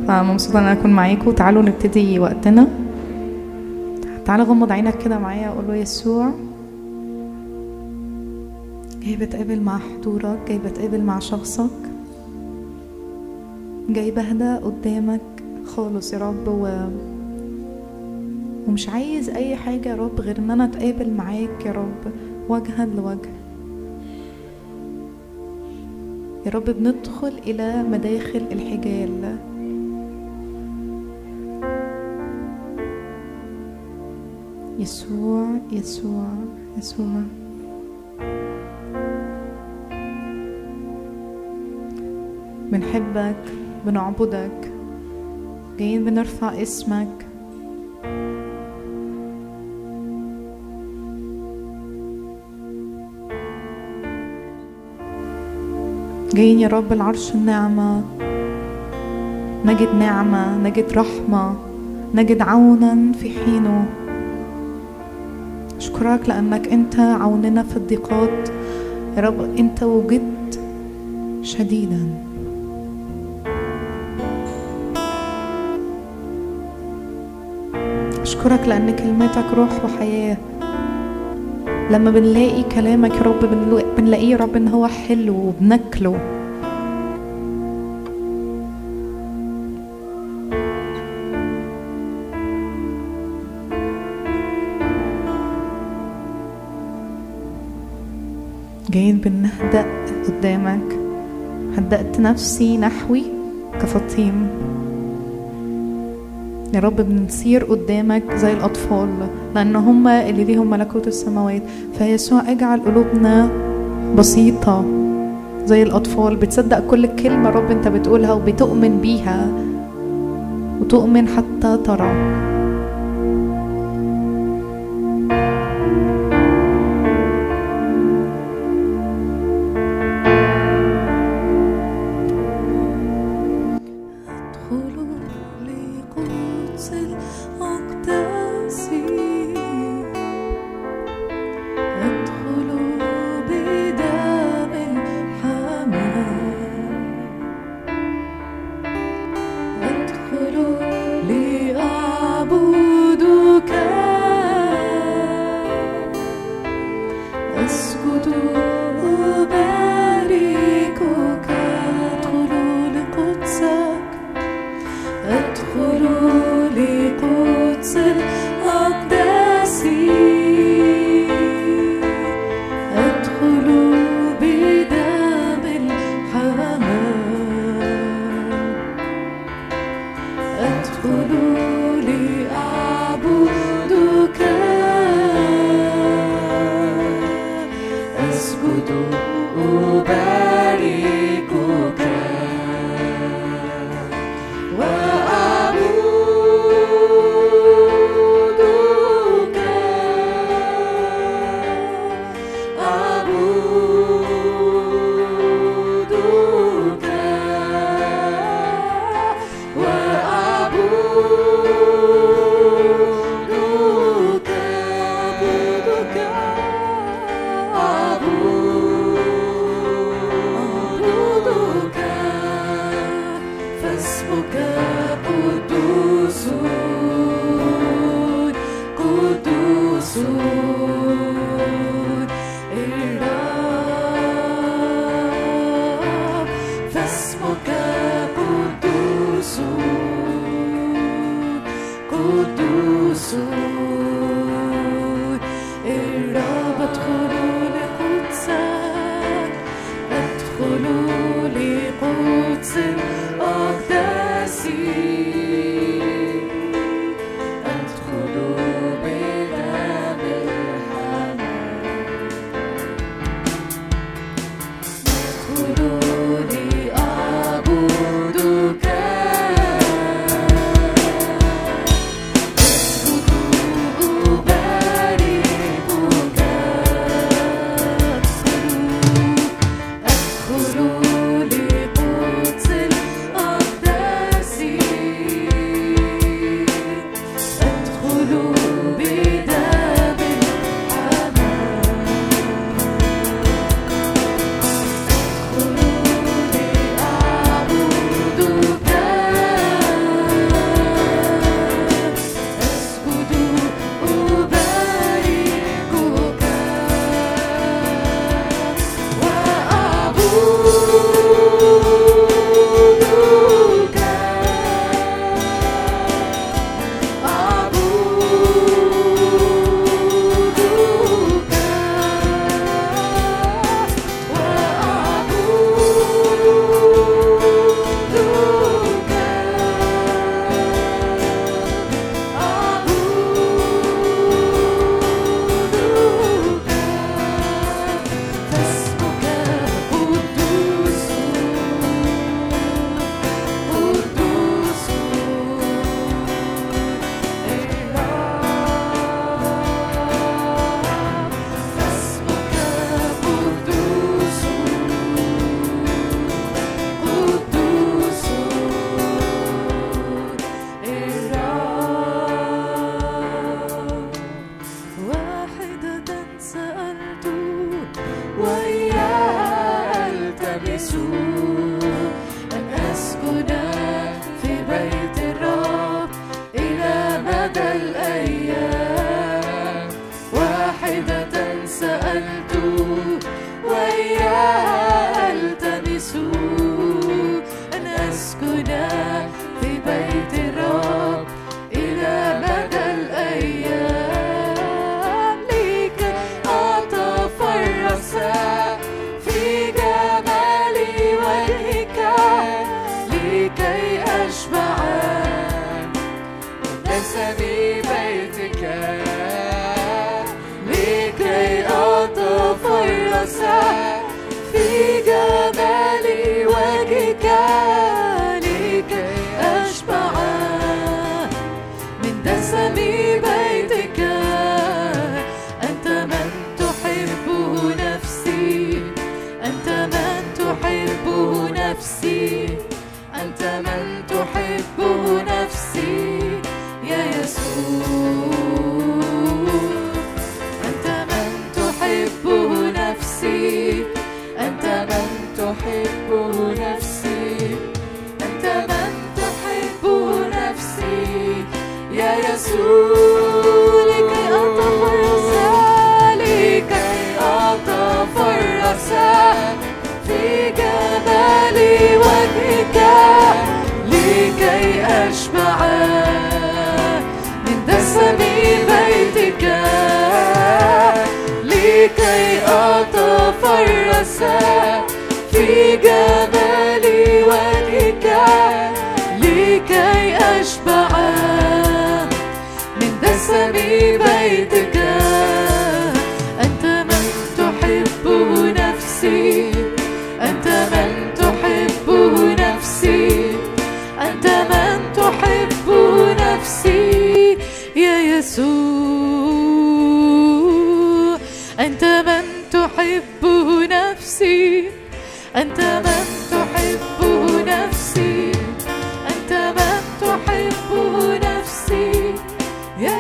فمبسوطة ان انا اكون معاكم. تعالوا نبتدي وقتنا. تعالى غمض عينك كده معايا وقول له: يسوع، جاي بتقابل مع حضورك، جاي بتقابل مع شخصك، جاي بهدى قدامك خالص يا رب، ومش عايز اي حاجة يا رب غير ان انا اتقابل معاك يا رب وجها لوجه. يا رب بندخل الى مداخل الحجال، يسوع يسوع يسوع. بنحبك، بنعبدك، جايين بنرفع اسمك. جايين يا رب العرش النعمة، نجد نعمة، نجد رحمة، نجد عونا في حينه. أشكرك لأنك أنت عوننا في الضيقات يا رب. أنت وجدت شديدا. أشكرك لأن كلماتك روح وحياة. لما بنلاقي كلامك يا رب بنلاقيه يا رب إن هو حلو وبناكله. جايين بنهدأ قدامك. هدأت نفسي نحوي كفطيم يا رب. بنسير قدامك زي الأطفال لأن هم اللي ليهم ملكوت السماوات. فيسوع اجعل قلوبنا بسيطة زي الأطفال، بتصدق كل كلمة رب أنت بتقولها وبتؤمن بيها، وتؤمن حتى ترى. لقدس الأقداس هنا في بيت الرب إلى مدى الأيام، لكي أتفرس في جمال وجهك، لكي أشبع من دسم بيتك، لكي أتفرس في جمال وجهك، لكي أشبع من دسم بيتك. أنت من تحبه نفسي، أنت من تحبه نفسي، أنت من تحبه نفسي يا يسوع. أنت من تحبه نفسي، أنت من تحبه نفسي، أنت من تحبه نفسي يا يسوع. لكي أتفرس، لكي أتفرس في جمال وجهك، لكي أشبع من دسم بيتك، لكي أتفرس في جمال وجهك، لكي أشبع من دسم بيتك. أنت من تحبه نفسي، أنت من تحبه نفسي، أنت من تحبه نفسي يا يسوع. أنت من تحبه نفسي، أنت من تحبه نفسي، أنت من تحبه نفسي يا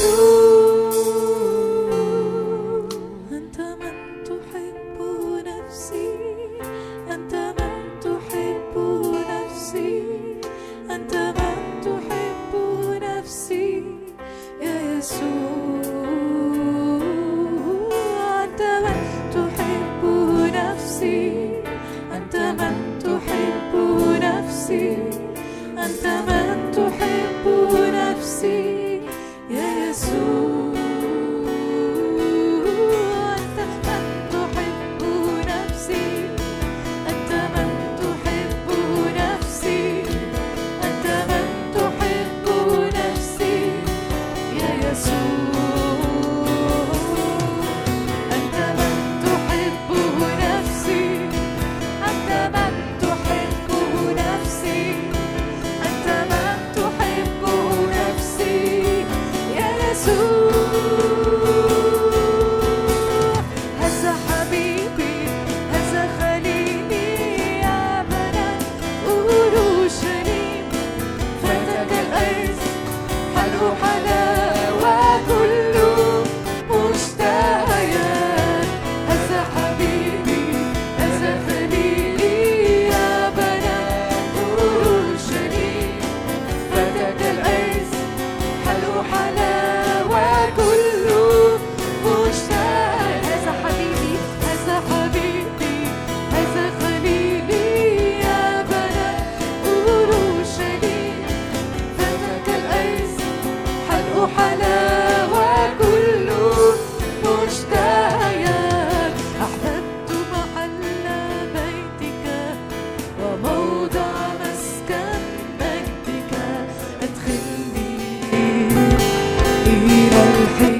يسوع. أنت من تحبه نفسي، أنت من تحبه نفسي، أنت من تحبه نفسي يا يسوع. أنت من تحبه نفسي، أنت من تحبه نفسي، أنت من تحبه نفسي يا يسوع. أنت من تحبه نفسي، أنت من تحبه نفسي، أنت من تحبه نفسي يا يسوع. أنت من تحبه نفسي، أنت من تحبه نفسي، أنت من تحبه نفسي يا يسوع. هذا حبيبي، هذا خليلي يا بنات أورشليم، فتك الأرز حلو حلاوة كله مشتهيات. هذا حبيبي، هذا خليلي يا بنات أورشليم، فتك الأرز حلو حلاوة كله مشتهيات. هذا حبيبي، هذا حبيبي، هذا خليلي يا بنات أورشليم، فتك الأرز حلو حلاوة كله مشتهيات. أحببت محل بيتك وموضع مسكن مجدك، أدخلني إلى الحجاب.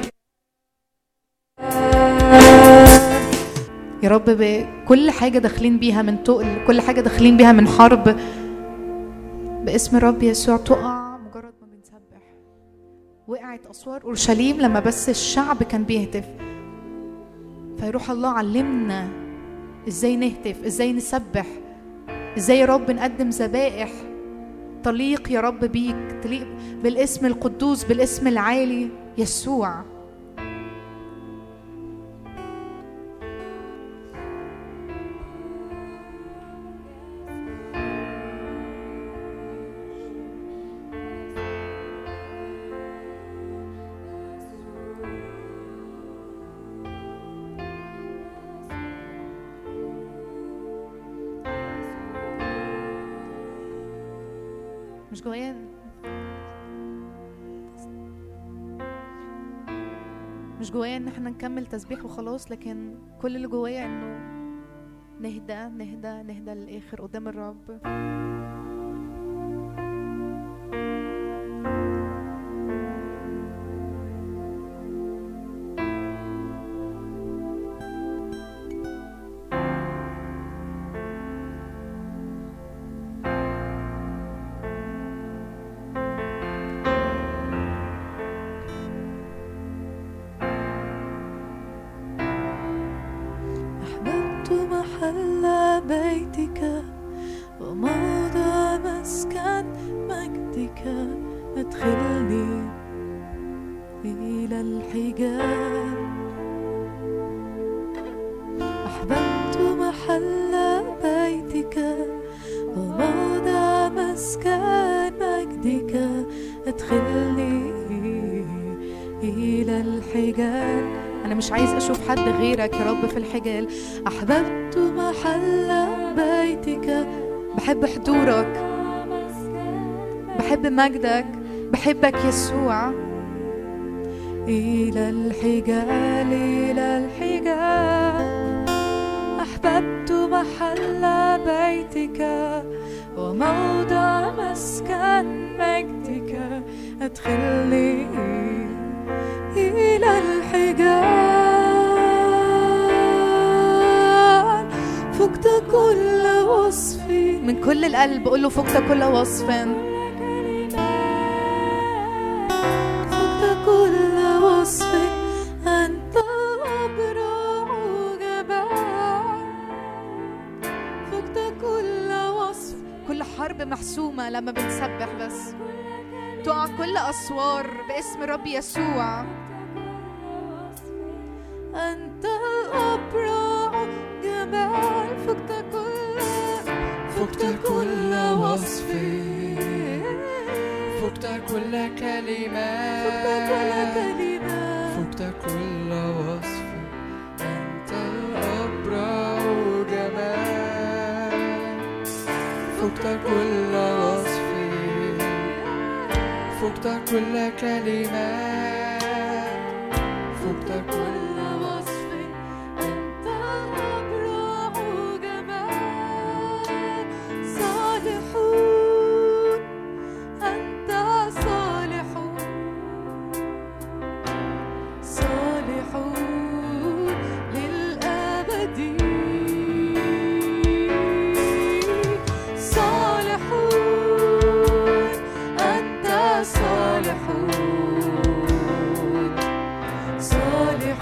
يا رب بكل حاجة داخلين بيها من تقل، كل حاجة داخلين بيها من حرب، باسم الرب يسوع تقع مجرد ما بنسبح. وقعت أسوار أورشليم لما بس الشعب كان بيهتف. فيروح الله علمنا ازاي نهتف، ازاي نسبح، ازاي يا رب نقدم ذبائح تليق يا رب بيك، تليق بالاسم القدوس، بالاسم العالي يسوع. مش جوايا ان احنا نكمل تسبيح وخلاص، لكن كل اللي جوايا انه نهدى للاخر قدام الرب. بيتك وموضع مسكن مجدك، ادخلني إلى الحجاب. أحببت محل بيتك وموضع مسكن مجدك، ادخلني إلى الحجاب. أنا مش عايز أشوف حد غيرك يا رب في الحجال. أحببت محل بيتك، بحب حضورك، بحب مجدك، بحبك يسوع. إلى الحجال إلى الحجال. أحببت محل بيتك وموضع مسكن مجدك، أدخلني إلى الحجال. فقت كل وصف، من كل القلب قل له فقت كل وصف، فقت كل وصف، أنت أبرع جبال. فقت كل وصف، كل حرب محسومة لما بنسبح بس تقع كل أسوار باسم رب يسوع. أنت الأبرع جمال. فقت كل وصف، فقت كل كلمة، فقت كل وصف، أنت الأبرع جمال. فقت كل وصف، فقت كل كلمة، فقت كل وصف، أنت الأبرع جمال. صالحون، أنت صالحون، صالحون للأبد. صالحون، أنت صالحون، صالحون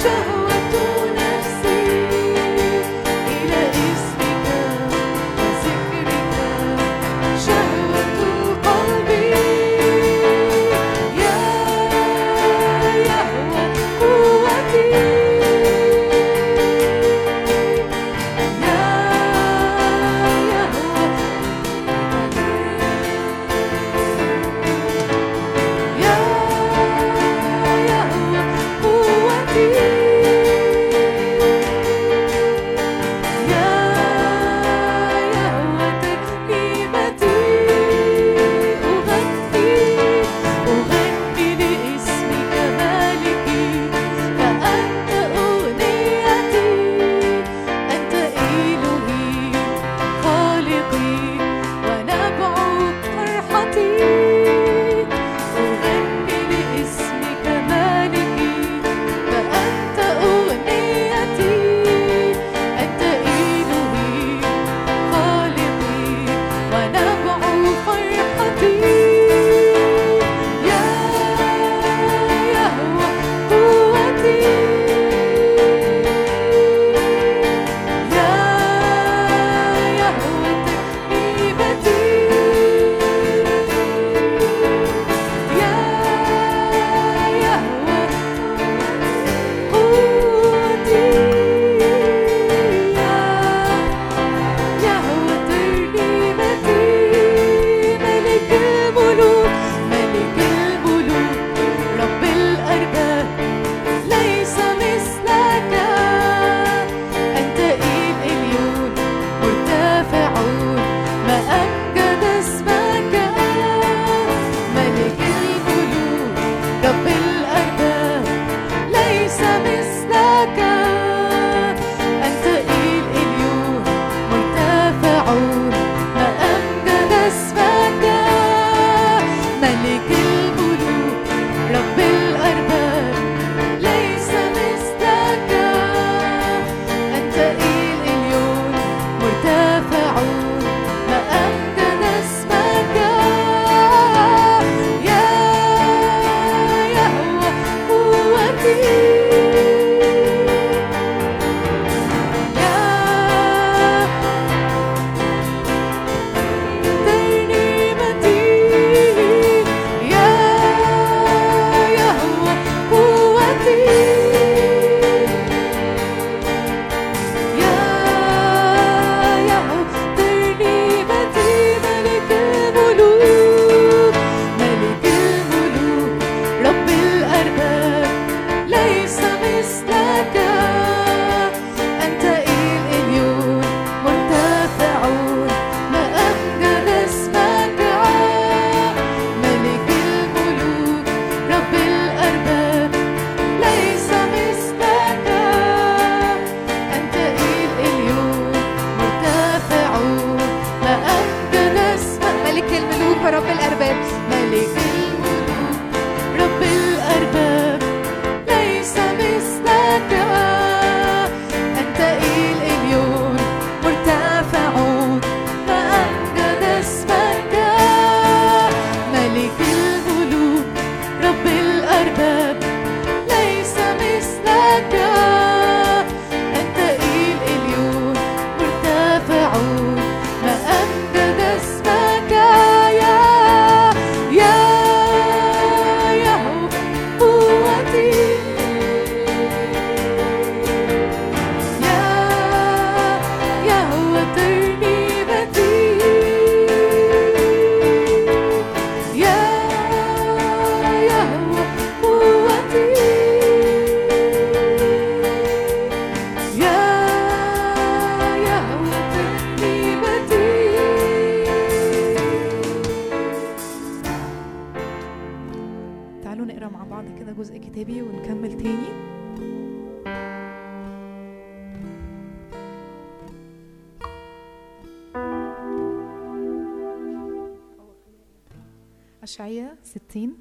أشعياء 60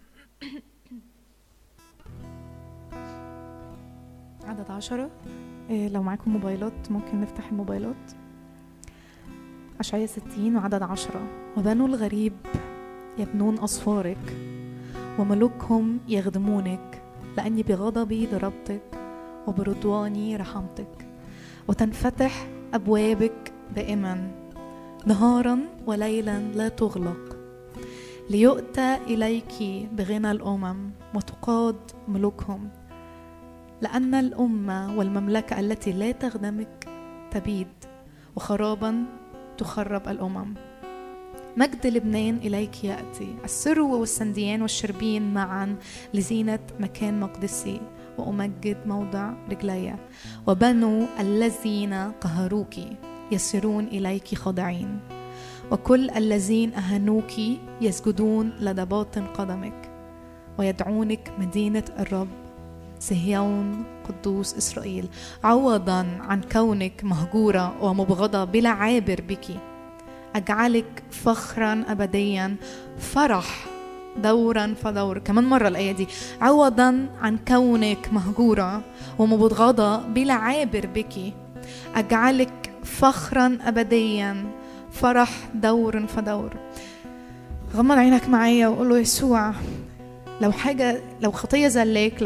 عدد 10. لو معاكم موبايلات ممكن نفتح الموبايلات. أشعياء 60 وعدد 10. وبنو الغريب يبنون أصفارك وملوكهم يخدمونك، لأني بغضبي ضربتك وبرضواني رحمتك، وتنفتح أبوابك دائما نهارا وليلا لا تغلق، ليؤتى إليك بغنى الأمم وتقاد ملوكهم، لأن الأمة والمملكة التي لا تخدمك تبيد، وخرابا تخرب الأمم. مجد لبنان إليك يأتي، السرو والسنديان والشربين معا لزينة مكان مقدسي، وأمجد موضع رجلي. وبنو الذين قهروك يسيرون إليك خاضعين، وكل الذين أهنوك يسجدون لدى باطن قدمك، ويدعونك مدينة الرب صهيون قدوس إسرائيل. عوضا عن كونك مهجورة ومبغضة بلا عابر بك، أجعلك فخرا أبديا، فرح دورا فدور. كمان مرة الآية دي، عوضا عن كونك مهجورة ومبغضة بلا عابر بك، أجعلك فخرا أبديا، فرح دور فدور. غمض عينك معايا وقول له يسوع، لو حاجة، لو خطية زلك،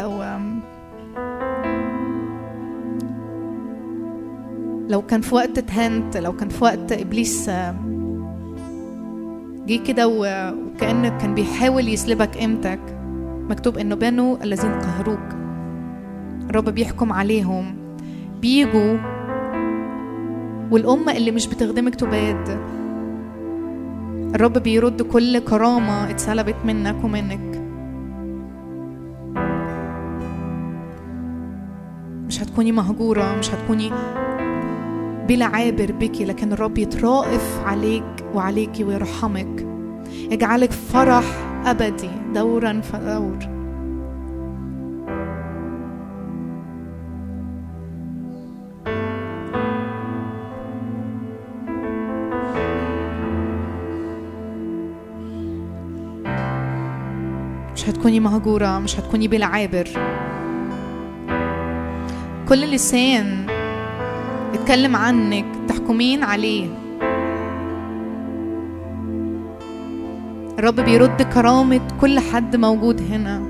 لو كان في وقت اتهنت، لو كان في وقت إبليس جي كده وكأنه كان بيحاول يسلبك قيمتك، مكتوب إنه بنو الذين قهروك الرب بيحكم عليهم بيجوا، والأمة اللي مش بتخدمك تباد. الرب بيرد كل كرامة اتسلبت منك ومنك. مش هتكوني مهجورة، مش هتكوني بلا عابر بك، لكن الرب يترائف عليك وعليكي ويرحمك، يجعلك فرح أبدي دورا فدور. مش هتكوني مهجورة، مش هتكوني بلا عابر. كل لسان يتكلم عنك تحكمين عليه، الرب بيرد كرامة كل حد موجود هنا.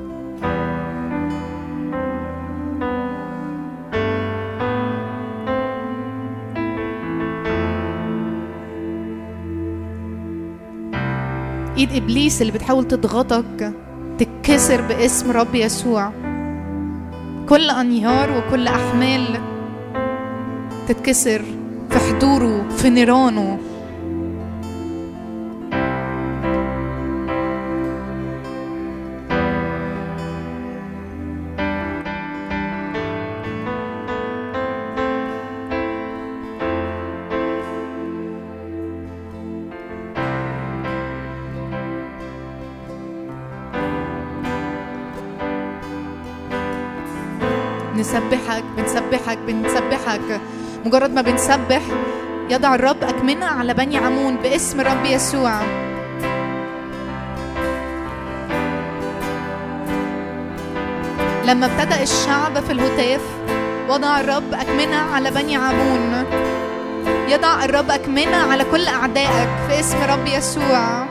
ايد ابليس اللي بتحاول تضغطك تتكسر باسم رب يسوع. كل انهار وكل احمال تتكسر في حضوره، في نيرانه. نسبحك، بنسبحك بنسبحك. مجرد ما بنسبح يضع الرب أكمنة على بني عمون باسم رب يسوع. لما ابتدأ الشعب في الهتاف وضع الرب أكمنة على بني عمون، يضع الرب أكمنة على كل أعدائك في اسم رب يسوع.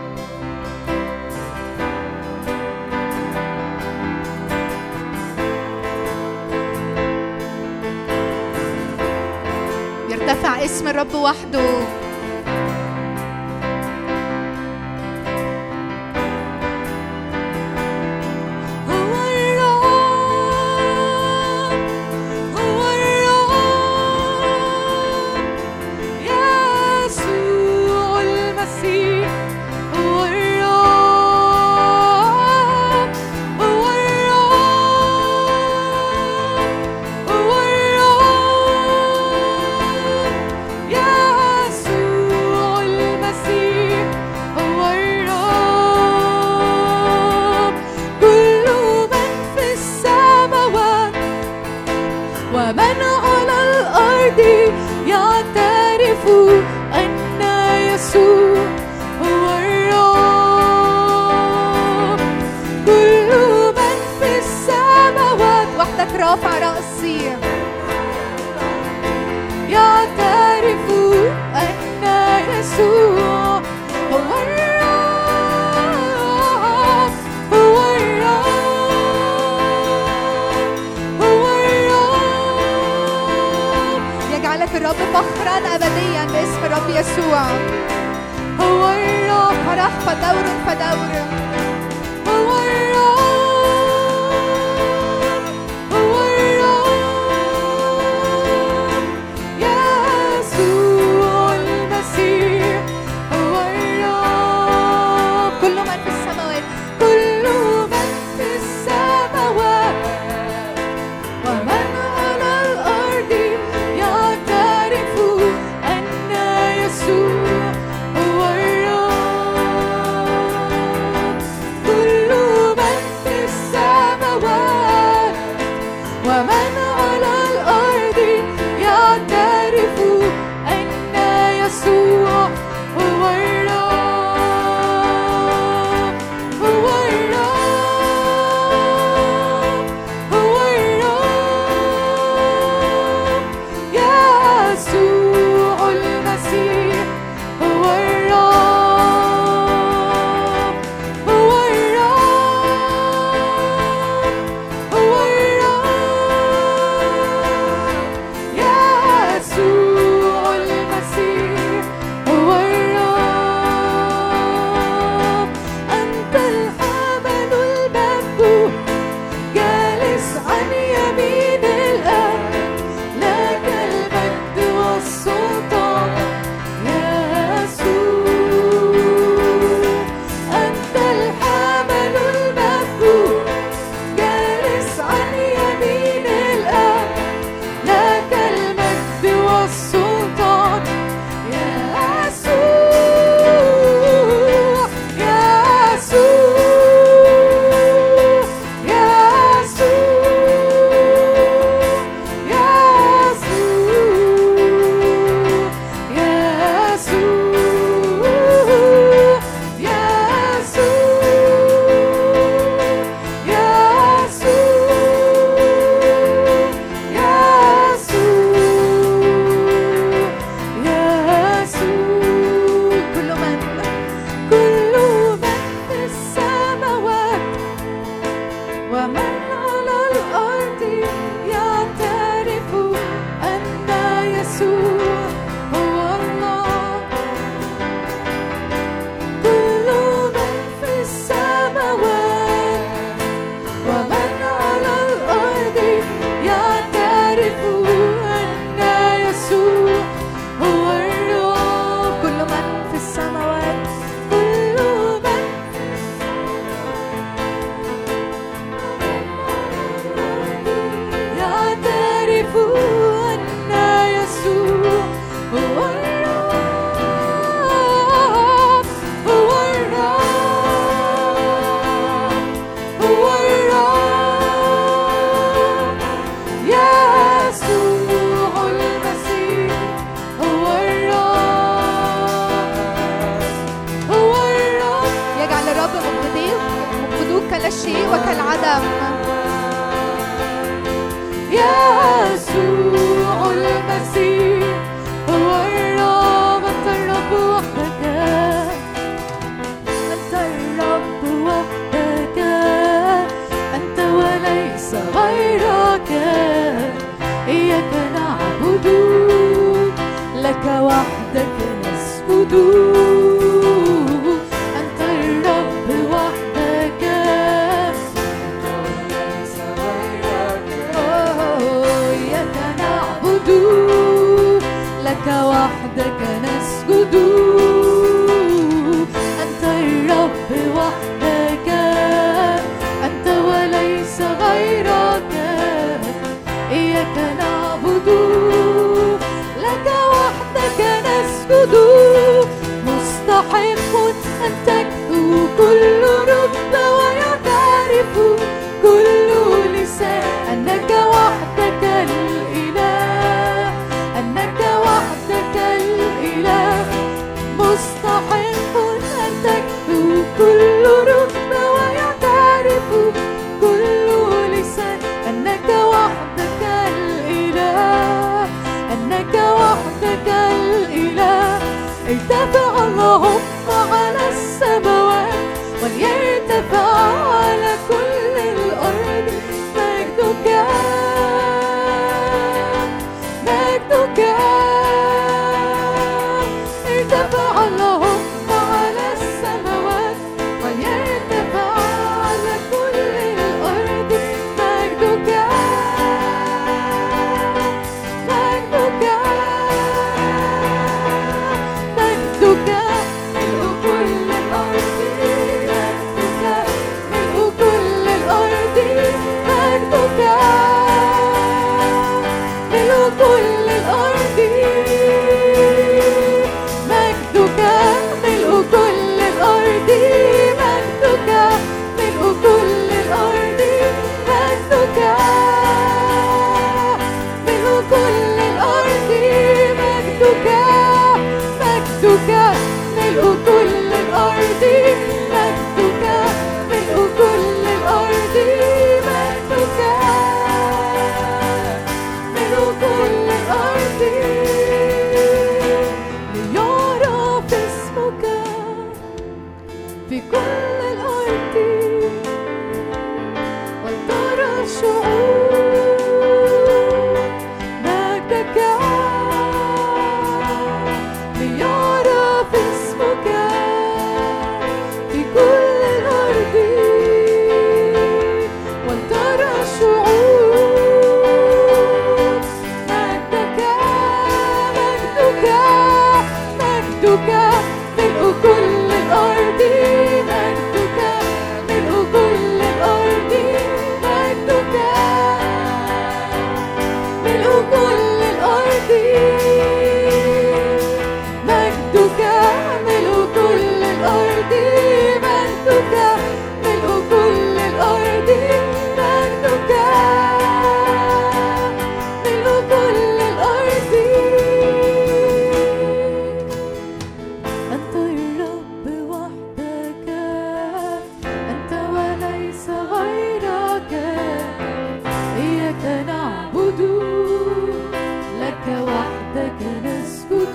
يرتفع اسم الرب وحده. رافع رأسي يعترف أن يسوع هو الرب، هو الرب، هو الرب. في الرب فخرا أبديا باسم الرب يسوع. هو الرب فرح فدور فدور. هو الرب هو الرب يسوع المسيح. هو الرب كل من في السماوات كل من في السماوات ومن على الأرض يعترف أن يسوع هو الرب. كل من في السماوات ومن على الأرض يعترف أن يسوع هو الرب. هو الرب هو الرب يسوع المسيح. هو الرب هو الرب هو الرب يسوع المسيح. هو الرب. أنت الحمل المذبوح جالس عن يمين الآب لك المجد والسلطان يا يسوع. أنت الحمل المذبوح جالس عن يمين الآب لك المجد والسلطان يا يسوع. يا يسوع يا يسوع يا يسوع يا يسوع يا يسوع يا يسوع يا يسوع. كل من في السماوات ومن على الأرض يعترف أن يسوع هو الله. كل من في السماوات ومن على الأرض يعترف أن يسوع هو الرب. كل من في السماوات كل من يعترف أن يسوع هو الرب. هو الرب هو الرب يسوع المسيح. هو الرب هو الرب. يجعل الرب مقبضوك كلا شيء وكالعدم. يسوع المسيح. هو الرب. أنت الرب وحدك. أنت الرب وحدك. أنت وليس غيرك. إياك نعبد لك وحدك نسجد. أنت الرب وحدك. إياك نعبد لك وحدك نسجد. أنت الرب وحدك. أنت وليس غيرك. إياك نعبد لك وحدك نسجد. مستحق أن تكفو كل رب ويعترف كل لسان أنك وحدك الإله. أنك وحدك الإله. مستحق أن تكفو كل رب ويعترف كل لسان أنك وحدك الإله. أنك وحدك الإله. ارتفع اللهم على السماوات وليرتفع على كل الأرض مجدك مجدك كل الأرض مجدك ملء كل الأرض مجدك ملء كل الأرض مجدك ملء كل الأرض مجدك مجدك ملء كل الأرض مجدك ملء كل الأرض مجدك ملء كل الأرض ليعرف اسمك في كل الأرض وترى الشعوب مجدك ليعرف اسمك في كل الأرض وترى الشعوب مجدك مجدك مجدك ملء كل الأرض مجدك ملء كل الأرض مجدك ملء كل الأرض مجدك ملء كل الأرض مجدك ملء كل الأرض مجدك ملء كل الأرض أنت الرب وحدك أنت وليس غيرك إياك نعبد لك وحدك نسجد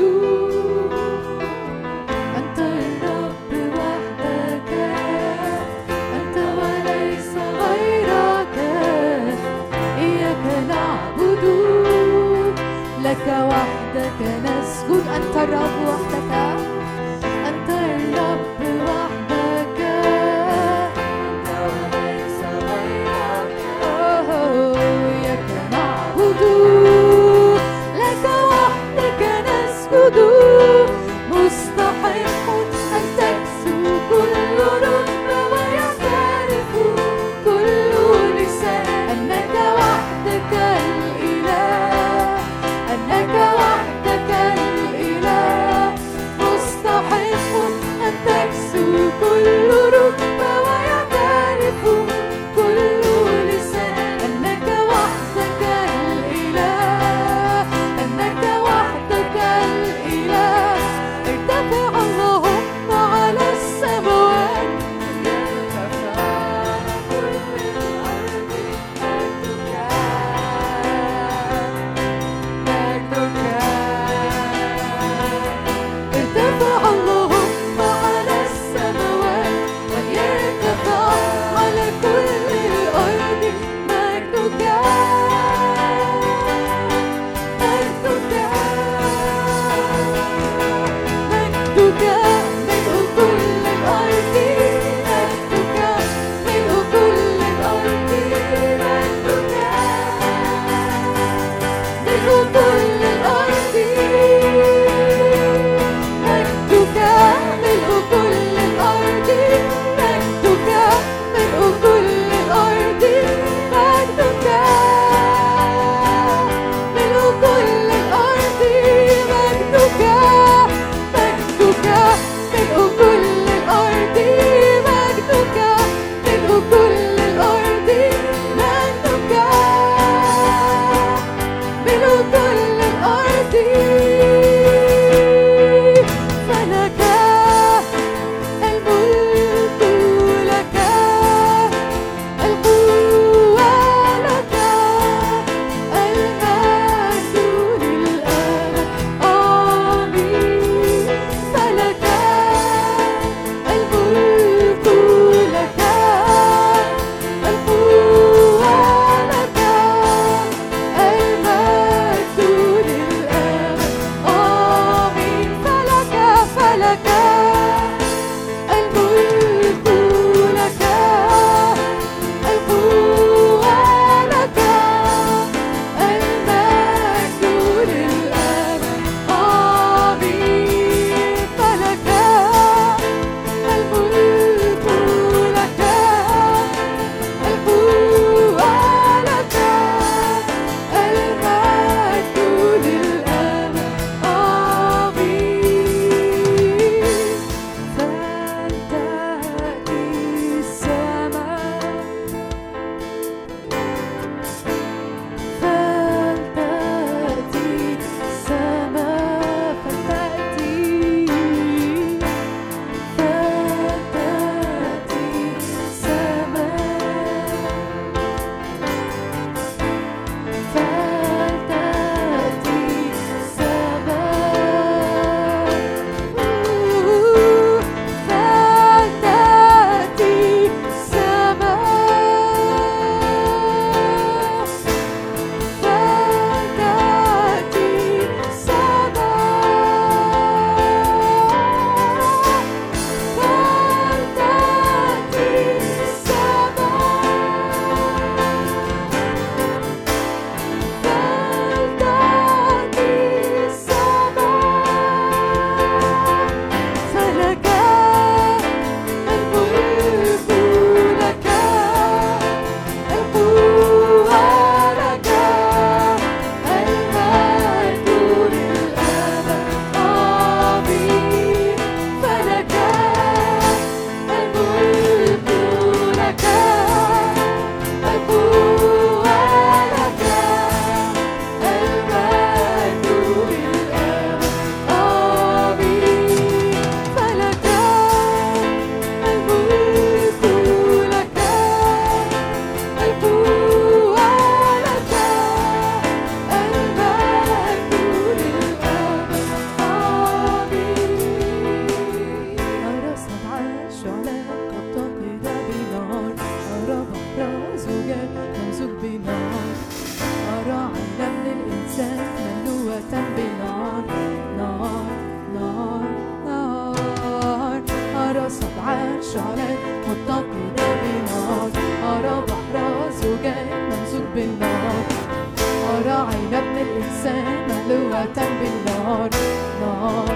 أنت الرب وحدك أنت وليس غيرك إياك نعبد لك وحدك نسجد أنت الرب وحدك أنت الرب وحدك أنت وليس غيرك إياك نعبد لك وحدك نسجد مستحق أن تكسو كل ركبة ويعترف كل لسان أنك وحدك الإله أنك وحدك الإله مستحق أن تكسو كل ركبة ويعترف كل لسان أنك وحدك الإله أنك وحدك الإله ارتفع اللهم على السماوات ارتفع على كل الأرض مجدك ارتفع اللهم على السماوات ويرتفع على كل الأرض مجدك مجدك مجدك ملء كل الأرض مجدك ملء كل الأرض مجدك ملء كل الأرض مجدك ملء كل الأرض مجدك ملء كل الأرض مجدك ملء كل الأرض مجدك مجدك ملء كل الأرض مجدك ملء كل الأرض مجدك ملء كل راعينا ابن الإنسان مملوءة بالنار نار.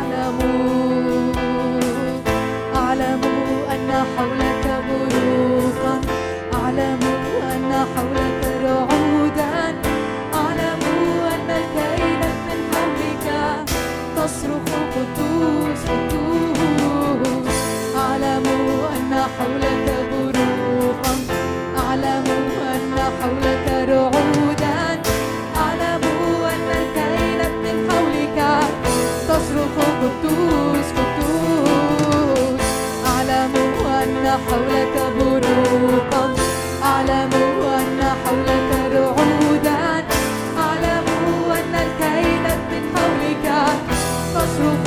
أعلم أن حولك بروقا، أعلم أن حولك رعودا، أعلم أن الكائنات من حولك تصرخ قدوس قدوس. أعلم أن حولك بروقا، أعلم أن حولك رعودا، أعلم أن الكائنات من حولك تصرخ قدوس قدوس. أعلم أن حولك بروقا، أعلم أن حولك رعودا، أعلم أن الكائنات من حولك تصرخ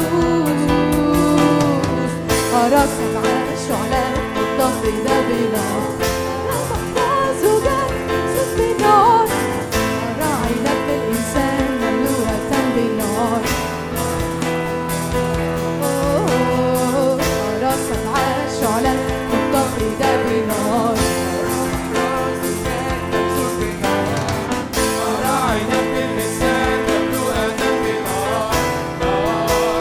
قدوس. أرى سبع شعلات متقدة بنار، نار. أرى عينك الإنسان مملوءة بالنار. أرى سبع شعلات متقدة بنار. أرى عينك الإنسان مملوءة بنار نار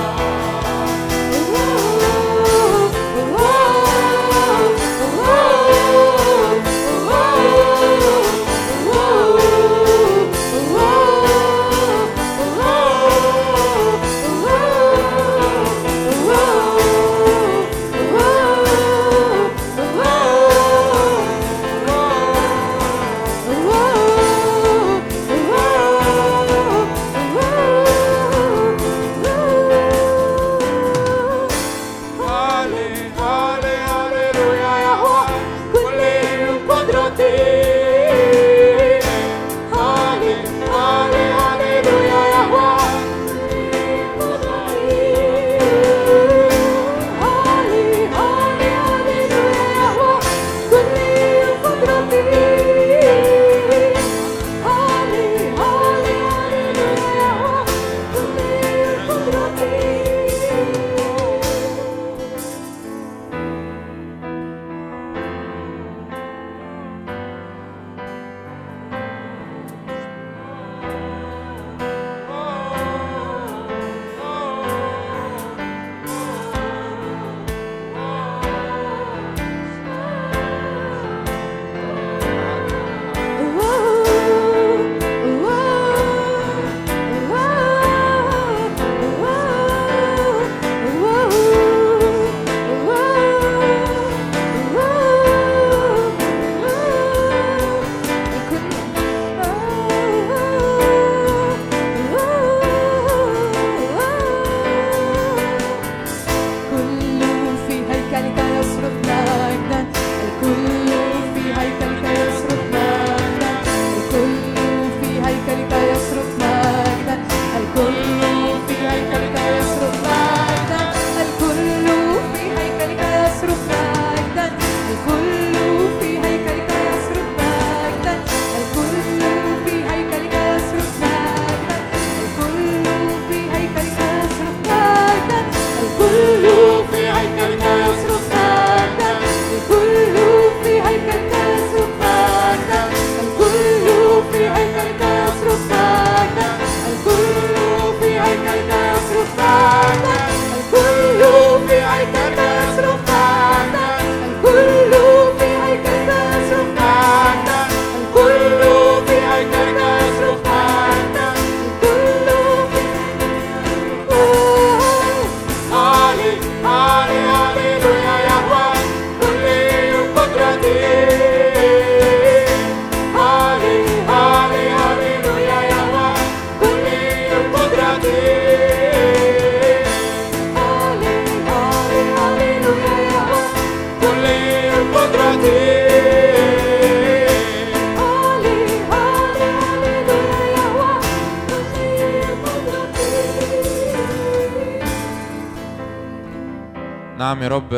نعم يا رب،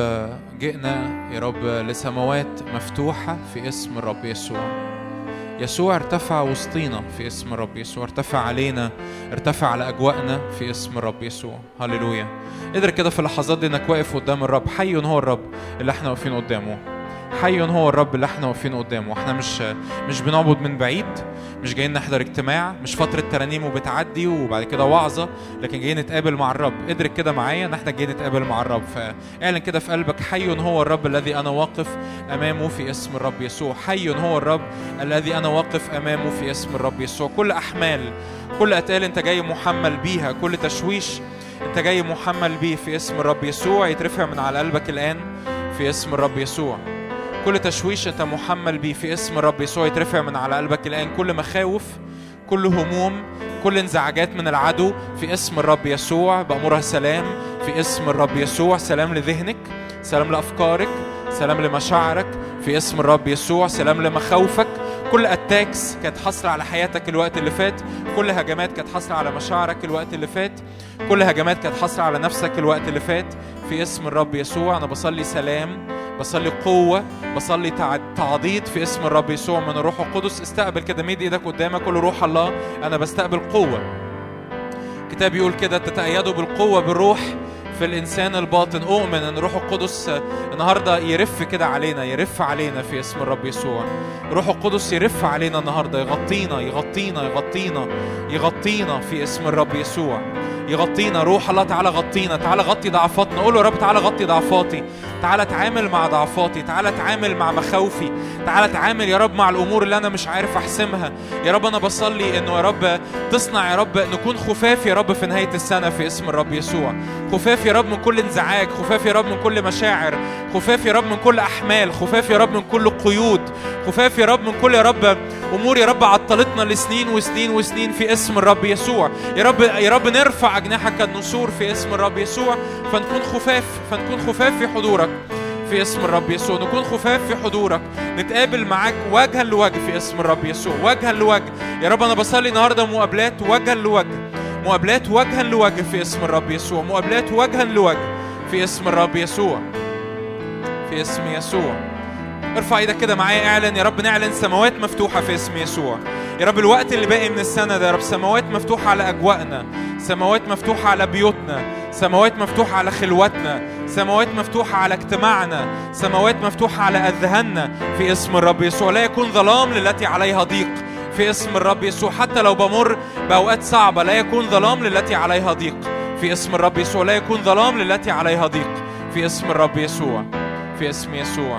جئنا يا رب لسماوات مفتوحة في اسم الرب يسوع. يسوع ارتفع وسطينا في اسم الرب يسوع، ارتفع علينا، ارتفع على أجواءنا في اسم الرب يسوع. هللويا. قدر كده في اللحظات دي انك واقف قدام الرب، حي هو الرب اللي احنا واقفين قدامه، حي هو الرب اللي احنا واقفين قدامه. احنا مش بنعبد من بعيد، مش جايين نحضر اجتماع، مش فترة ترانيم وبتعدي وبعد كده وعظة، لكن جايين نتقابل مع الرب. ادرك كده معايا ان احنا جايين نتقابل مع الرب. فاعلن كده في قلبك: حي هو الرب الذي انا واقف امامه في اسم الرب يسوع. حي هو الرب الذي انا واقف امامه في اسم الرب يسوع. كل احمال، كل اتقال انت جاي محمل بيها، كل تشويش انت جاي محمل بيه في اسم الرب يسوع يترفع من على قلبك الان في اسم الرب يسوع. كل تشويش انت محمل بيه في اسم الرب يسوع يترفع من على قلبك الان. كل مخاوف، كل هموم، كل انزعاجات من العدو في اسم الرب يسوع بأمرها سلام في اسم الرب يسوع. سلام لذهنك، سلام لأفكارك، سلام لمشاعرك في اسم الرب يسوع. سلام لمخاوفك. كل اتاكس كانت حاصله على حياتك الوقت اللي فات، كل هجمات كانت حاصله على مشاعرك الوقت اللي فات، كل هجمات كانت حاصله على نفسك الوقت اللي فات في اسم الرب يسوع. انا بصلي سلام، بصلي قوة، بصلي تعضيد في اسم الرب يسوع من الروح القدس. استقبل كده، ميد ايدك قدامك، قول: روح الله انا بستقبل قوة. الكتاب يقول كده: تتأيدوا بالقوة بالروح في الإنسان الباطن. أؤمن أن روح القدس النهاردة يرف كده علينا، يرف علينا في اسم الرب يسوع. روح القدس يرف علينا النهاردة، يغطينا يغطينا يغطينا يغطينا في اسم الرب يسوع. يغطينا. روح الله تعالى غطينا، تعالى غطي ضعفاتنا. قول له: يا رب تعالى غطي ضعفاتي، تعالى تعامل مع ضعفاتي، تعالى تعامل مع مخاوفي، تعالى تعامل يا رب مع الأمور اللي أنا مش عارف أحسمها. يا رب أنا بصلي إنه يا رب تصنع يا رب نكون خفاف يا رب في نهاية السنة في اسم الرب يسوع. خفاف يا رب من كل انزعاج، خفاف يا رب من كل مشاعر، خفاف يا رب من كل أحمال، خفاف يا رب من كل قيود، خفاف يا رب من كل يا رب أمور يا رب عطلتنا لسنين وسنين وسنين في اسم الرب يسوع. يا رب نرفع أجنحة كالنسور في اسم الرب يسوع، فنكون خفاف في حضورك في اسم الرب يسوع. نكون خفاف في حضورك، نتقابل معاك وجها لوجه في اسم الرب يسوع، وجها لوجه. يا رب أنا بصلي النهاردة مقابلات وجها لوجه، مقابلات وجها لوجه في اسم الرب يسوع، مقابلات وجها لوجه في اسم الرب يسوع، في اسم يسوع. ارفع ايدك كده معايا، اعلن يا رب. نعلن سماوات مفتوحة في اسم يسوع. يا رب الوقت اللي باقي من السنة ده يا رب سماوات مفتوحة على أجواءنا، سماوات مفتوحة على بيوتنا، سماوات مفتوحة على خلوتنا، سماوات مفتوحة على اجتماعنا، سماوات مفتوحة على أذهاننا في اسم الرب يسوع. لا يكون ظلام للتي عليها ضيق في اسم الرب يسوع. حتى لو بمر بأوقات صعبة لا يكون ظلام للتي عليها ضيق في اسم الرب يسوع. لا يكون ظلام للتي عليها ضيق في اسم الرب يسوع، في اسم يسوع.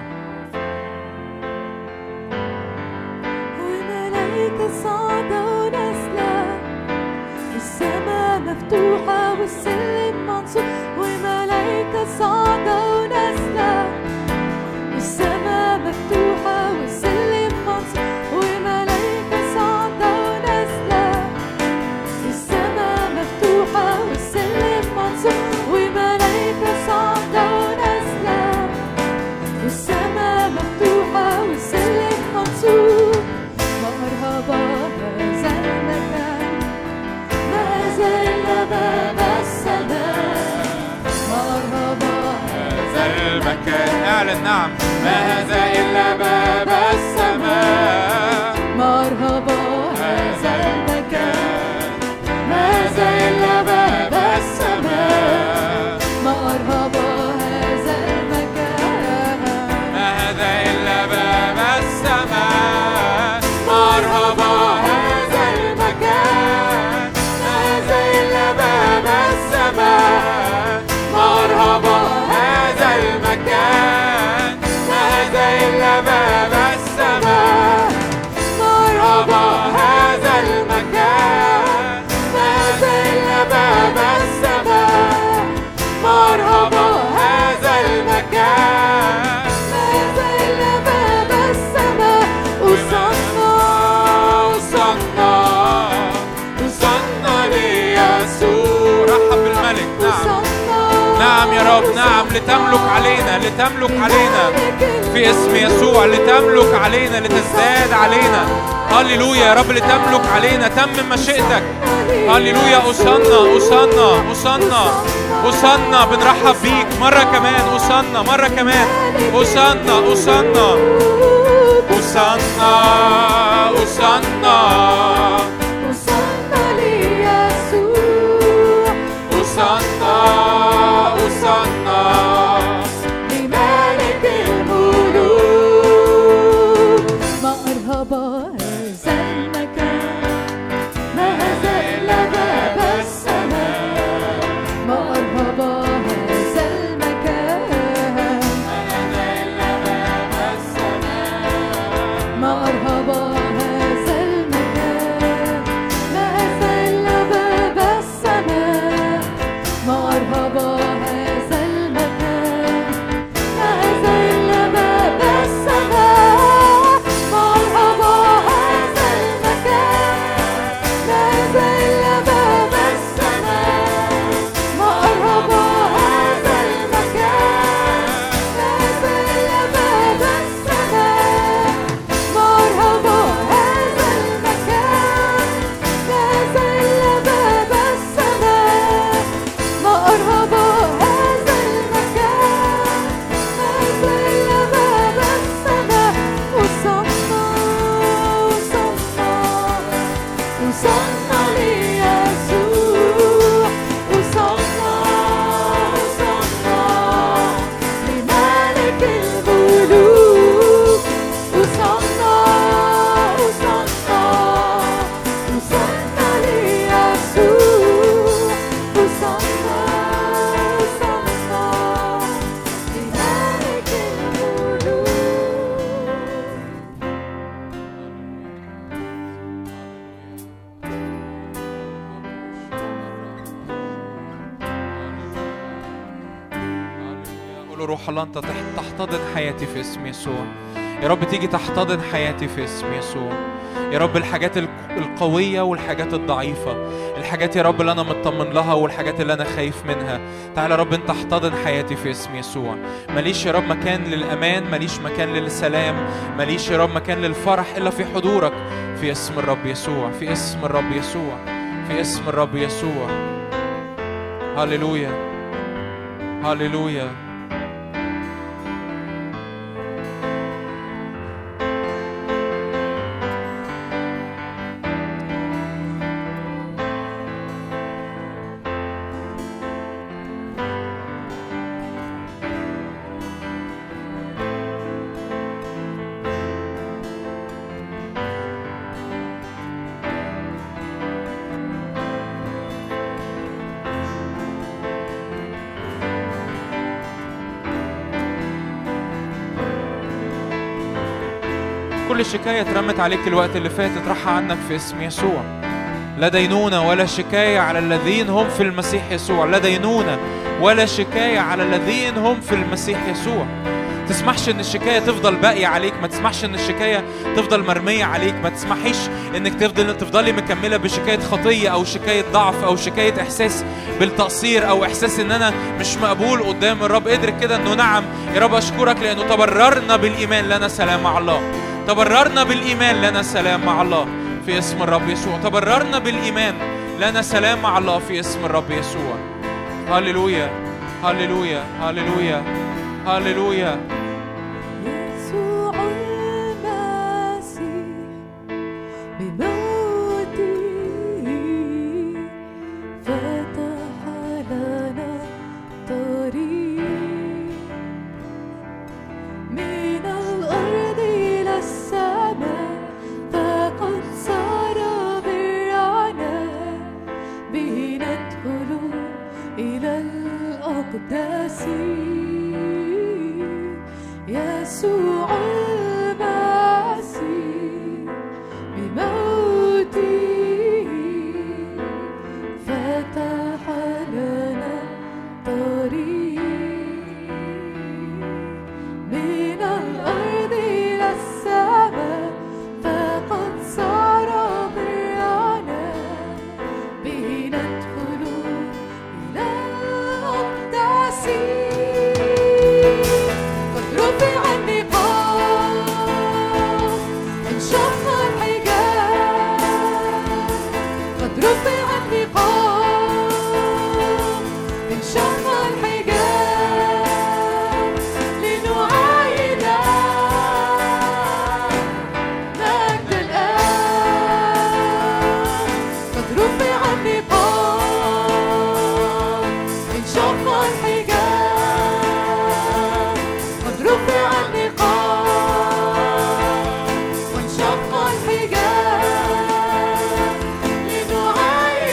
صعدة ونازلة، السماء مفتوحة والسلم منصوب، وملايكة صعدة ونازلة، السماء مفتوحة والسلم منصوب، وملايكة صعدة ونازلة، السماء مفتوحة والسلم منصوب، وملايكة صعدة ونازلة، والسماء مفتوحة والسلم منصوب. مرحبا هذا المكان، ما زال باب السماء، مرحبا هذا المكان. اعلن نعم، ما هذا إلا باب السماء. مرحبا هذا المكان، ما زال إلا باب السماء، مرحبا هذا المكان، ما هذا إلا باب السماء. مرحبا هذا المكان، هذا إلا باب السماء، مرحبا هذا المكان، هذا إلا باب السماء، مرحبا هذا المكان، هذا إلا باب السماء، مرحبا هذا المكان، هذا إلا باب السماء. وصلنا ليسوع. رحب بالملك. نعم نعم يا رب، نعم لتملك علينا، لتملك علينا في اسم يسوع، لتملك علينا، لتزداد علينا. هللويا يا رب، لتملك علينا، تمم مشيئتك. هللويا. أوصلنا بنرحب بيك مرة كمان، أوصلنا مرة كمان، أوصلنا ليسوع. وصلنا لملك الملوك. روح الله أنت تحتضن حياتي في اسم يسوع. يا رب تيجي تحتضن حياتي في اسم يسوع. يا رب الحاجات القوية والحاجات الضعيفة، الحاجات يا رب اللي أنا مطمن لها والحاجات اللي أنا خايف منها، تعالى يا رب أنت احتضن حياتي في اسم يسوع. ماليش يا رب مكان للأمان، ماليش مكان للسلام، ماليش يا رب مكان للفرح إلا في حضورك في اسم الرب يسوع، في اسم الرب يسوع، في اسم الرب يسوع. هاليلويا هاليلويا. كل شكاية اترمت عليك الوقت اللي فات اترحى عنك في اسم يسوع. لا دينونة ولا شكاية على الذين هم في المسيح يسوع، لا دينونة ولا شكاية على الذين هم في المسيح يسوع. تسمحش ان الشكاية تفضل باقية عليك، ما تسمحش ان الشكاية تفضل مرمية عليك، ما تسمحيش انك تفضلي مكملة بشكاية خطية او شكاية ضعف او شكاية احساس بالتقصير او احساس ان انا مش مقبول قدام الرب. ادرك كده انه نعم يا رب اشكرك لانه تبررنا بالايمان لنا سلام مع الله. تبررنا بالإيمان لنا سلام مع الله في اسم الرب يسوع. تبررنا بالإيمان لنا سلام مع الله في اسم الرب يسوع. هاليلويا هاليلويا هاليلويا هاليلويا. يسوع المسيح بموته فتح لنا طريق من الأرض إلى السماء، فقد صار برعنا به ندخل إلى الأقداس. يسوع المسيح بموته فتح لنا طريق من الأرض إلى السماء، فقد صار برعنا به ندخل إلى الأقداس. قد رفع النقاب انشق الحجاب، قد رفع النقاب انشق الحجاب لنعاين مجد الآب. قد رفع النقاب انشق الحجاب، قد رفع النقاب وانشق الحجاب لنعاين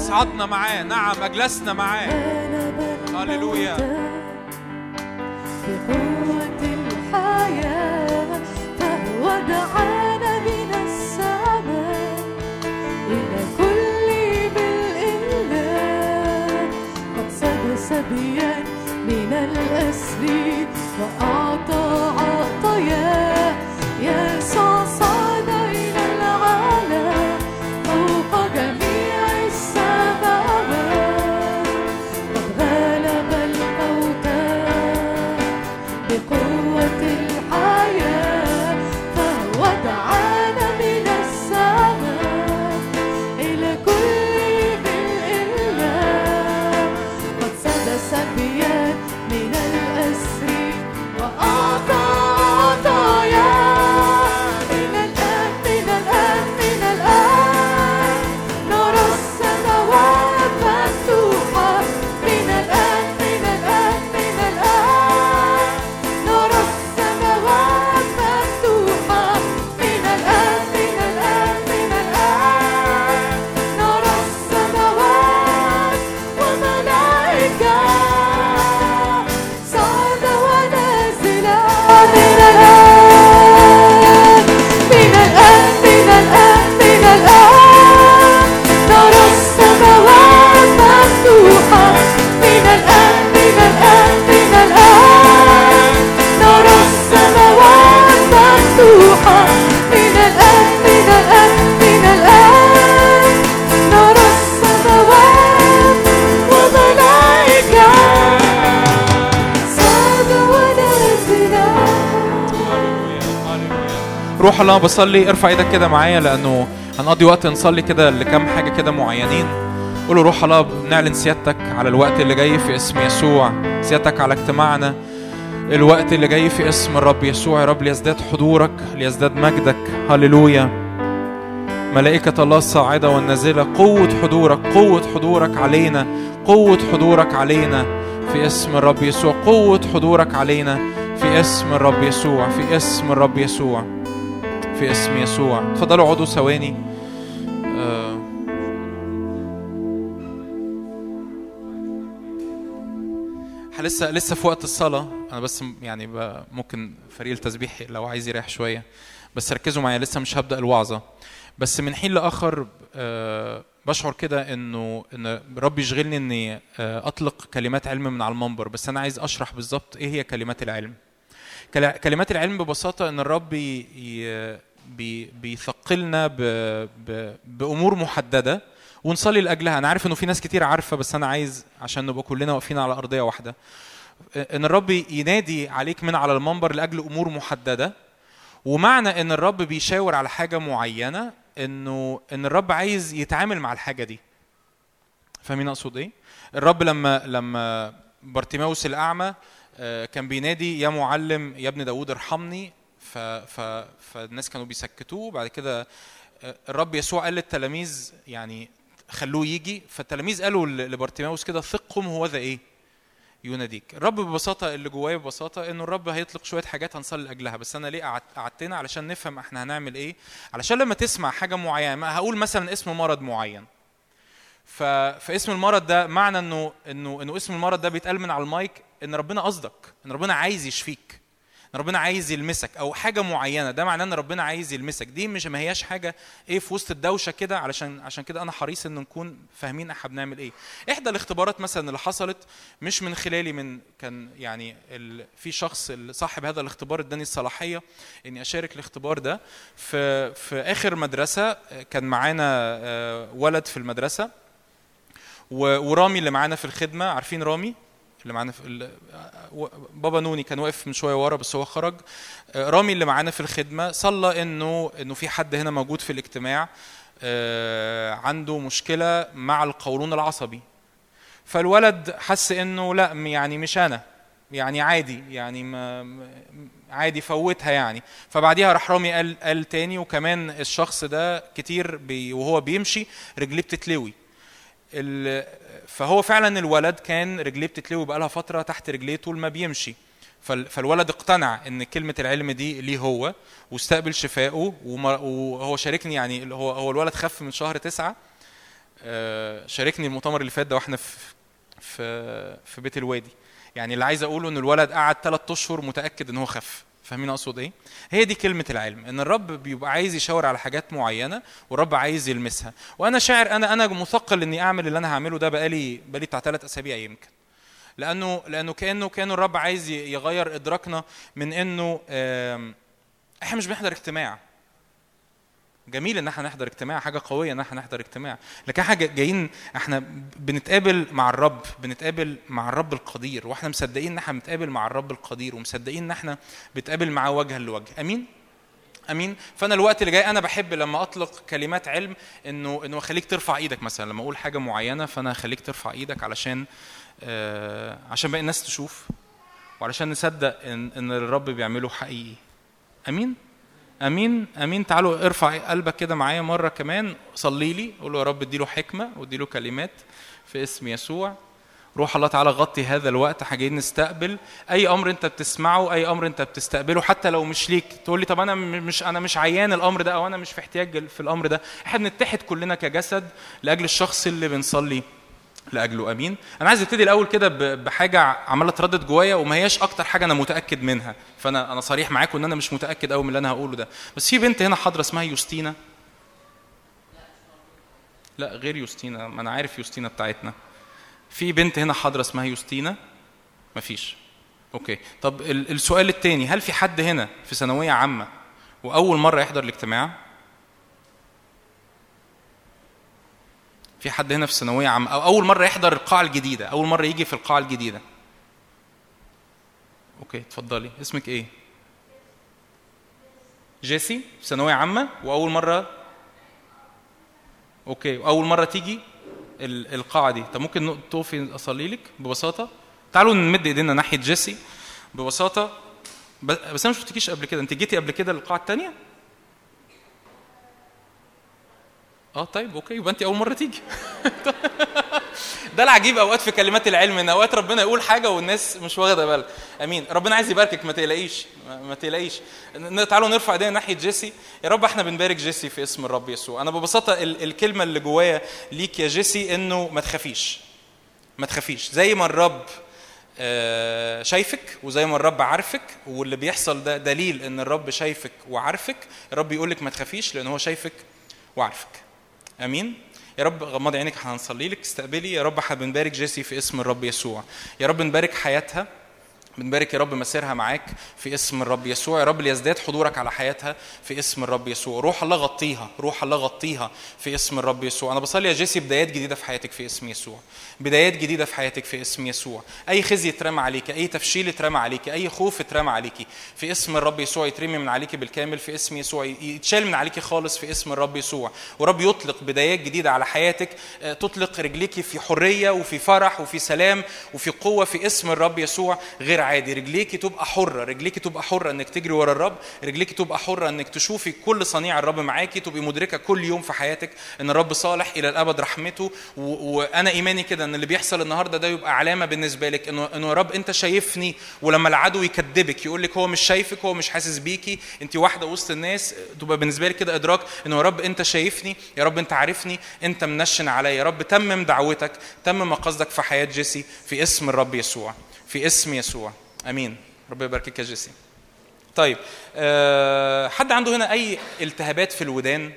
أصعدنا معاه، نعم أجلسنا معاه. هللويا. بقوة الحياة فهو دعانا من السماء إلى كل بالإله، قد سد سبيا من الأسر وأعطى عطاياه. يسوع صعد إلى العالى فوق جميع السماوات، قد غلب الموتى بقوة الحياة، فهو دعانا من السماء إلى كل بالإله، قد سد سبيا من الأسر وأعطى عطاياه. من الآن من الآن من الآن نرى السماوات مفتوحة، من الآن من الآن من الآن نرى السماوات مفتوحة، من الآن من الآن من الآن نرى السماوات وملائكة صعد ونازلا. من الآن من الآن من الآن من الآن نرى السماوات مفتوحة، من الآن من الآن من الآن نرى السماوات مفتوحة، من الآن من الآن من الآن نرى السماوات وملائكة صعد ونازلا. روح الله، بصلي ارفع ايدك كده معايا، لأنه هنقضي وقت نصلي كده لكم حاجة كده معينين. قولوا روح الله بنعلن سيادتك على الوقت اللي جاي في اسم يسوع، سيادتك على اجتماعنا الوقت اللي جاي في اسم الرب يسوع. يا رب ليزداد حضورك، ليزداد مجدك. هللويا. ملائكة الله الصاعدة والنازلة، قوة حضورك علينا، قوة حضورك علينا في اسم الرب يسوع، قوة حضورك علينا في اسم الرب يسوع، في اسم الرب يسوع، في اسم يسوع. تفضلوا اقعدوا ثواني. لسه في وقت الصلاة. أنا بس يعني ممكن فريق التسبيح لو عايز يريح شوية، بس ركزوا معايا، لسه مش هبدأ الوعظة. بس من حين لآخر بشعر كده إن ربي يشغلني إني أطلق كلمات علم من على المنبر. بس أنا عايز أشرح بالظبط إيه هي كلمات العلم. كلمات العلم ببساطة إن الرب بيثقلنا بأمور محددة ونصلي لأجلها. أنا عارف إنه في ناس كتير عارفة، بس أنا عايز عشان نبقى كلنا واقفين على أرضية واحدة، إن الرب ينادي عليك من على المنبر لأجل أمور محددة. ومعنى إن الرب بيشاور على حاجة معينة إن الرب عايز يتعامل مع الحاجة دي. فاهمين أقصد إيه؟ الرب لما بارتيماوس الأعمى كان بينادي يا معلم يا ابن داود ارحمني، فالناس كانوا بيسكتوه. بعد كده الرب يسوع قال للتلاميذ يعني خلوه يجي، فالتلاميذ قالوا لبارتيماوس كده ثقهم هو ذا ايه يناديك. الرب ببساطه اللي جوايا ببساطه انه الرب هيطلق شويه حاجات هنصلي لاجلها. بس انا ليه قعدتنا؟ علشان نفهم احنا هنعمل ايه، علشان لما تسمع حاجه معينه، هقول مثلا اسم مرض معين، فاسم المرض ده معنى انه اسم المرض ده بيتقال من على المايك ان ربنا قصدك، ان ربنا عايز يشفيك، ان ربنا عايز يلمسك، او حاجه معينه. ده معناه ان ربنا عايز يلمسك. دي مش ما هياش حاجه ايه في وسط الدوشه كده. عشان كده انا حريص ان نكون فاهمين احنا بنعمل ايه. احدى الاختبارات مثلا اللي حصلت مش من خلالي، كان يعني في شخص صاحب هذا الاختبار اداني الصلاحيه اني اشارك الاختبار ده. في اخر مدرسه كان معانا ولد في المدرسه، ورامي اللي معانا في الخدمه، عارفين رامي اللي معانا في بابا نوني كان واقف من شويه ورا بس هو خرج. رامي اللي معانا في الخدمه صلى انه في حد هنا موجود في الاجتماع عنده مشكله مع القولون العصبي. فالولد حس انه لا يعني مش انا، يعني عادي، يعني عادي فوتها يعني. فبعديها راح رامي قال تاني، وكمان الشخص ده كتير وهو بيمشي رجليه بتتلوي. فهو فعلا الولد كان رجليه بتتلوي بقالها فتره تحت رجليه طول ما بيمشي. فالولد اقتنع ان كلمه العلم دي ليه هو، واستقبل شفائه. وهو شاركني يعني هو الولد خف من شهر 9 شاركني المؤتمر اللي فات ده واحنا في بيت الوادي. يعني اللي عايز اقوله ان الولد قعد 3 أشهر متاكد ان هو خف. فاهمين اقصد ايه؟ هي دي كلمه العلم، ان الرب بيبقى عايز يشاور على حاجات معينه والرب عايز يلمسها. وانا شاعر انا مثقل اني اعمل اللي انا هعمله ده بقالي بتاع 3 أسابيع يمكن، لانه كانه الرب عايز يغير ادراكنا من انه احنا مش بنحضر اجتماع. جميل ان احنا نحضر اجتماع، حاجه قويه ان احنا نحضر اجتماع، لكن حاجه جايين احنا بنتقابل مع الرب، بنتقابل مع الرب القدير، واحنا مصدقين ان احنا بنتقابل مع الرب القدير، ومصدقين ان احنا بنتقابل معاه وجها لوجه. امين امين. فانا الوقت اللي جاي انا بحب لما اطلق كلمات علم انه اخليك ترفع ايدك. مثلا لما اقول حاجه معينه فانا اخليك ترفع ايدك علشان باقي الناس تشوف، وعلشان نصدق ان الرب بيعمله حقيقي. امين امين امين. تعالوا ارفع قلبك كده معايا مره كمان، صلي لي، قول له يا رب اديله حكمه واديله كلمات في اسم يسوع. روح الله تعالى غطي هذا الوقت. حاجين نستقبل اي امر انت بتسمعه، اي امر انت بتستقبله، حتى لو مش ليك. تقول لي طب انا مش عيان الامر ده، او انا مش في احتياج في الامر ده. احنا بنتحد كلنا كجسد لاجل الشخص اللي بنصلي لاجله. امين. انا عايز ابتدي الاول كده بحاجه عماله تردد جوايا، وما هياش اكتر حاجه انا متاكد منها، فانا صريح معاكم ان انا مش متاكد قوي من اللي انا هقوله ده. بس في بنت هنا حاضره اسمها يوستينا. لا غير يوستينا، ما انا عارف يوستينا بتاعتنا. في بنت هنا حاضره اسمها يوستينا؟ مفيش. اوكي. طب السؤال الثاني، هل في حد هنا في ثانويه عامه واول مره يحضر الاجتماع؟ في حد هنا في ثانويه عامه او اول مره يحضر القاعه الجديده، اول مره يجي في القاعه الجديده؟ اوكي اتفضلي. اسمك ايه؟ جيسي. في ثانويه عامه واول مره. اوكي. اول مره تيجي القاعه دي. طب ممكن تقفي اصلي لك ببساطه؟ تعالوا نمد ايدينا ناحيه جيسي ببساطه. بس انا مش شفتكيش قبل كده. انت جيتي قبل كده القاعه الثانيه؟ طيب اوكي، يبقى انت اول مره تيجي. ده العجيب اوقات في كلمات العلم، ان اوقات ربنا يقول حاجه والناس مش واخده بالها. امين. ربنا عايز يباركك، ما تقلقيش ما تقلقيش. تعالوا نرفع ايدينا ناحيه جيسي. يا رب احنا بنبارك جيسي في اسم الرب يسوع. انا ببساطه الكلمه اللي جوايا ليك يا جيسي انه ما تخافيش، ما تخافيش. زي ما الرب شايفك وزي ما الرب عارفك، واللي بيحصل ده دليل ان الرب شايفك وعارفك. الرب يقول لك ما تخافيش لان هو شايفك وعارفك. امين. يا رب غمضي عينك، هنصلي لك. استقبلي. يا رب احنا بنبارك جيسي في اسم الرب يسوع. يا رب نبارك حياتها، بنبارك يا رب مسيرها معاك في اسم الرب يسوع. يا رب ليزداد حضورك على حياتها في اسم الرب يسوع. روح الله غطيها، روح الله غطيها في اسم الرب يسوع. انا بصلي يا جيسي بدايات جديده في حياتك في اسم يسوع، بدايات جديده في حياتك في اسم يسوع. اي خزي اترمى عليك، اي تفشيل اترمى عليك، اي خوف اترمى عليك في اسم الرب يسوع يترمي من عليك بالكامل في اسم يسوع، يتشال من عليك خالص في اسم الرب يسوع. ورب يطلق بدايات جديده على حياتك، تطلق رجليك في حريه وفي فرح وفي سلام وفي قوه في اسم الرب يسوع غير عادي. رجليك تبقى حره، رجليك تبقى حره انك تجري ورا الرب، رجليك تبقى حره انك تشوفي كل صنيع الرب معاكي، تبقي مدركه كل يوم في حياتك ان الرب صالح الى الابد رحمته. وانا ايماني كده ان اللي بيحصل النهارده ده يبقى علامه بالنسبه لك انه يا رب انت شايفني. ولما العدو يكذبك يقول لك هو مش شايفك، هو مش حاسس بيكي، انت واحده وسط الناس، تبقى بالنسبه لك كده ادراك انه يا رب انت شايفني، يا رب انت عارفني، انت منشن عليا. يا رب تمم دعوتك، تمم مقصدك في حياه جيسي في اسم الرب يسوع، في اسم يسوع. امين. رب يباركك يا جيسي. طيب حد عنده هنا اي التهابات في الودان؟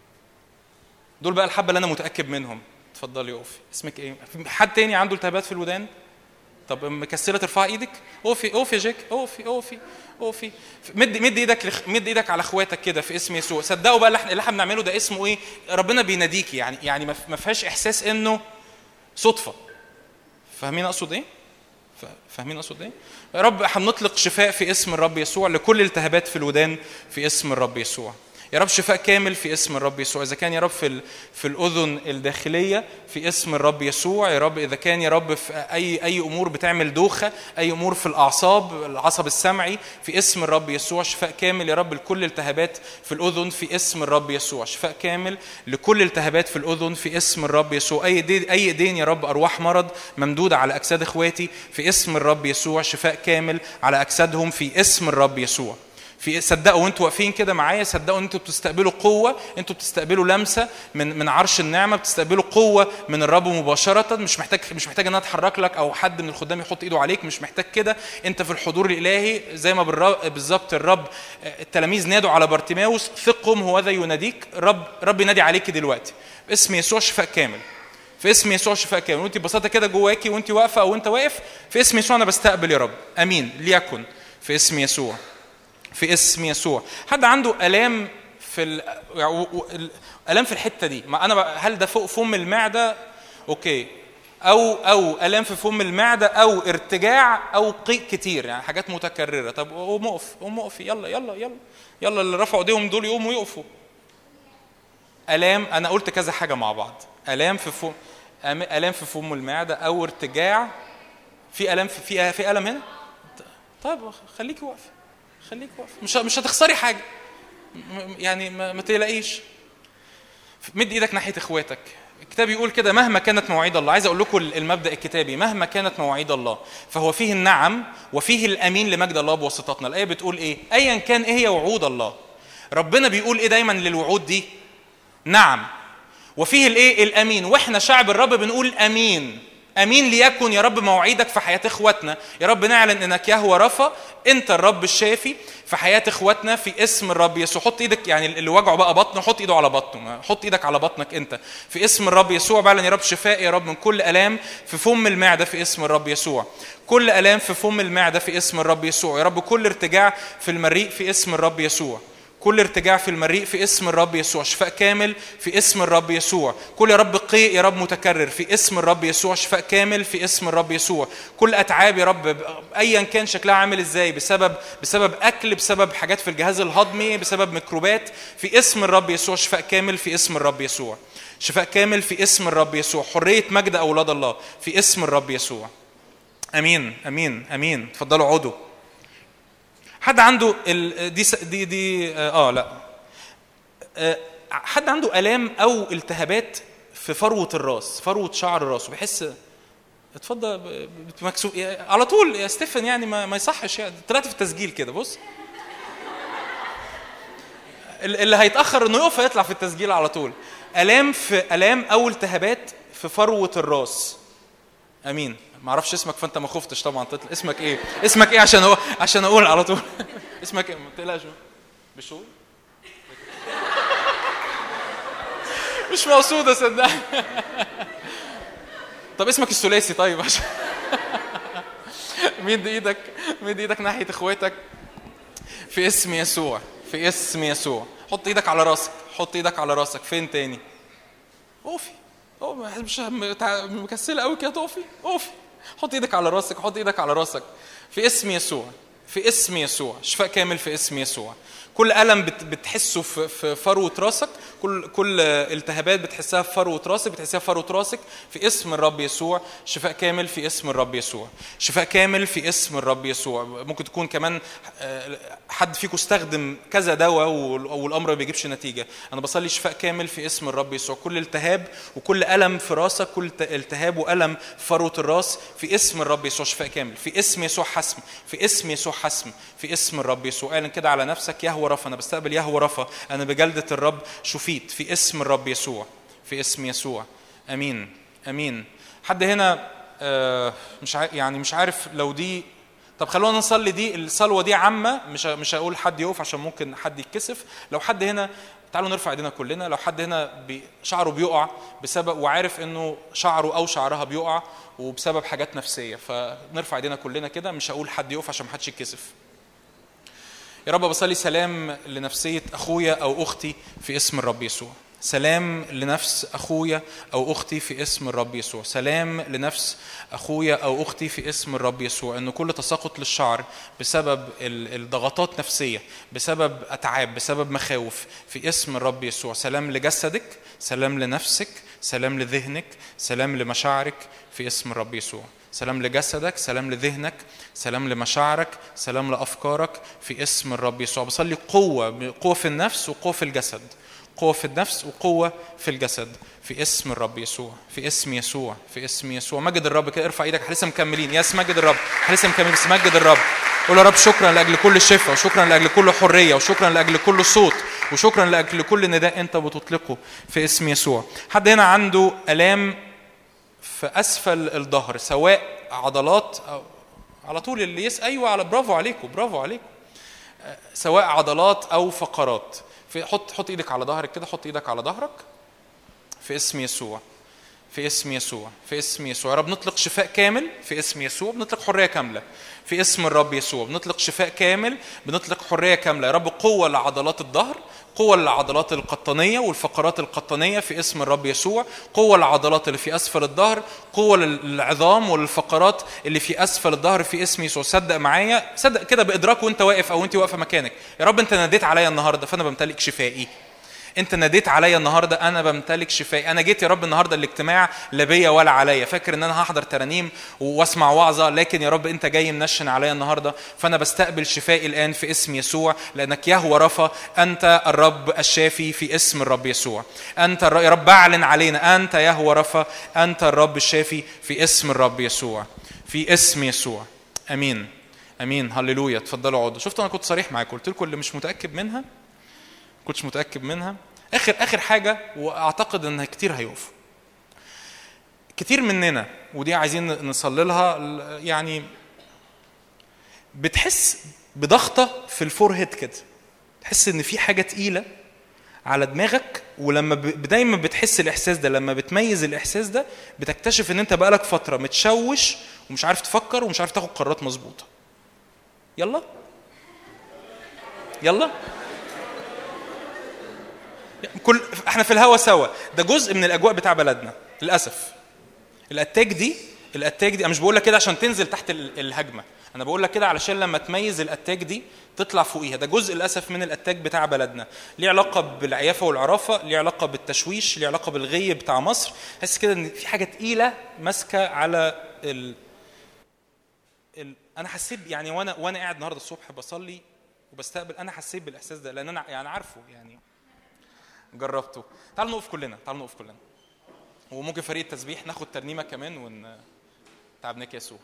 دول بقى الحبه اللي انا متاكد منهم. اتفضلي اقفي. اسمك ايه؟ حد تاني عنده التهابات في الودان؟ طب مكسله ترفع ايدك. اقفي اقفي يا جيك، اقفي اقفي اقفي. مد ايدك على اخواتك كده في اسم يسوع. صدقوا بقى اللي احنا بنعمله ده اسمه ايه؟ ربنا بيناديكي. يعني ما فيهاش احساس انه صدفه. فاهمين اقصد ايه؟ فاهمين اقصد ايه؟ يا رب هنطلق شفاء في اسم الرب يسوع لكل التهابات في الودان في اسم الرب يسوع. يا رب شفاء كامل في اسم الرب يسوع. اذا كان يا رب في الاذن الداخليه في اسم الرب يسوع. يا رب اذا كان يا رب في اي امور بتعمل دوخه، اي امور في الاعصاب، العصب السمعي، في اسم الرب يسوع شفاء كامل يا رب لكل التهابات في الاذن في اسم الرب يسوع. شفاء كامل لكل التهابات في الاذن في اسم الرب يسوع. اي ايدين يا رب ارواح مرض ممدوده على اجساد اخواتي في اسم الرب يسوع. شفاء كامل على اجسادهم في اسم الرب يسوع، في صدقوا وانتوا واقفين كده معايا، صدقوا ان انتوا بتستقبلوا قوه، انتوا بتستقبلوا لمسه من عرش النعمه، بتستقبلوا قوه من الرب مباشره. مش محتاج ان انا اتحرك لك او حد من الخدام يحط ايده عليك، مش محتاج كده. انت في الحضور الالهي زي ما بالظبط الرب التلاميذ نادوا على بارتيماوس ثقهم هو ذا يناديك. رب ينادي عليك دلوقتي باسم يسوع شفاء كامل، في اسم يسوع شفاء كامل. وانت ببساطه كده جواكي وانت واقفه او انت واقف، في اسم يسوع انا بستقبل يا رب. امين ليكن في اسم يسوع، في اسم يسوع. حد عنده الام في الام في الحته دي؟ ما انا هل ده فوق فم المعده؟ اوكي. او الام في فم المعده او ارتجاع او قيء كتير، يعني حاجات متكرره. طب قوم اقف يلا يلا يلا يلا، اللي رفعوا ايديهم دول يقوموا يقفوا. الام، انا قلت كذا حاجه مع بعض. الام في فم المعده او ارتجاع. في الام في الم هنا. طيب خليكي واقفه، مش هتخسري حاجه يعني، ما تقلقيش. مد ايدك ناحيه اخواتك. الكتاب يقول كده مهما كانت مواعيد الله. عايز اقول لكم المبدا الكتابي، مهما كانت مواعيد الله فهو فيه النعم وفيه الامين لمجد الله بواسطتنا. الايه بتقول ايه؟ ايا كان ايه هي وعود الله، ربنا بيقول ايه دايما للوعود دي؟ نعم. وفيه الايه؟ الامين. واحنا شعب الرب بنقول امين. امين ليكن يا رب مواعيدك في حياه اخواتنا. يا رب نعلن انك يهوه رفا، انت الرب الشافي في حياه اخواتنا في اسم الرب يسوع. حط ايدك، يعني اللي وجعه بقى بطنه حط ايده على بطنه، حط ايدك على بطنك انت في اسم الرب يسوع. بعلن يا رب شفاء يا رب من كل الام في فم المعده في اسم الرب يسوع. كل الام في فم المعده في اسم الرب يسوع. يا رب كل ارتجاع في المريء في اسم الرب يسوع. كل ارتجاع في المريء في اسم الرب يسوع. شفاء كامل في اسم الرب يسوع. كل يا رب قيء يا رب متكرر في اسم الرب يسوع. شفاء كامل في اسم الرب يسوع. كل اتعاب يا رب ايا كان شكلها عامل ازاي، بسبب اكل، بسبب حاجات في الجهاز الهضمي، بسبب ميكروبات، في اسم الرب يسوع شفاء كامل في اسم الرب يسوع. شفاء كامل في اسم الرب يسوع. حريه مجد اولاد الله في اسم الرب يسوع. امين امين امين. اتفضلوا اقعدوا. حد عنده حد عنده آلام أو التهابات في فروة الراس، فروة شعر راسه، بيحس اتفضل مكسوف على طول يا ستيفن، يعني ما يصحش يعني. طلعت في التسجيل كده، بص اللي هيتأخر انه يقف هيطلع في التسجيل على طول. آلام أو التهابات في فروة الراس. امين. ما اعرفش اسمك فانت ما خفتش طبعا تطلع. اسمك ايه؟ اسمك ايه عشان اقول على طول. اسمك ايه؟ ما تقلقش. بشوي مش مقصوده صدقني. طب اسمك الثلاثي طيب عشان مد ايدك ناحيه اخواتك في اسم يسوع، في اسم يسوع. حط ايدك على راسك. فين تاني؟ اوفي مش مكسله قوي كده، اوفي. حط ايدك على راسك في اسم يسوع، في اسم يسوع. شفاء كامل في اسم يسوع. كل ألم بتحسه في فروة راسك، كل التهابات بتحسها في فروة راسك، بتحسها في فروة راسك في اسم الرب يسوع. شفاء كامل في اسم الرب يسوع. شفاء كامل في اسم الرب يسوع. ممكن تكون كمان حد فيكم استخدم كذا دواء والأمر ما بيجيبش نتيجة. أنا بصلي شفاء كامل في اسم الرب يسوع. كل التهاب وكل ألم في راسك، كل التهاب وألم في فروة الراس في اسم الرب يسوع شفاء كامل. في اسم يسوع حسم، في اسم يسوع حسم، في اسم الرب يسوع. قال كده على نفسك يهوه رفا، أنا بستقبل يهوه رفا، أنا بجلدة الرب شفيت في اسم الرب يسوع، في اسم يسوع. أمين أمين. حد هنا مش عارف لو دي، طب خلونا نصلي دي الصلوة دي عامة، مش هقول حد يقف عشان ممكن حد يتكسف. لو حد هنا تعالوا نرفع ايدينا كلنا. لو حد هنا شعره بيقع بسبب، وعارف انه شعره او شعرها بيقع وبسبب حاجات نفسية، فنرفع ايدينا كلنا كده. مش هقول حد يقف عشان محدش يتكسف. يا رب بصلي سلام لنفسية أخويا أو أختي في اسم الرب يسوع. سلام لنفس أخويا أو أختي في اسم الرب يسوع. سلام لنفس أخويا أو أختي في اسم الرب يسوع. إنه كل تساقط للشعر بسبب الضغطات نفسية، بسبب أتعاب، بسبب مخاوف، في اسم الرب يسوع. سلام لجسدك، سلام لنفسك، سلام لذهنك، سلام لمشاعرك في اسم الرب يسوع. سلام لجسدك، سلام لذهنك، سلام لمشاعرك، سلام لأفكارك في اسم الرب يسوع. بصلي قوة في النفس وقوة في الجسد، قوة في النفس وقوة في الجسد في اسم الرب يسوع، في اسم يسوع، في اسم يسوع. مجد الرب كده. ارفع ايدك. لسه مكملين. يس مجد الرب. لسه مكملين. بس مجد الرب. قول يا رب شكرا لأجل كل شفاء، وشكرا لأجل كل حرية، وشكرا لأجل كل صوت، وشكرا لأجل كل نداء أنت بتطلقه في اسم يسوع. حد هنا عنده آلام في أسفل الظهر، سواء عضلات أو على طول اللي أيوة، على برافو عليكم، برافو عليكم، سواء عضلات أو فقرات. حط إيدك على ظهرك كده، حط إيدك على ظهرك في اسم يسوع، في اسم يسوع، في اسم يسوع. يا رب نطلق شفاء كامل في اسم يسوع، بنطلق حرية كاملة في اسم الرب يسوع، بنطلق شفاء كامل، بنطلق حرية كاملة. يا رب قوة لعضلات الظهر، قوة للعضلات القطنية والفقرات القطنية في اسم الرب يسوع، قوة للعضلات اللي في أسفل الظهر، قوة للعظام والفقرات اللي في أسفل الظهر في اسم يسوع. صدق معايا، صدق كده بإدراك وانت واقف أو انت واقفة مكانك. يا رب انت ناديت عليا النهاردة فأنا بمتلك شفائي. انت ناديت عليا النهارده انا بمتلك شفائي. انا جيت يا رب النهارده الاجتماع لا بيا ولا عليا، فاكر ان انا هحضر ترانيم واسمع وعظه، لكن يا رب انت جاي منشن عليا النهارده، فانا بستقبل شفائي الان في اسم يسوع، لانك يهوه رفا، انت الرب الشافي في اسم الرب يسوع. انت يا رب اعلن علينا، انت يهوه رفا، انت الرب الشافي في اسم الرب يسوع، في اسم يسوع. امين امين. هللويا. اتفضلوا اقعدوا. شفتوا انا كنت صريح معاكم، قلت لكم اللي مش متاكد منها كنتش متأكد منها. آخر حاجة، وأعتقد أنها كتير هيقف كتير مننا، ودي عايزين نصلي لها، يعني بتحس بضغطة في الفورهيد كده، تحس أن في حاجة تقيلة على دماغك، ولما دايما بتحس الإحساس ده، لما بتميز الإحساس ده بتكتشف أن أنت بقالك فترة متشوش ومش عارف تفكر ومش عارف تاخد قرارات مظبوطة. يلا يلا احنا في الهوا سوا، ده جزء من الاجواء بتاع بلدنا للاسف. الاتاك دي انا مش بقول لك كده عشان تنزل تحت الهجمه، انا بقول لك كده علشان لما تميز الاتاك دي تطلع فوقيها. ده جزء للاسف من الاتاك بتاع بلدنا، ليه علاقه بالعيافه والعرافه، ليه علاقه بالتشويش، ليه علاقه بالغي بتاع مصر. حس كده ان في حاجه تقيله ماسكه على انا حسيت يعني وانا قاعد النهارده الصبح بصلي وبستقبل، انا حسيت بالاحساس ده، لان انا يعني عارفه، يعني جربته. تعالوا نقف كلنا، تعالوا نقف كلنا، وممكن فريق التسبيح ناخد ترنيمه كمان تعبناك يسوع.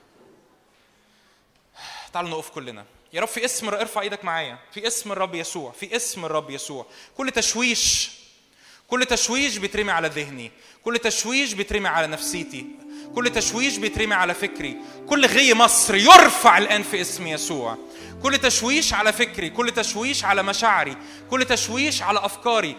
تعالوا نقف كلنا. يا رب في اسم، ارفع ايدك معايا، في اسم الرب يسوع، في اسم الرب يسوع. كل تشويش بيترمي على ذهني، كل تشويش بيترمي على نفسيتي، كل تشويش بيترمي على فكري، كل غي مصر يرفع الآن في اسم يسوع. كل تشويش على فكري، كل تشويش على مشاعري، كل تشويش على أفكاري،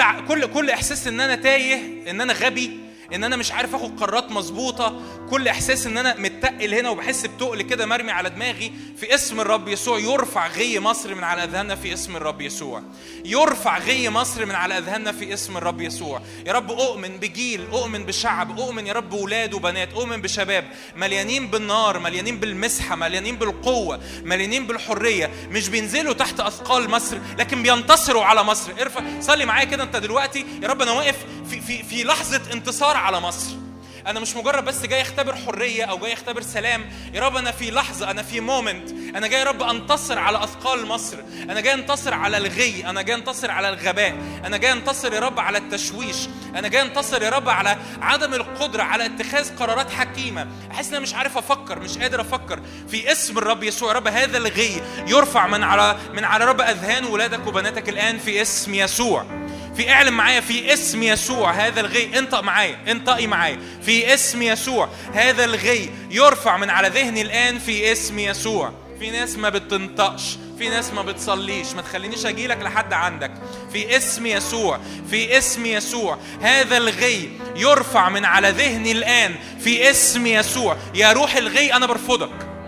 كل إحساس إن أنا تايه، إن أنا غبي، إن أنا مش عارف أخد قرارات مظبوطة، كل إحساس إن أنا متقل هنا وبحس بتقل كده مرمي على دماغي، في اسم الرب يسوع يرفع غي مصر من على أذهاننا في اسم الرب يسوع. يرفع غي مصر من على أذهاننا في اسم الرب يسوع. يا رب أؤمن بجيل، أؤمن بشعب، أؤمن يا رب بولاد وبنات، أؤمن بشباب مليانين بالنار، مليانين بالمسحة، مليانين بالقوة، مليانين بالحرية، مش بينزلوا تحت أثقال مصر لكن بينتصروا على مصر. ارفع صلي معايا كده أنت دلوقتي. يا رب أنا واقف في لحظة انتصار على مصر. أنا مش مجرد بس جاي أختبر حرية أو جاي أختبر سلام. يا رب أنا في لحظة، أنا في مومنت، أنا جاي يا رب أنتصر على أثقال مصر، أنا جاي أنتصر على الغي، أنا جاي أنتصر على الغباء، أنا جاي أنتصر يا رب على التشويش، أنا جاي أنتصر يا رب على عدم القدرة على اتخاذ قرارات حكيمة. أحس إن أنا مش عارف أفكر، مش قادر أفكر. في اسم الرب يسوع يا رب هذا الغي يرفع من على رب أذهان ولادك وبناتك الآن في اسم يسوع. في اعلن معايا في اسم يسوع هذا الغي، انطقي معايا في اسم يسوع هذا الغي يرفع من على ذهني الآن في اسم يسوع. في ناس ما بتنطقش، في ناس ما بتصليش، ما تخلينيش أجيلك لحد عندك. في اسم يسوع، في اسم يسوع هذا الغي يرفع من على ذهني الآن في اسم يسوع. يا روح الغي أنا برفضك،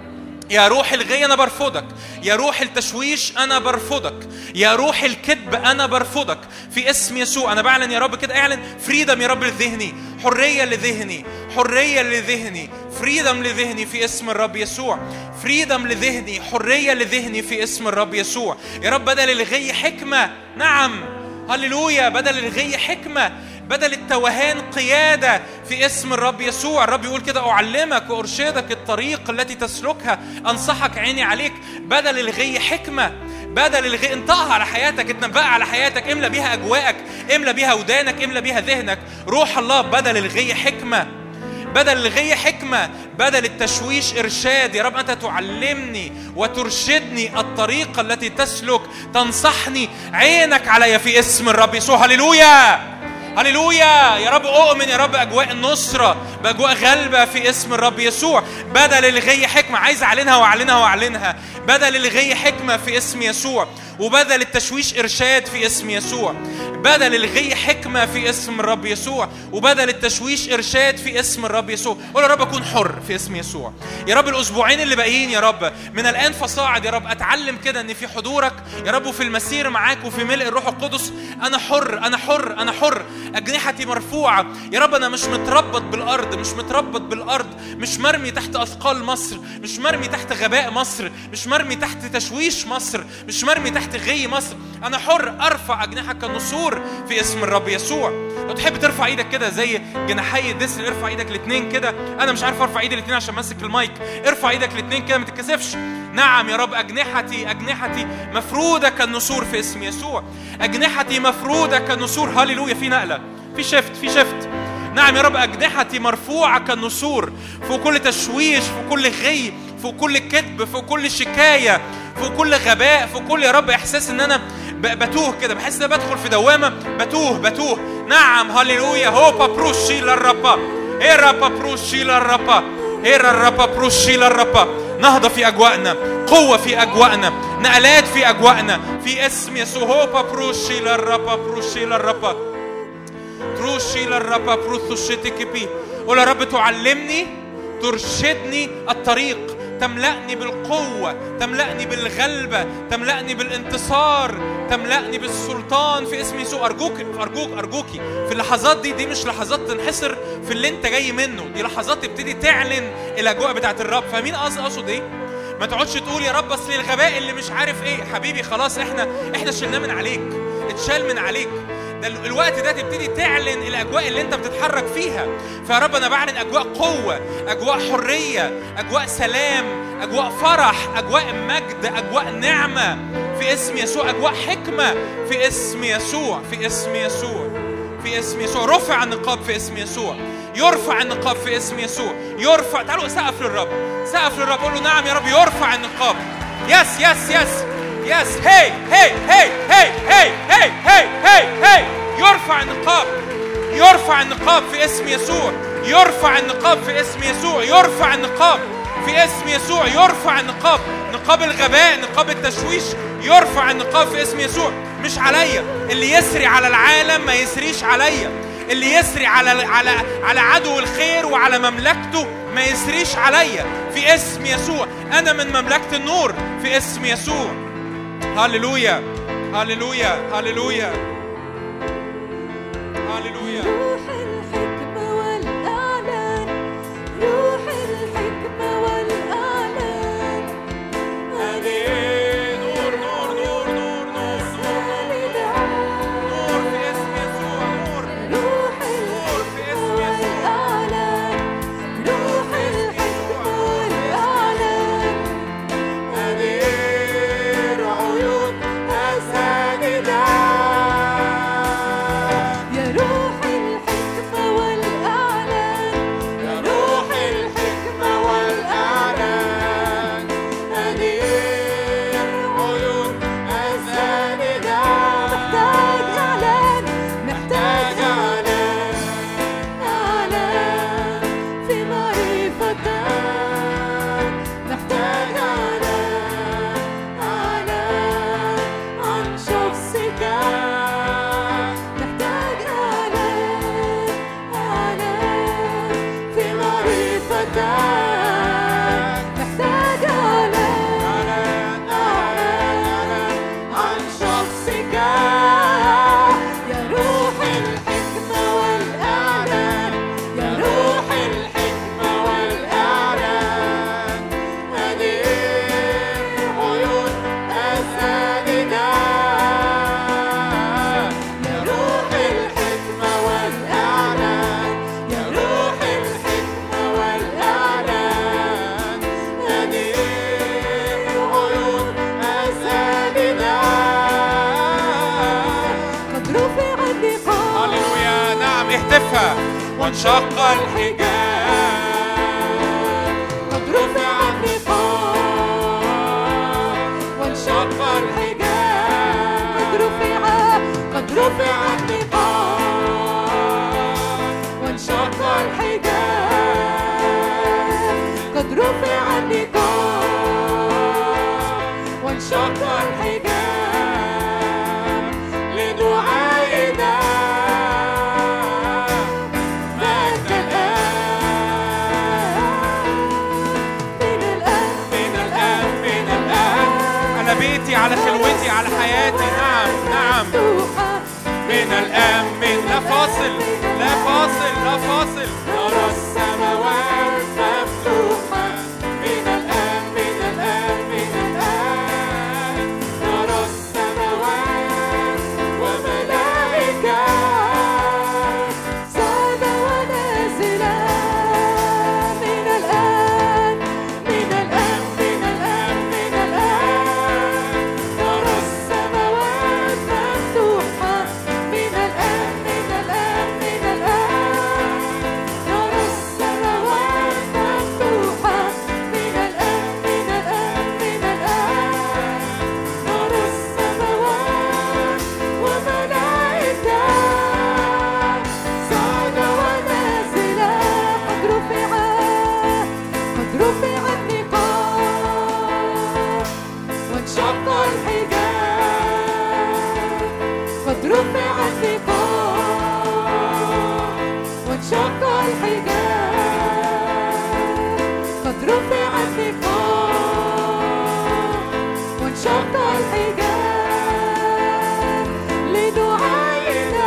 يا روح الغي أنا برفضك، يا روح التشويش أنا برفضك، يا روح الكذب أنا برفضك في اسم يسوع. أنا بعلن يا رب كده، اعلن فريدم يا رب لذهني، حرية لذهني، حرية لذهني، فريدم لذهني في اسم الرب يسوع. فريدم لذهني، حرية لذهني في اسم الرب يسوع. يا رب بدل الغي حكمة، نعم هللويا، بدل الغي حكمة، بدل التوهان قيادة في اسم الرب يسوع. الرب يقول كده أعلمك وأرشدك الطريق التي تسلكها، أنصحك عيني عليك. بدل الغي حكمة، بدل الغي انطقها على حياتك، اتنبأ على حياتك، املى بيها أجواءك، املى بيها ودانك، املى بيها ذهنك. روح الله بدل الغي حكمة، بدل الغي حكمة، بدل التشويش إرشاد. يا رب أنت تعلمني وترشدني الطريقة التي تسلك، تنصحني. عينك علي في اسم الرب يسوع. هللويا هللويا. يا رب أؤمن يا رب أجواء النصرة، بأجواء غلبة في اسم الرب يسوع. بدل الغي حكمة، عايز أعلنها وأعلنها وأعلنها. بدل الغي حكمة في اسم يسوع، وبدل التشويش إرشاد في اسم يسوع. بدل الغي حكمة في اسم الرب يسوع، وبدل التشويش إرشاد في اسم الرب يسوع. قول يا رب أكون حر في اسم يسوع. يا رب الأسبوعين اللي باقيين يا رب من الآن فصاعد يا رب أتعلم كده أن في حضورك يا رب وفي المسير معاك وفي ملء الروح القدس أنا حر أنا حر أنا حر. أجنحتي مرفوعة يا رب. أنا مش متربط بالأرض، مش متربط بالأرض، مش مرمي تحت أثقال مصر، مش مرمي تحت غباء مصر، مش مرمي تحت تشويش مصر، مش مرمي تحت غي مصر. أنا حر أرفع أجنحك كالنسور في اسم الرب يسوع. لو تحب ترفع ايدك كده زي جناحي الدسر، ارفع ايدك الاثنين كده. انا مش عارف ارفع ايدي الاثنين عشان ماسك المايك. ارفع ايدك الاثنين كده ما تتكسفش. نعم يا رب اجنحتي مفروده كالنسور في اسم يسوع. اجنحتي مفروده كالنسور. هاليلويا. في نقله، في شفت. نعم يا رب اجنحتي مرفوعه كالنسور فوق كل تشويش، فوق كل غي، فوق كل كذب، فوق كل شكايه، فوق كل غباء، فوق كل يا رب احساس ان انا بتوه كده، بحس ان انا بدخل في دوامه بتوه. نعم هاليلويا. هوبا بروشي للربا، ايرابا بروشي للربا، ايرابا بروشي للربا. نهضه في اجواءنا، قوه في اجواءنا، نقلات في اجواءنا في اسم يسوع. هوبا بروشي للربا، بروشي للربا، تروشي للربا، بروثوشيتك بي. قول يا رب تعلمني، ترشدني الطريق، تملأني بالقوة، تملأني بالغلبة، تملأني بالانتصار، تملأني بالسلطان في اسم يسوع. أرجوكي في اللحظات دي مش لحظات تنحصر في اللي انت جاي منه، دي لحظات تبتدي تعلن الأجواء بتاعت الرب. فاهمين أقصد ايه؟ ما تقعدش تقول يا رب أصل الغباء اللي مش عارف ايه. حبيبي خلاص احنا شلناه من عليك، اتشال من عليك. ده الوقت ده تبتدي تعلن الأجواء اللي انت بتتحرك فيها. فيا رب أنا بعلن أجواء قوة، أجواء حرية، أجواء سلام، أجواء فرح، أجواء مجد، أجواء نعمة في اسم يسوع، أجواء حكمة في اسم يسوع، في اسم يسوع، في اسم يسوع. رفع النقاب في اسم يسوع، يرفع النقاب في اسم يسوع، يرفع. تعالوا سقف للرب، سقف للرب. قول له نعم يا رب يرفع النقاب. يس يس يس يس. هي هي هي هي هي هي هي هي هي. يرفع النقاب، يرفع النقاب في اسم يسوع، يرفع النقاب في اسم يسوع، يرفع النقاب في اسم يسوع، يرفع النقاب، نقاب الغباء، نقاب التشويش، يرفع النقاب في اسم يسوع. مش عليا، اللي يسري على العالم ما يسريش عليا، اللي يسري على عدو الخير وعلى مملكته ما يسريش عليا في اسم يسوع. أنا من مملكة النور في اسم يسوع. هاليلويا هاليلويا هاليلويا هاليلويا. روح الحكمة والإعلان، روح الحكمة والإعلان. أدي نور نور نور نور نور نور في اسم يسوع. روح الحكمة والإعلان، روح الحكمة والإعلان. أدير عيون أساندة. يا روح الحكمة والإعلان، يا روح الحكمة والإعلان. أدير عيون أساندة. محتاج إعلان، محتاج إعلان، إعلان في معرفتك. محتاج إعلان، إعلان عن شخصك. محتاج إعلان، إعلان في معرفتك. محتاج إعلان، إعلان عن شخصك. يا روح الحكمة والإعلان، يا روح الحكمة والإعلان. أدير عيون أساندة. يا روح الحكمة والإعلان، يا روح الحكمة والإعلان. أدير عيون أساندة. قد رفع النقاب. هاليلويا. نعم اهتفها. وانشق الحجاب وانشق الحجاب لدعائنا مجد من الآن على بيتي، على خلوتي، على حياتي. نعم نعم، من الآن لا فاصل لا فاصل لا فاصل نرى السماوات مفتوحة من الآن من الآن من الآن نرى السماوات وملائكة صاعدة ونازلة من الآن من الآن من الآن من الآن نرى السماوات مفتوحة من الآن من الآن من الآن نرى السماوات مفتوحة من الآن من الآن من الآن نرى السماوات وملائكة صاعدة ونازلة قد رفع النقاب وانشق الحجاب قد رفع النقاب وانشق الحجاب قد رفع النقاب وانشق الحجاب لدعائنا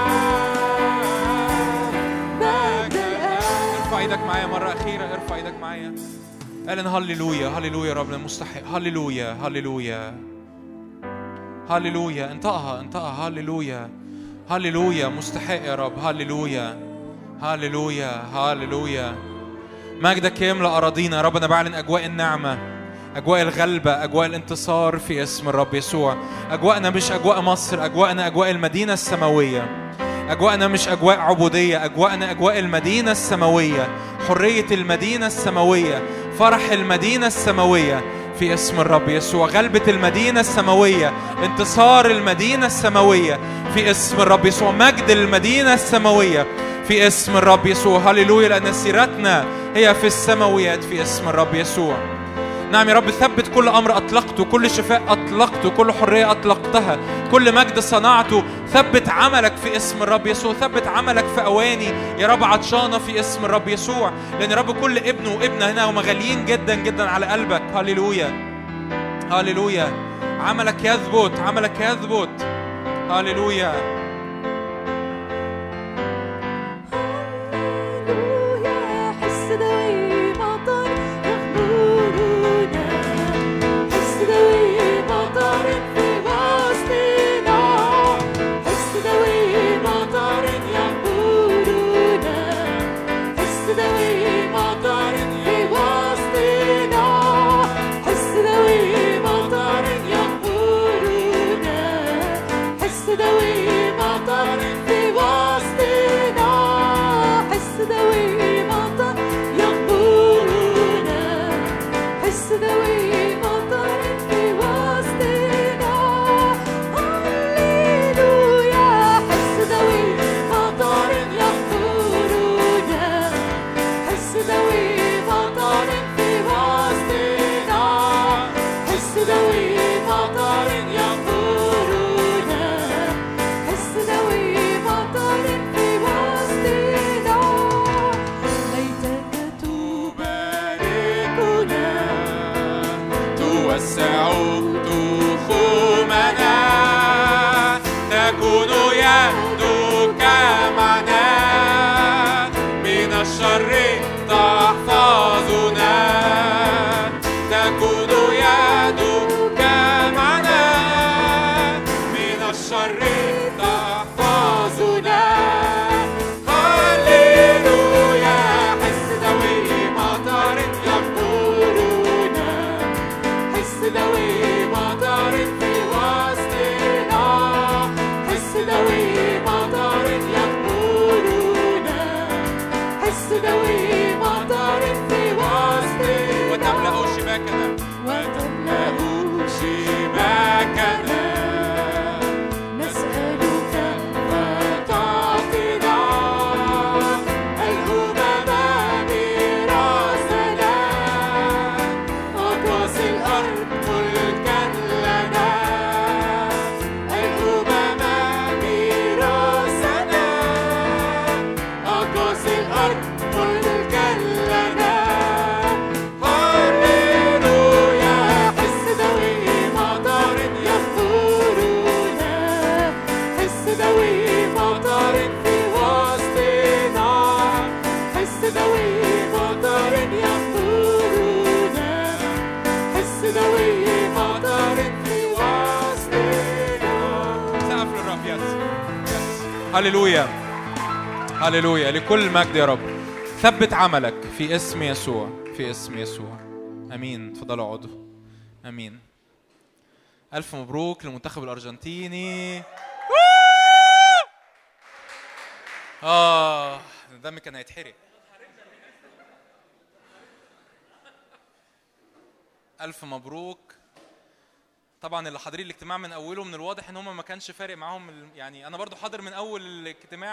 مجد الآن. ارفع ايدك معايا مرة أخيرة، ارفع ايدك معايا. قال هللويا هللويا ربنا مستحق. هللويا هللويا هللويا. انطقها انطقها. هللويا هللويا. مستحق يا رب. هللويا هللويا هللويا. مجدك يملأ أراضينا يا رب. أنا بعلن أجواء النعمة، أجواء الغلبة، أجواء الانتصار في اسم الرب يسوع. أجواءنا مش أجواء مصر، أجواءنا أجواء المدينة السماوية. أجواءنا مش أجواء عبودية، أجواءنا أجواء المدينة السماوية، حرية المدينة السماوية، فرح المدينة السماوية في اسم الرب يسوع. غلبة المدينة السماوية، انتصار المدينة السماوية في اسم الرب يسوع. مجد المدينة السماوية في اسم الرب يسوع. هللويا، لأن سيرتنا هي في السماويات في اسم الرب يسوع. نعم يا رب، ثبت كل أمر أطلقته، كل شفاء أطلقته، كل حرية أطلقتها، كل مجد صنعته. ثبت عملك في اسم الرب يسوع. ثبت عملك في أواني يا رب عطشانة في اسم الرب يسوع. لأن يا رب كل ابن وابنة هنا هم غاليين جدا جدا على قلبك. هللويا هللويا. عملك يثبت، عملك يثبت. هللويا. حس دوي هللويا هللويا، لكل المجد يا رب. ثبت عملك في اسم يسوع، في اسم يسوع. امين. تفضلوا اقعدوا. امين. الف مبروك للمنتخب الارجنتيني. دمي كان هيتحرق. الف مبروك. طبعا اللي حاضرين الاجتماع من اوله، من الواضح ان هم ما كانش فارق معاهم، يعني انا برضو حاضر من اول الاجتماع،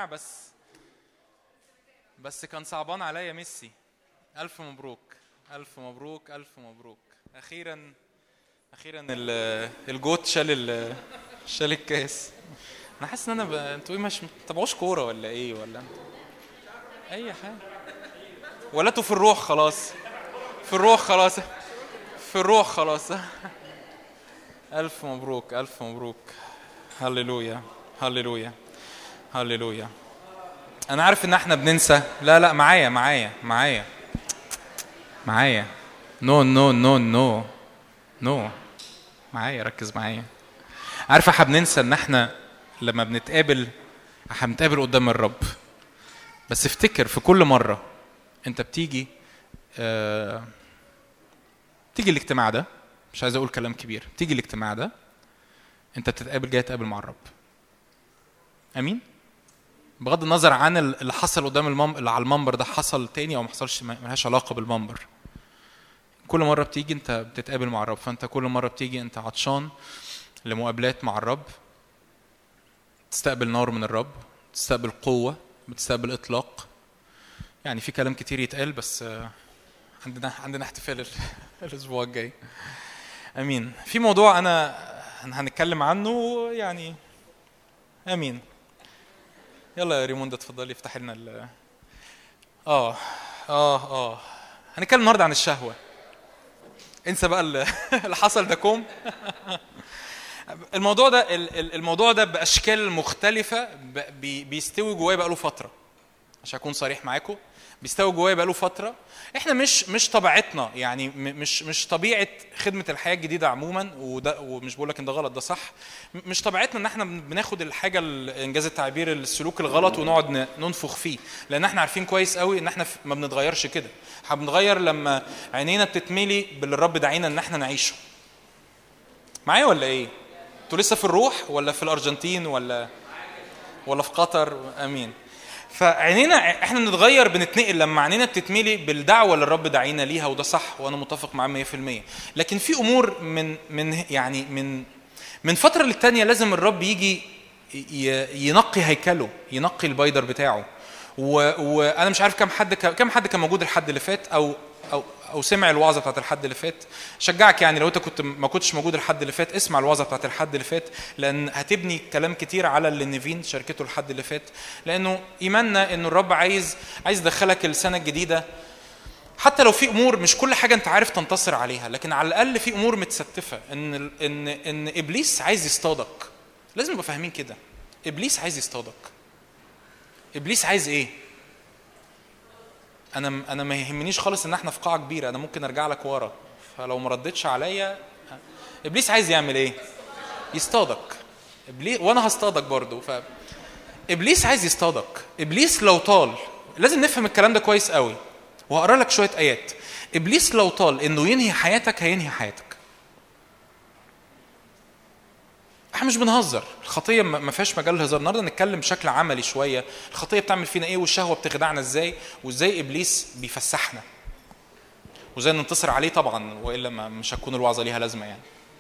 بس كان صعبان عليا ميسي. الف مبروك الف مبروك الف مبروك. اخيرا الجوت شال الكاس. انا حاسس ان انا انتوا ايه، مش بتتابعوش كوره ولا ايه، ولا اي حاجه، ولا انتوا في الروح خلاص؟ في الروح خلاص، في الروح خلاص. الف مبروك الف مبروك. هللويا هللويا هللويا. انا عارف ان احنا بننسى. لا معايا نو معايا، ركز معايا. عارف احنا بننسى ان احنا لما بنتقابل قدام الرب. بس افتكر في كل مرة انت بتيجي الاجتماع ده، مش عايز اقول كلام كبير، بتيجي الاجتماع ده انت بتتقابل، جاي تقابل مع الرب. امين. بغض النظر عن اللي حصل قدام اللي على المنبر ده حصل تاني او ما حصلش، ملهاش علاقة بالمنبر. كل مرة بتيجي انت بتتقابل مع الرب، فانت كل مرة بتيجي انت عطشان لمقابلات مع الرب، تستقبل نار من الرب، تستقبل قوة، بتستقبل اطلاق. يعني في كلام كتير يتقال، بس عندنا احتفال الاسبوع الجاي. امين. في موضوع انا هنتكلم عنه يعني. امين. يلا يا ريموندا اتفضلي افتح لنا هنتكلم النهارده عن الشهوة. انسى بقى اللي حصل ده كوم. الموضوع ده باشكال مختلفه بيستوي جوايا بقى له فتره، عشان اكون صريح معاكم. بيستوي جوايا بقى له فتره. احنا مش طبيعتنا، يعني مش طبيعه خدمه الحياه الجديده عموما، ومش بقول لك ان ده غلط، ده صح. مش طبيعتنا ان احنا بناخد الحاجه، انجاز التعبير، السلوك الغلط ونقعد ننفخ فيه، لان احنا عارفين كويس قوي ان احنا ما بنتغيرش كده. احنا بنتغير لما عينينا بتتملي باللي الرب دعينا ان احنا نعيشه. معايا ولا ايه؟ انتوا لسه في الروح ولا في الارجنتين ولا في قطر؟ امين. فعينينا احنا بنتغير، بنتنقل لما عينينا بتتملي بالدعوه اللي الرب دعينا ليها، وده صح وانا متفق معاه 100%. لكن في امور من فتره للتانيه لازم الرب يجي ينقي هيكله، ينقي البيدر بتاعه. وانا مش عارف كم حد كان موجود الحد اللي فات او سمع الوعظه بتاعت الحد اللي فات. شجعك يعني لو انت ما كنتش موجود الحد اللي فات، اسمع الوعظه بتاعت الحد اللي فات، لان هتبني كلام كتير على اللي نيفين شاركته الحد اللي فات. لانه ايماننا انه الرب عايز يدخلك السنه الجديده، حتى لو في امور مش كل حاجه انت عارف تنتصر عليها، لكن على الاقل في امور متستفه. ان ابليس عايز يصطادك. لازم نبقى فاهمين كده. ابليس عايز يصطادك. ابليس عايز ايه؟ انا ما يهمنيش خالص ان احنا في قاعه كبيره، انا ممكن ارجع لك ورا، فلو ما ردتش عليا. ابليس عايز يعمل ايه؟ يصطادك. وانا هصطادك برضو. ابليس عايز يصطادك. ابليس لو طال، لازم نفهم الكلام ده كويس قوي، وهقرا لك شويه ايات. ابليس لو طال انه ينهي حياتك هينهي حياتك. احنا مش بنهزر. الخطيه ما فيهاش مجال للهزار. النهارده نتكلم بشكل عملي شويه. الخطيه بتعمل فينا ايه، والشهوه بتخدعنا ازاي، وازاي ابليس بيفسحنا، وازاي ننتصر عليه طبعا، والا مش هتكون الوعظه ليها لازمه يعني.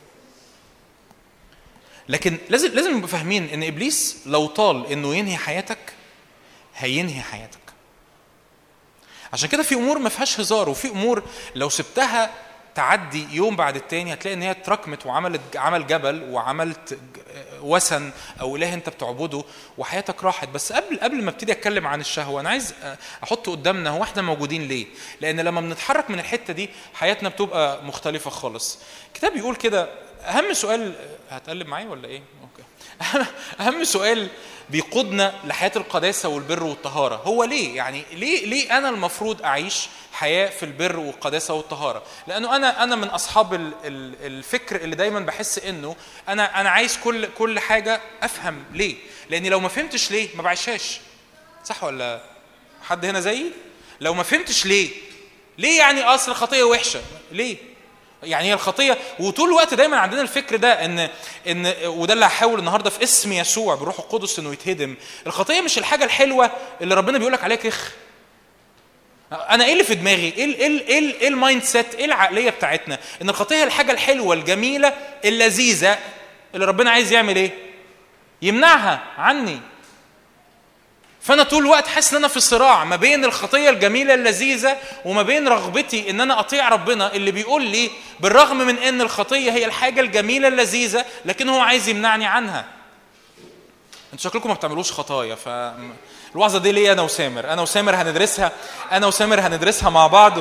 لكن لازم نبقى فاهمين ان ابليس لو طال انه ينهي حياتك هينهي حياتك. عشان كده في امور ما فيهاش هزار، وفي امور لو سبتها تعدي يوم بعد التاني هتلاقي ان هي اتراكمت عمل جبل، وعملت وثن او اله انت بتعبده، وحياتك راحت. بس قبل ما ابتدي اتكلم عن الشهوه، انا عايز احط قدامنا هو احنا موجودين ليه. لان لما بنتحرك من الحته دي حياتنا بتبقى مختلفه خالص. الكتاب بيقول كده، اهم سؤال هتقلب معايا ولا ايه؟ اوكي. اهم سؤال بيقودنا لحياة القداسة والبر والطهارة هو ليه؟ يعني ليه انا المفروض اعيش حياة في البر والقداسة والطهارة؟ لانه انا من اصحاب الفكر اللي دايما بحس انه انا عايز كل حاجة افهم ليه، لاني لو ما فهمتش ليه ما بعيشهاش. صح ولا حد هنا زيي؟ لو ما فهمتش ليه يعني اصل الخطية وحشة ليه؟ يعني هي الخطيه، وطول الوقت دايما عندنا الفكر ده ان وده اللي هحاول النهارده في اسم يسوع بالروح القدس انه يتهدم. الخطيه مش الحاجه الحلوه اللي ربنا بيقول لك عليها اخ. انا ايه اللي في دماغي؟ ايه المايند سيت؟ ايه العقليه بتاعتنا؟ ان الخطيه الحاجه الحلوه الجميله اللذيذه اللي ربنا عايز يعمل ايه؟ يمنعها عني. فأنا طول الوقت حاسس إن أنا في صراع ما بين الخطية الجميلة اللذيذة وما بين رغبتي إن أنا أطيع ربنا اللي بيقول لي بالرغم من إن الخطية هي الحاجة الجميلة اللذيذة لكن هو عايز يمنعني عنها. أنتوا شكلكم ما بتعملوش خطايا، فالوعظة دي ليه؟ أنا وسامر هندرسها مع بعض.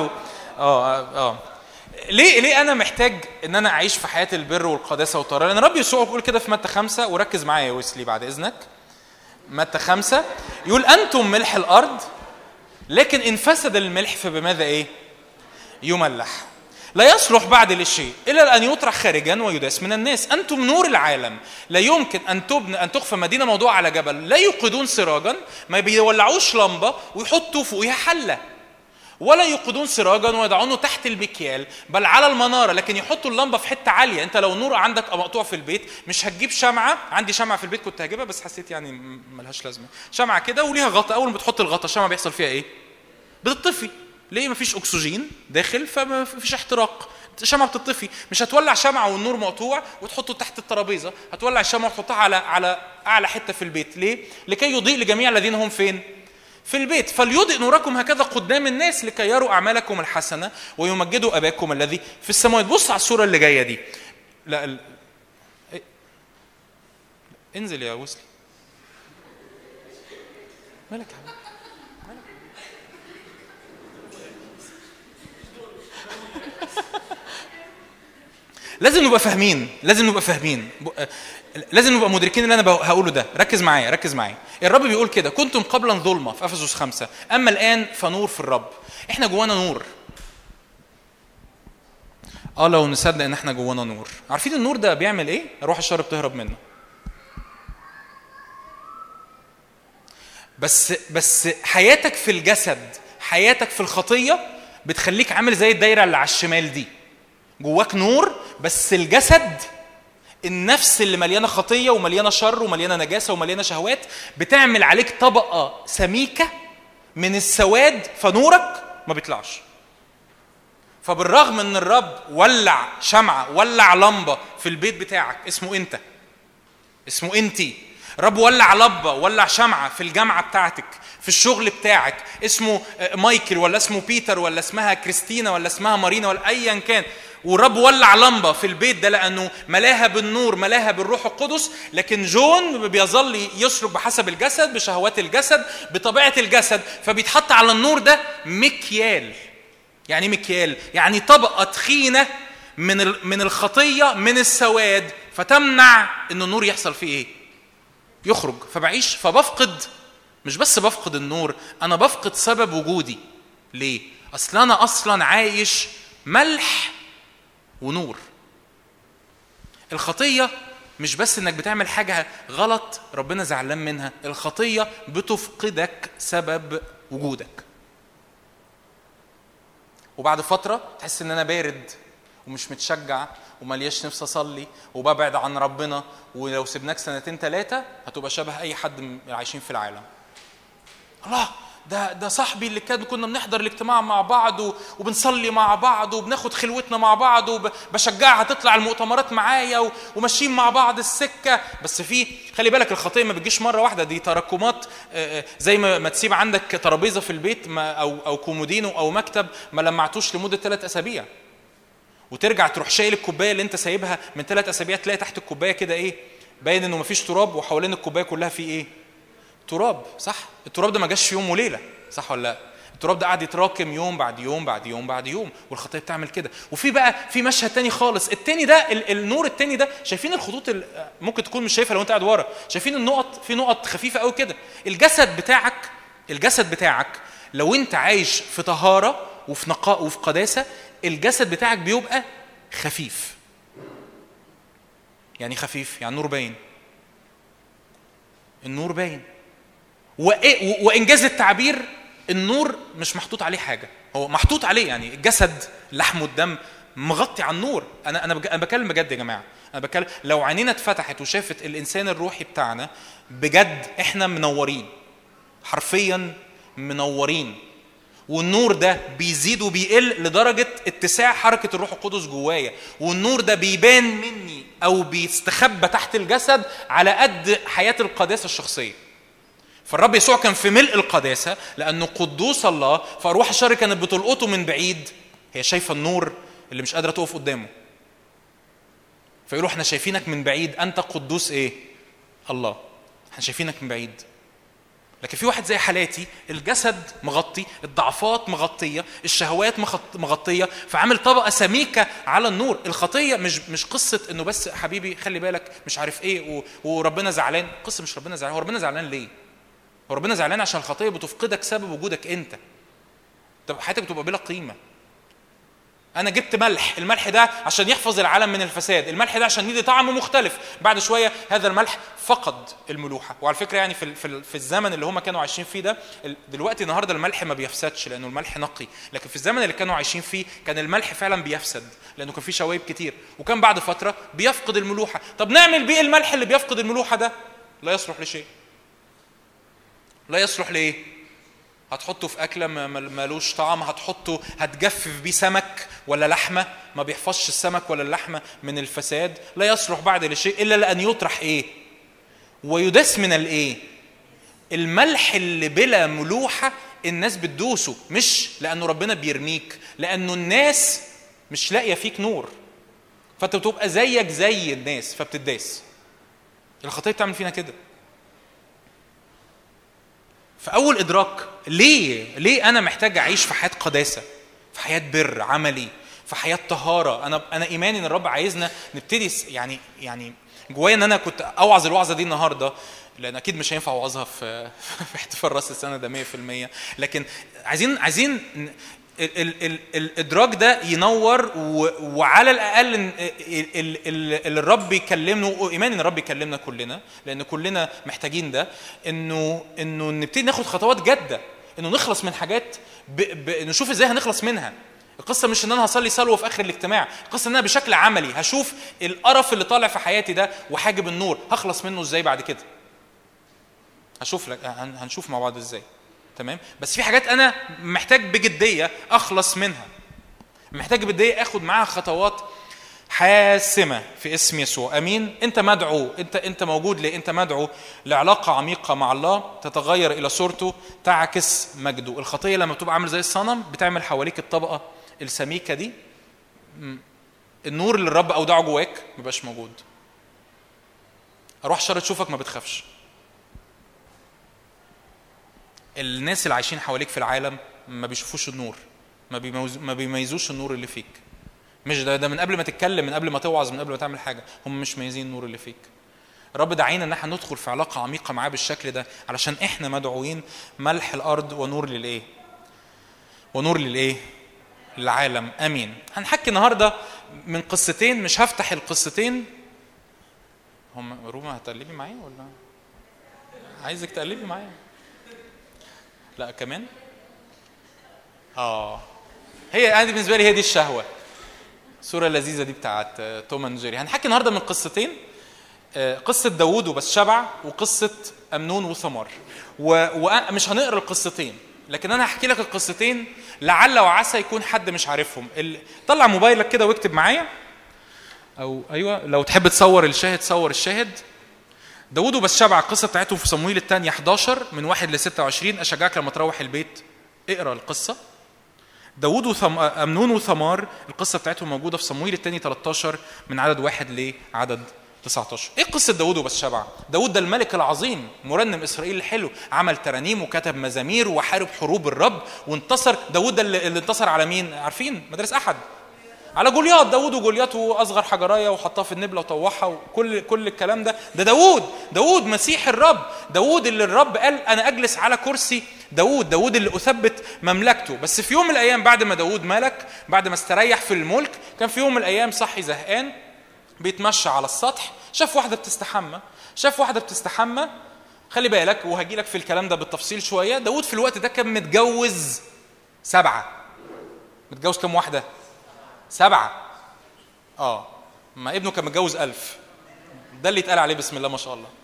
ليه أنا محتاج إن أنا أعيش في حياة البر والقداسة والطهارة؟ لأن رب يسوع يقول كده في متى 5، وركز معايا يا ويسلي بعد إذنك. متى 5 يقول أنتم ملح الأرض، لكن إن فسد الملح فبماذا إيه؟ يملح، لا يصلح بعد للشيء إلا أن يطرح خارجا ويداس من الناس. أنتم نور العالم، لا يمكن أن تخفى مدينة موضوع على جبل. لا يوقدون سراجا، ما بيولعوش لمبة ويحطوا فوقها حلة، ولا يوقدون سراجا ويضعونه تحت المكيال بل على المنارة، لكن يحطوا اللمبة في حتة عالية. انت لو نور عندك مقطوع في البيت مش هتجيب شمعة. عندي شمعة في البيت كنت هجيبها بس حسيت يعني ملهاش لازمة. شمعة كده وليها غطا، اول ما بتحط الغطا الشمعة بيحصل فيها ايه؟ بتطفي. ليه؟ مفيش اكسجين داخل فمفيش احتراق، الشمعة بتطفي. مش هتولع شمعة والنور مقطوع وتحطه تحت الترابيزة، هتولع الشمعة وتحطها على اعلى حتة في البيت. ليه؟ لكي يضيء لجميع الذين هم فين؟ في البيت. فليضئ نوركم هكذا قدام الناس لكي يروا أعمالكم الحسنة ويمجدوا أباكم الذي في السماوات. بص على الصورة اللي جاية دي. لا انزل يا وسلي. مالك يا مالك؟ لازم نبقى فاهمين، لازم نبقى مدركين اللي انا هقوله ده. ركز معايا. الرب بيقول كده: كنتم قبلا ظلمة في افسس 5 اما الان فنور في الرب. احنا جوانا نور. لو نصدق ان احنا جوانا نور. عارفين النور ده بيعمل ايه؟ روح الشر بتهرب منه. بس حياتك في الجسد، حياتك في الخطية بتخليك عامل زي الدايرة اللي على الشمال دي. جواك نور بس الجسد، النفس اللي مليانة خطية ومليانة شر ومليانة نجاسة ومليانة شهوات بتعمل عليك طبقة سميكة من السواد، فنورك ما بيطلعش. فبالرغم ان الرب ولع شمعة، ولع لمبة في البيت بتاعك اسمه انتي. رب ولع لمبة، ولع شمعة في الجامعة بتاعتك، في الشغل بتاعك، اسمه مايكل ولا اسمه بيتر ولا اسمها كريستينا ولا اسمها مارينا ولا ايا كان. ورب ولع لمبة في البيت ده لأنه ملاها بالنور، ملاها بالروح القدس. لكن جون بيظل يسلك بحسب الجسد، بشهوات الجسد، بطبيعة الجسد. فبيتحط على النور ده مكيال. يعني مكيال يعني طبقة تخينة من الخطية، من السواد، فتمنع إن النور يحصل فيه إيه؟ يخرج. فبفقد، مش بس بفقد النور، أنا بفقد سبب وجودي. ليه؟ أصل أنا أصلا عايش ملح ونور. الخطية مش بس انك بتعمل حاجة غلط ربنا زعلان منها، الخطية بتفقدك سبب وجودك. وبعد فترة تحس ان انا بارد ومش متشجع وملياش نفس اصلي وببعد عن ربنا. ولو سيبناك 2-3 هتبقى شبه اي حد عايشين في العالم. الله، ده صاحبي اللي كنا بنحضر الاجتماع مع بعض وبنصلي مع بعض وبناخد خلوتنا مع بعض وبشجعها تطلع المؤتمرات معايا وماشيين مع بعض السكة. بس خلي بالك الخطية ما بتجيش مرة واحدة، دي تراكمات. زي ما تسيب عندك ترابيزة في البيت أو كومودينو أو مكتب ما لمعتوش لمدة 3 أسابيع وترجع تروح شايل الكوباية اللي انت سايبها من 3 أسابيع، تلاقي تحت الكوباية كده ايه؟ باين انه مفيش تراب وحوالين الكوباية كلها في ايه؟ تراب. صح؟ التراب ده ما جاش في يوم وليلة، صح ولا لا؟ التراب ده قاعد يتراكم يوم بعد يوم بعد يوم بعد يوم، والخطيه بتعمل كده. وفي بقى في مشهد تاني خالص، التاني ده النور التاني ده، شايفين الخطوط ممكن تكون مش شايفها لو انت قاعد ورا، شايفين النقط، في نقط خفيفه قوي كده. الجسد بتاعك لو انت عايش في طهاره وفي نقاء وفي قداسه، الجسد بتاعك بيبقى خفيف. يعني خفيف يعني النور باين، النور باين. وانجاز التعبير، النور مش محطوط عليه حاجه، هو محطوط عليه، يعني الجسد اللحم والدم مغطي على النور. انا بكلم بجد يا جماعه، انا بكلم لو عينينا اتفتحت وشافت الانسان الروحي بتاعنا بجد، احنا منورين، حرفيا منورين. والنور ده بيزيد وبيقل لدرجه اتساع حركه الروح القدس جوايا، والنور ده بيبان مني او بيستخبى تحت الجسد على قد حياه القداسه الشخصيه. فالرب يسوع كان في ملء القداسه لانه قدوس الله، فاروح الشر كانت بتلقطه من بعيد، هي شايفه النور اللي مش قادره تقف قدامه، فيقولوا احنا شايفينك من بعيد، انت قدوس ايه؟ الله، احنا شايفينك من بعيد. لكن في واحد زي حالاتي، الجسد مغطي، الضعفات مغطيه، الشهوات مغطيه، فعامل طبقه سميكه على النور. الخطيه مش قصه انه بس حبيبي خلي بالك مش عارف ايه وربنا زعلان. قصه مش ربنا زعلان. هو ربنا زعلان ليه؟ هو ربنا زعلان عشان الخطيه بتفقدك سبب وجودك انت، طب حياتك بتبقى بلا قيمه. انا جبت الملح ده عشان يحفظ العالم من الفساد، الملح ده عشان يدي طعم مختلف. بعد شويه هذا الملح فقد الملوحه. وعلى فكره يعني في الزمن اللي هم كانوا عايشين فيه ده، دلوقتي النهارده الملح ما بيفسدش لانه الملح نقي، لكن في الزمن اللي كانوا عايشين فيه كان الملح فعلا بيفسد لانه كان فيه شوايب كتير، وكان بعد فتره بيفقد الملوحه. طب نعمل بيه الملح اللي بيفقد الملوحه ده؟ لا يصلح لشيء. لا يصلح ليه؟ هتحطه في أكلة مالوش طعم، هتحطه هتجفف بيه سمك ولا لحمة، ما بيحفظش السمك ولا اللحمة من الفساد. لا يصلح بعد لشيء إلا لأن يطرح إيه؟ ويدس من الإيه؟ الملح اللي بلا ملوحة الناس بتدوسه، مش لأنه ربنا بيرميك، لأنه الناس مش لاقية فيك نور، فأنت بتبقى زيك زي الناس فبتداس. الخطية بتعمل فينا كده. فأول إدراك ليه أنا محتاج أعيش في حياة قداسة، في حياة بر عملي، في حياة طهارة. أنا إيماني إن الرب عايزنا نبتدي يعني جوايا إن أنا كنت أوعظ الوعظة دي النهاردة، لأن أكيد مش هينفع أوعظها في احتفال رأس السنة ده 100%، لكن عايزين الإدراك ده ينور، وعلى الأقل اللي الرب يكلمنا، وإيماني إن الرب يكلمنا كلنا، لأن كلنا محتاجين ده، إنه نبتدي ناخد خطوات جادة، إنه نخلص من حاجات، نشوف إزاي هنخلص منها. القصة مش إن أنا هصلي صلوة في آخر الاجتماع، القصة إن أنا بشكل عملي هشوف القرف اللي طالع في حياتي ده وحاجب النور، هخلص منه إزاي بعد كده. هنشوف مع بعض إزاي. تمام؟ بس في حاجات أنا محتاج بجدية أخلص منها، محتاج بجدية أخد معاها خطوات حاسمة في اسم يسوع. أمين. أنت مدعو، أنت موجود ليه؟ أنت مدعو لعلاقة عميقة مع الله تتغير إلى صورته تعكس مجده. الخطية لما بتبقى عامل زي الصنم بتعمل حواليك الطبقة السميكة دي، النور اللي الرب أودعه جواك مبقاش موجود. أروح شر تشوفك ما بتخافش. الناس اللي عايشين حواليك في العالم ما بيشوفوش النور، ما بيميزوش النور اللي فيك. مش ده من قبل ما تتكلم، من قبل ما توعظ، من قبل ما تعمل حاجة، هم مش ميزين النور اللي فيك. الرب دعينا ان احنا ندخل في علاقة عميقة معاه بالشكل ده، علشان احنا مدعوين ملح الارض ونور للايه؟ ونور للايه؟ للعالم. امين. هنحكي النهاردة من قصتين، مش هفتح القصتين. هم روما هتقلبي معايا ولا عايزك تقلبي معايا؟ لا كمان. هي انا بالنسبه لي هي دي الشهوه، الصوره اللذيذه دي بتاعت توم اند جيري. هنحكي النهارده من قصتين، قصه داوود وبسشبع وقصه امنون وثمار. ومش هنقرا القصتين، لكن انا هحكي لك القصتين لعل وعسى يكون حد مش عارفهم. طلع موبايلك كده واكتب معايا، او ايوه لو تحب تصور الشاهد صور الشاهد. داوود وبسشبع القصه بتاعتهم في صموئيل الثانيه 11 من 1 ل 26. اشجعك لما تروح البيت اقرا القصه. داوود امنون وثمار القصه بتاعتهم موجوده في صموئيل الثاني 13 من عدد 1 لعدد 19. ايه قصه داود وبتشبع؟ داود ده الملك العظيم، مرنم اسرائيل الحلو، عمل ترانيم وكتب مزامير وحارب حروب الرب وانتصر. داود ده اللي انتصر على مين؟ عارفين؟ مدارس احد، على جولياط. داود وجولياط واصغر حجرايه وحطها في النبله وطوحها وكل الكلام ده داود مسيح الرب. داود اللي الرب قال انا اجلس على كرسي داود اللي اثبت مملكته. بس في يوم من الايام بعد ما داود ملك، بعد ما استريح في الملك، كان في يوم من الايام صحي زهقان بيتمشى على السطح، شاف واحده بتستحمى. خلي بالك وهجي لك في الكلام ده بالتفصيل شويه. داود في الوقت ده كان متجوز 7. متجوز كم واحده؟ 7. ما ابنه كان متجوز 1000. ده اللي يتقال عليه بسم الله ما شاء الله.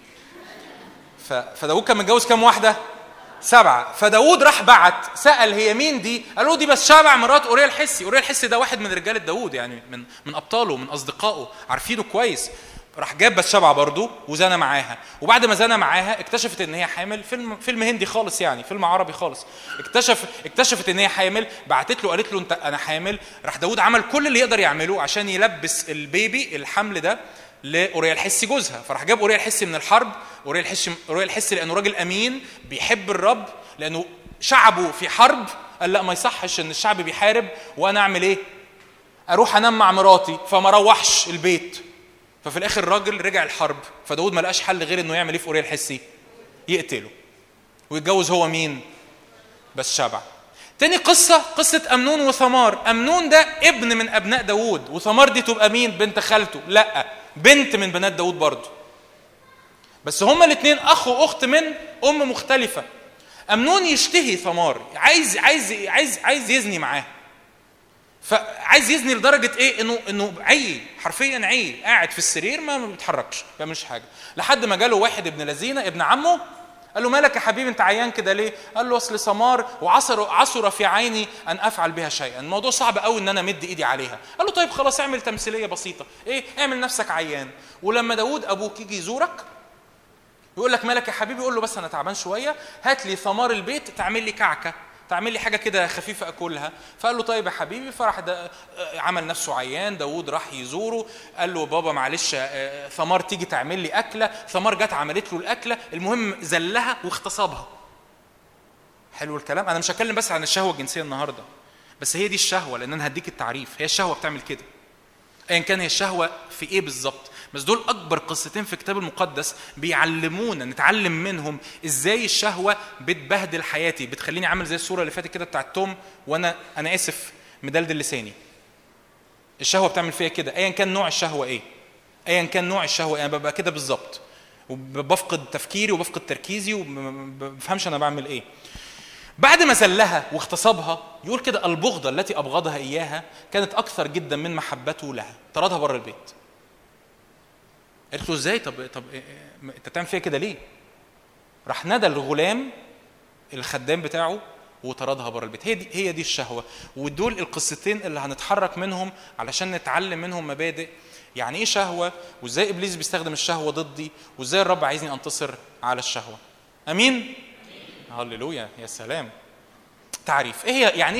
فداود كان متجوز كم واحده؟ 7. فداود راح بعت سأل هي مين دي؟ قالوا دي بتشبع مرات أوريا الحسي. أوريا الحسي ده واحد من رجالة داود، يعني من أبطاله، من أصدقائه، عارفينه كويس. راح جاب بتشبع برضه وزنى معاها، وبعد ما زنى معاها اكتشفت ان هي حامل. فيلم هندي خالص، يعني فيلم عربي خالص. اكتشفت ان هي حامل، بعتت له قالت له انت انا حامل. راح داود عمل كل اللي يقدر يعمله عشان يلبس البيبي الحمل ده لأوريا الحسي جوزها. فراح جاب أوريا الحسي من الحرب. أوريا الحسي لأنه راجل أمين بيحب الرب، لأنه شعبه في حرب، قال لا ما يصحش ان الشعب بيحارب وانا اعمل ايه؟ اروح انام مع مراتي. فما روحش البيت. ففي الاخر الراجل رجع الحرب. فداود ما لقاش حل غير انه يعمل ايه في أوريا الحسي؟ يقتله ويتجوز هو مين؟ بتشبع. تاني قصة أمنون وثمار. أمنون ده ابن من أبناء داود، وثمار دي تبقى مين؟ بنت خالته؟ لا، بنت من بنات داود برضو، بس هما الاثنين أخ وأخت من أم مختلفة. أمنون يشتهي ثمار، عايز يزني معاه. فعايز يزني لدرجة ايه؟ انه حرفيا قاعد في السرير ما بيتحركش، ما بيعملش حاجة، لحد ما جاله واحد ابن لذينة ابن عمه قال له مالك يا حبيبي انت عيان كده ليه؟ قال له اصل ثمار وعصر في عيني ان افعل بها شيئا، الموضوع صعب قوي ان انا مد ايدي عليها. قال له طيب خلاص اعمل تمثيليه بسيطه، ايه؟ اعمل نفسك عيان، ولما داود ابوك يجي يزورك يقول لك مالك يا حبيبي، يقول له بس انا تعبان شويه، هات لي ثمار البيت تعمل لي كعكه، تعمل لي حاجه كده خفيفه اكلها. فقال له طيب يا حبيبي. فراح عمل نفسه عيان. داود راح يزوره، قال له بابا معلش ثمار تيجي تعمل لي اكله. ثمار جت عملت له الاكله، المهم زلها واغتصبها. حلو الكلام. انا مش هتكلم بس عن الشهوه الجنسيه النهارده، بس هي دي الشهوه، لان انا هديك التعريف. هي الشهوه بتعمل كده ايا كان هي الشهوه في ايه بالظبط، بس دول اكبر قصتين في الكتاب المقدس بيعلمونا نتعلم منهم ازاي الشهوه بتبهدل حياتي، بتخليني عامل زي الصوره اللي فاتت كده بتاعت توم وانا اسف مدلدل لساني. الشهوه بتعمل فيا كده ايا كان نوع الشهوه ايه، انا ببقى كده بالظبط، وبفقد تفكيري وبفقد تركيزي وما بفهمش انا بعمل ايه. بعد ما زلها واغتصبها يقول كده البغضه التي ابغضها اياها كانت اكثر جدا من محبته لها، طردها بره البيت. قالت له ازاي؟ طب انت بتعمل فيها كده ليه؟ راح نادى الغلام الخدام بتاعه وطردها بره البيت. هي دي الشهوه. ودول القصتين اللي هنتحرك منهم علشان نتعلم منهم مبادئ يعني ايه شهوه، وازاي ابليس بيستخدم الشهوه ضدي، وازاي الرب عايزني انتصر على الشهوه. امين. هللويا. يا سلام. تعريف ايه هي يعني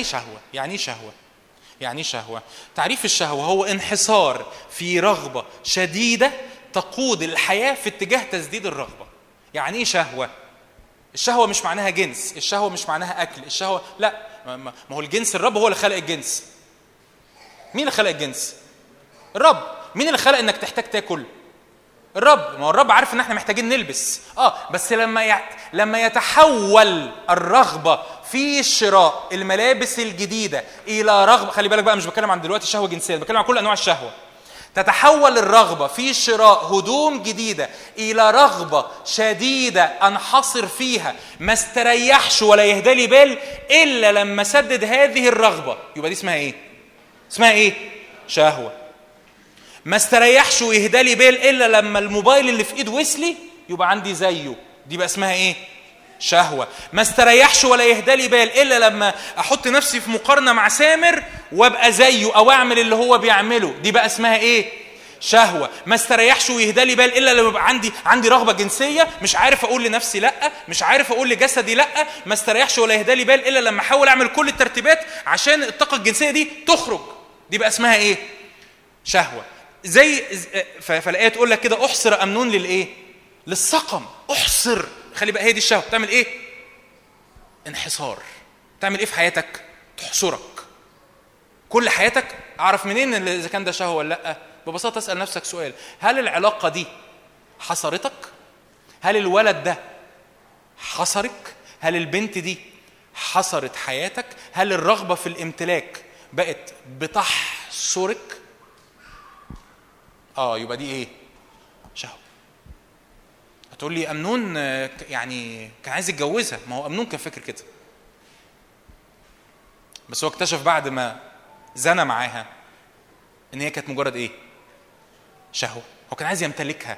ايه شهوه؟ تعريف الشهوه هو انحصار في رغبه شديده تقود الحياه في اتجاه تسديد الرغبه. يعني ايه شهوه؟ الشهوه مش معناها جنس، الشهوه مش معناها اكل، الشهوه لا، ما هو الجنس الرب هو اللي خلق الجنس. مين اللي خلق الجنس؟ الرب. مين اللي خلق انك تحتاج تاكل؟ الرب. ما هو الرب عارف ان احنا محتاجين نلبس، بس لما يتحول الرغبه في شراء الملابس الجديده الى رغبه، خلي بالك بقى مش بتكلم عن دلوقتي شهوه جنسيه، بتكلم عن كل انواع الشهوه. تتحول الرغبه في شراء هدوم جديده الى رغبه شديده انحصر فيها، ما استريحش ولا يهدى لي بال الا لما سدد هذه الرغبه، يبقى دي اسمها ايه؟ شهوه. ما استريحش ويهدى لي بال الا لما الموبايل اللي في ايد ويسلي يبقى عندي زيه، دي بقى اسمها ايه؟ شهوه. ما استريحش ولا يهدى لي بال الا لما احط نفسي في مقارنه مع سامر وابقى زيه او اعمل اللي هو بيعمله، دي بقى اسمها ايه؟ شهوه. ما استريحش ويهدى لي بال الا لما يبقى عندي رغبه جنسيه، مش عارف اقول لنفسي لا، مش عارف اقول لجسدي لا. ما استريحش ولا يهدى لي بال الا لما احاول اعمل كل الترتيبات عشان الطاقه الجنسيه دي تخرج، دي بقى اسمها ايه؟ شهوه. زي فالآية تقول لك كده احصر أمنون للايه؟ للسقم. احصر، خلي بقى هي دي الشهوة. تعمل ايه؟ انحصار. تعمل ايه في حياتك؟ تحصرك. كل حياتك. اعرف منين اذا كان ده شهوة ولا لا؟ ببساطة اسأل نفسك سؤال: هل العلاقة دي حصرتك؟ هل الولد ده حصرك؟ هل البنت دي حصرت حياتك؟ هل الرغبة في الامتلاك بقت بتحصرك؟ يبقى دي ايه؟ شهوة. هتقول لي أمنون يعني كان عايز يتجوزها. ما هو أمنون كان فكر كده، بس هو اكتشف بعد ما زنى معاها ان هي كانت مجرد ايه؟ شهوة. هو كان عايز يمتلكها.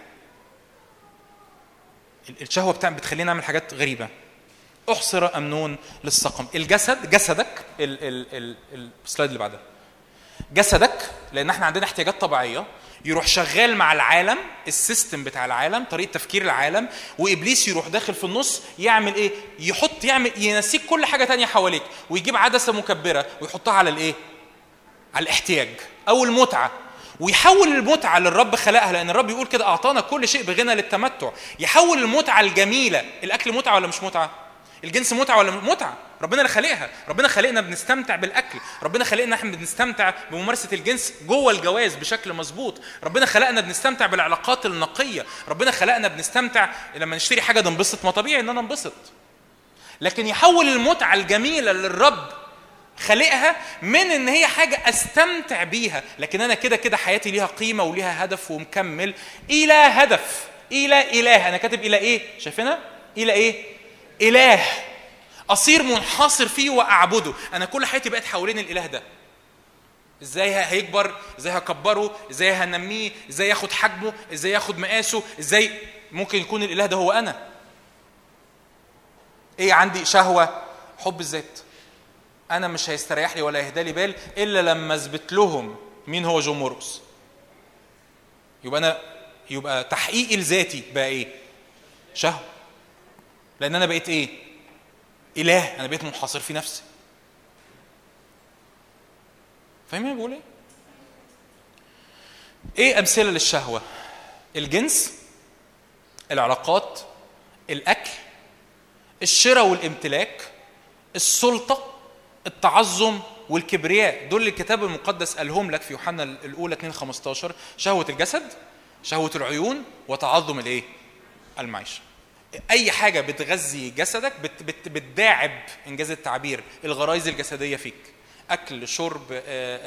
الشهوة بتخلينا نعمل حاجات غريبة. احصر أمنون للسقم. الجسد، جسدك، السلايد اللي بعدها، جسدك، لان احنا عندنا احتياجات طبيعيه، يروح شغال مع العالم، السيستم بتاع العالم، طريقه تفكير العالم، وابليس يروح داخل في النص يعمل ايه؟ ينسيك كل حاجه تانية حواليك، ويجيب عدسه مكبره ويحطها على الايه؟ على الاحتياج او المتعه، ويحول المتعه اللي الرب خلقها، لان الرب يقول كده اعطانا كل شيء بغنى للتمتع. يحول المتعه الجميله. الاكل متعه ولا مش متعه؟ الجنس متعه ولا متعه؟ ربنا اللي خلقها. ربنا خلقنا بنستمتع بالاكل. ربنا خلقنا احنا بنستمتع بممارسه الجنس جوه الجواز بشكل مظبوط. ربنا خلقنا بنستمتع بالعلاقات النقيه. ربنا خلقنا بنستمتع لما نشتري حاجه ننبسط. ما طبيعي ان انا انبسط، لكن يحول المتعه الجميله اللي الرب خلقها من ان هي حاجه استمتع بيها، لكن انا كده كده حياتي ليها قيمه وليها هدف ومكمل، الى هدف، الى اله. انا كاتب الى ايه؟ شايفينها؟ الى ايه؟ إله أصير منحصر فيه وأعبده. أنا كل حياتي بقت حوالين الإله ده. إزاي هيكبر؟ إزاي هكبره؟ إزاي هنميه؟ إزاي ياخد حجمه؟ إزاي ياخد مقاسه؟ إزاي ممكن يكون الإله ده هو أنا؟ إيه عندي؟ شهوة حب الذات. أنا مش هيستريح لي ولا يهدى لي بال إلا لما أثبت لهم مين هو جون مورس. يبقى تحقيقي لذاتي بقى إيه؟ شهوة. لأن أنا بقيت إيه؟ إله. أنا بقيت منحصر في نفسي. فاهمين بقول إيه؟ إيه أمثلة للشهوة؟ الجنس، العلاقات، الأكل، الشراء والامتلاك، السلطة، التعظم والكبرياء. دول الكتاب المقدس قالهم لك في يوحنا الأولى 2:15: شهوة الجسد، شهوة العيون، وتعظم الإيه؟ المعيشة. اي حاجه بتغذي جسدك بتداعب انجاز التعبير الغرائز الجسديه فيك. اكل، شرب،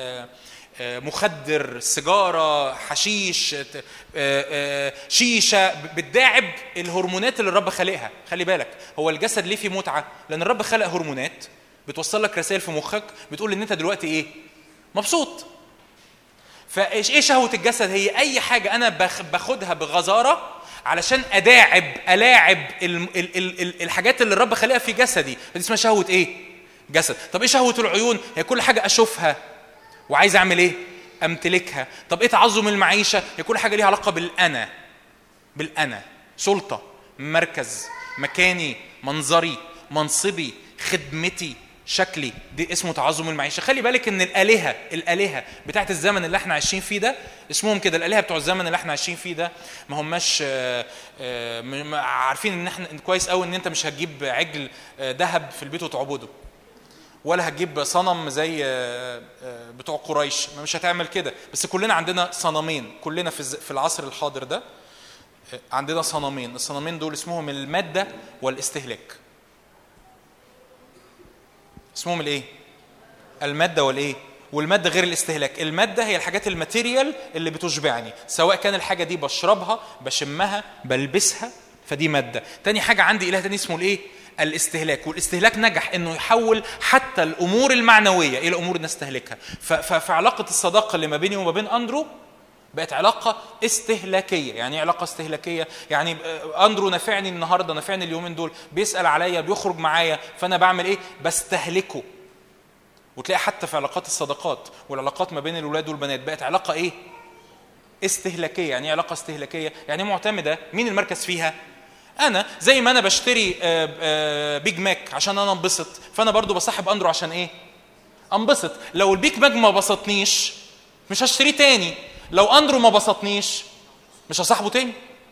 مخدر، سيجاره، حشيش، شيشه، بتداعب الهرمونات اللي الرب خلقها. خلي بالك، هو الجسد ليه فيه متعه؟ لان الرب خلق هرمونات بتوصل لك رسائل في مخك بتقول ان انت دلوقتي ايه؟ مبسوط. فايه شهوه الجسد؟ هي اي حاجه انا باخدها بغزاره علشان الاعب الحاجات اللي الرب خلقها في جسدي. دي اسمها شهوه ايه؟ جسد. طب ايه شهوه العيون؟ هي كل حاجه اشوفها وعايز اعمل ايه؟ امتلكها. طب ايه تعظم المعيشه؟ هي كل حاجه ليها علاقه بالانا، سلطه، مركز، مكاني، منظري، منصبي، خدمتي، شكلي. دي اسمه تعظم المعيشه. خلي بالك ان الالهه بتاعت الزمن اللي احنا عايشين فيه ده اسمهم كده، الالهه بتوع الزمن اللي احنا عايشين فيه ده ما هماش عارفين ان احنا كويس قوي ان انت مش هتجيب عجل ذهب في البيت وتعبده، ولا هتجيب صنم زي بتوع قريش، مش هتعمل كده. بس كلنا عندنا صنمين، كلنا في العصر الحاضر ده عندنا صنمين. الصنمين دول اسمهم الماده والاستهلاك. اسمهم الايه؟ الماده والايه؟ والماده غير الاستهلاك. الماده هي الحاجات الماتيريال اللي بتشبعني، سواء كان الحاجه دي بشربها، بشمها، بلبسها، فدي ماده. تاني حاجه عندي اله تاني اسمه الايه؟ الاستهلاك. والاستهلاك نجح انه يحول حتى الامور المعنويه الى امور نستهلكها. ففي علاقه الصداقه اللي ما بيني وما بين اندرو بقت علاقه استهلاكيه. يعني ايه علاقه استهلاكيه؟ يعني اندرو نفعني النهارده، نفعني اليومين دول، بيسال عليا، بيخرج معايا، فانا بعمل ايه؟ بستهلكه. وتلاقي حتى في علاقات الصداقات والعلاقات ما بين الولاد والبنات بقت علاقه ايه؟ استهلاكيه. يعني ايه علاقه استهلاكيه؟ يعني معتمده مين المركز فيها؟ انا. زي ما انا بشتري بيج ماك عشان انا انبسط، فانا برضو بصاحب اندرو عشان ايه؟ انبسط. لو البيج ماك ما بسطنيش مش هشتريه تاني. لو اندرو ما بسطنيش مش هصاحبه تاني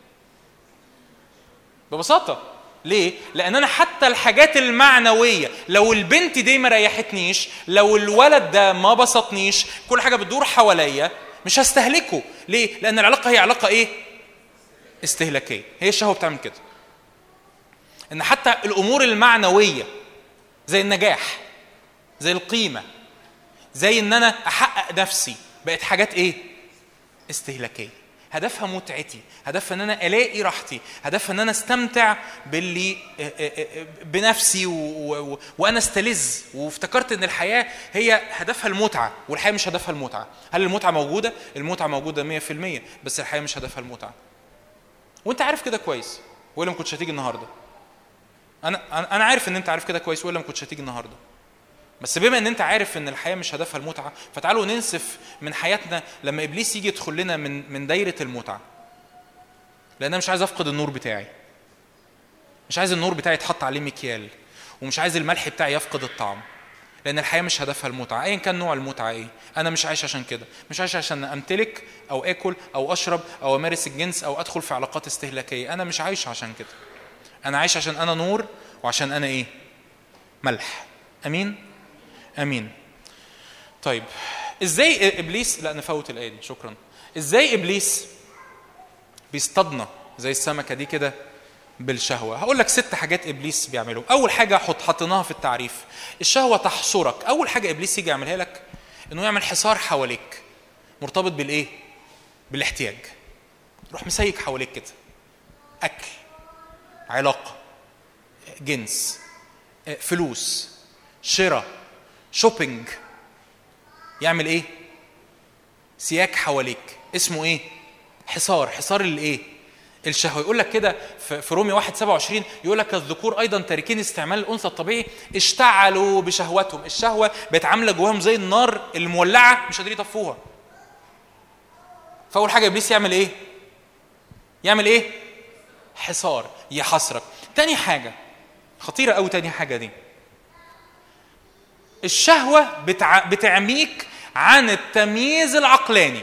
ببساطه. ليه؟ لان انا حتى الحاجات المعنويه، لو البنت دي ما ريحتنيش، لو الولد ده ما بسطنيش، كل حاجه بتدور حواليا، مش هستهلكه. ليه؟ لان العلاقه هي علاقه ايه؟ استهلاكيه. هي الشهوه بتعمل كده، ان حتى الامور المعنويه زي النجاح، زي القيمه، زي ان انا احقق نفسي، بقت حاجات ايه؟ استهلاكيه. هدفها متعتي، هدفها ان انا الاقي راحتي، هدفها ان انا استمتع باللي بنفسي وانا استلذ. وافتكرت ان الحياه هي هدفها المتعه، والحياه مش هدفها المتعه. هل المتعه موجوده؟ المتعه موجوده 100%، بس الحياه مش هدفها المتعه. وانت عارف كده كويس، ولا ما كنتش هتيجي النهارده. انا عارف ان انت عارف كده كويس، ولا ما كنتش هتيجي النهارده. بس بما ان انت عارف ان الحياه مش هدفها المتعه، فتعالوا ننسف من حياتنا لما ابليس يجي يدخل لنا من دايره المتعه. لان انا مش عايز افقد النور بتاعي، مش عايز النور بتاعي يتحط عليه مكيال، ومش عايز الملح بتاعي يفقد الطعم. لان الحياه مش هدفها المتعه، ايا كان نوع المتعه ايه. انا مش عايش عشان كده، مش عايش عشان امتلك او اكل او اشرب او امارس الجنس او ادخل في علاقات استهلاكيه. انا مش عايش عشان كده، انا عايش عشان انا نور، وعشان انا ايه؟ ملح. امين امين. طيب ازاي ابليس، لا نفوت الايه دي، شكرا. ازاي ابليس بيصطادنا زي السمكه دي كده بالشهوه؟ هقول لك 6 حاجات ابليس بيعملوا. اول حاجه حطيناها في التعريف، الشهوه تحصرك. اول حاجه ابليس يجي يعملها لك انه يعمل حصار حواليك مرتبط بالايه؟ بالاحتياج. روح مسيك حواليك كده، اكل، علاقه، جنس، فلوس، شراء، شوبينج. يعمل ايه؟ سياك حواليك. اسمه ايه؟ حصار. حصار الايه؟ الشهوه. يقول لك كده في رومية 1:27 يقول لك الذكور ايضا تاركين استعمال الانثى الطبيعي اشتعلوا بشهوتهم. الشهوه بقت عامله جواهم زي النار المولعه مش قادرين يطفوها. فاول حاجه ابليس يعمل ايه؟ يعمل ايه؟ حصار، يحصرك. تاني حاجه خطيره قوي، تاني حاجه دي الشهوه بتعميك عن التمييز العقلاني.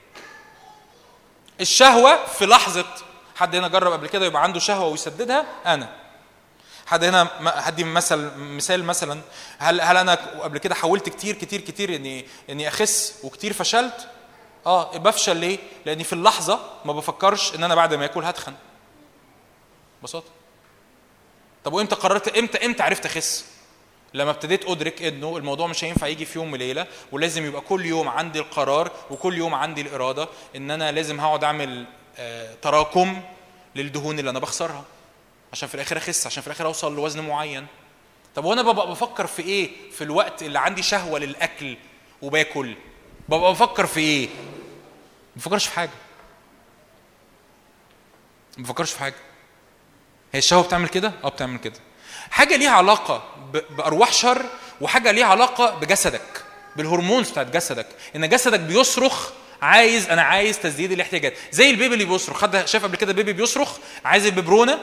الشهوه في لحظه، حد هنا جرب قبل كده يبقى عنده شهوه ويسددها؟ انا. حد هنا هدي مثال مثلا، هل انا قبل كده حاولت كتير اني اخس وكتير فشلت؟ بفشل ليه؟ لاني في اللحظه ما بفكرش ان انا بعد ما اكل هتخن. ببساطه. طب وامتى قررت؟ امتى عرفت اخس؟ لما ابتديت ادرك انه الموضوع مش هينفع يجي في يوم وليله، ولازم يبقى كل يوم عندي القرار وكل يوم عندي الاراده ان انا لازم هقعد اعمل تراكم للدهون اللي انا بخسرها عشان في الاخر اخس، عشان في الاخر اوصل لوزن معين. طب وانا ببقى بفكر في ايه في الوقت اللي عندي شهوه للاكل وباكل؟ ببقى بفكر في ايه؟ ما بفكرش في حاجه. ما بفكرش في حاجه. هي الشهوه بتعمل كده؟ بتعمل كده. حاجه ليها علاقه بارواح شر، وحاجه ليها علاقه بجسدك، بالهرمونز بتاعت جسدك. ان جسدك بيصرخ انا عايز تسديد الاحتياجات، زي البيبي اللي بيصرخ. حد شاف قبل كده بيبي بيصرخ عايز الببرونه؟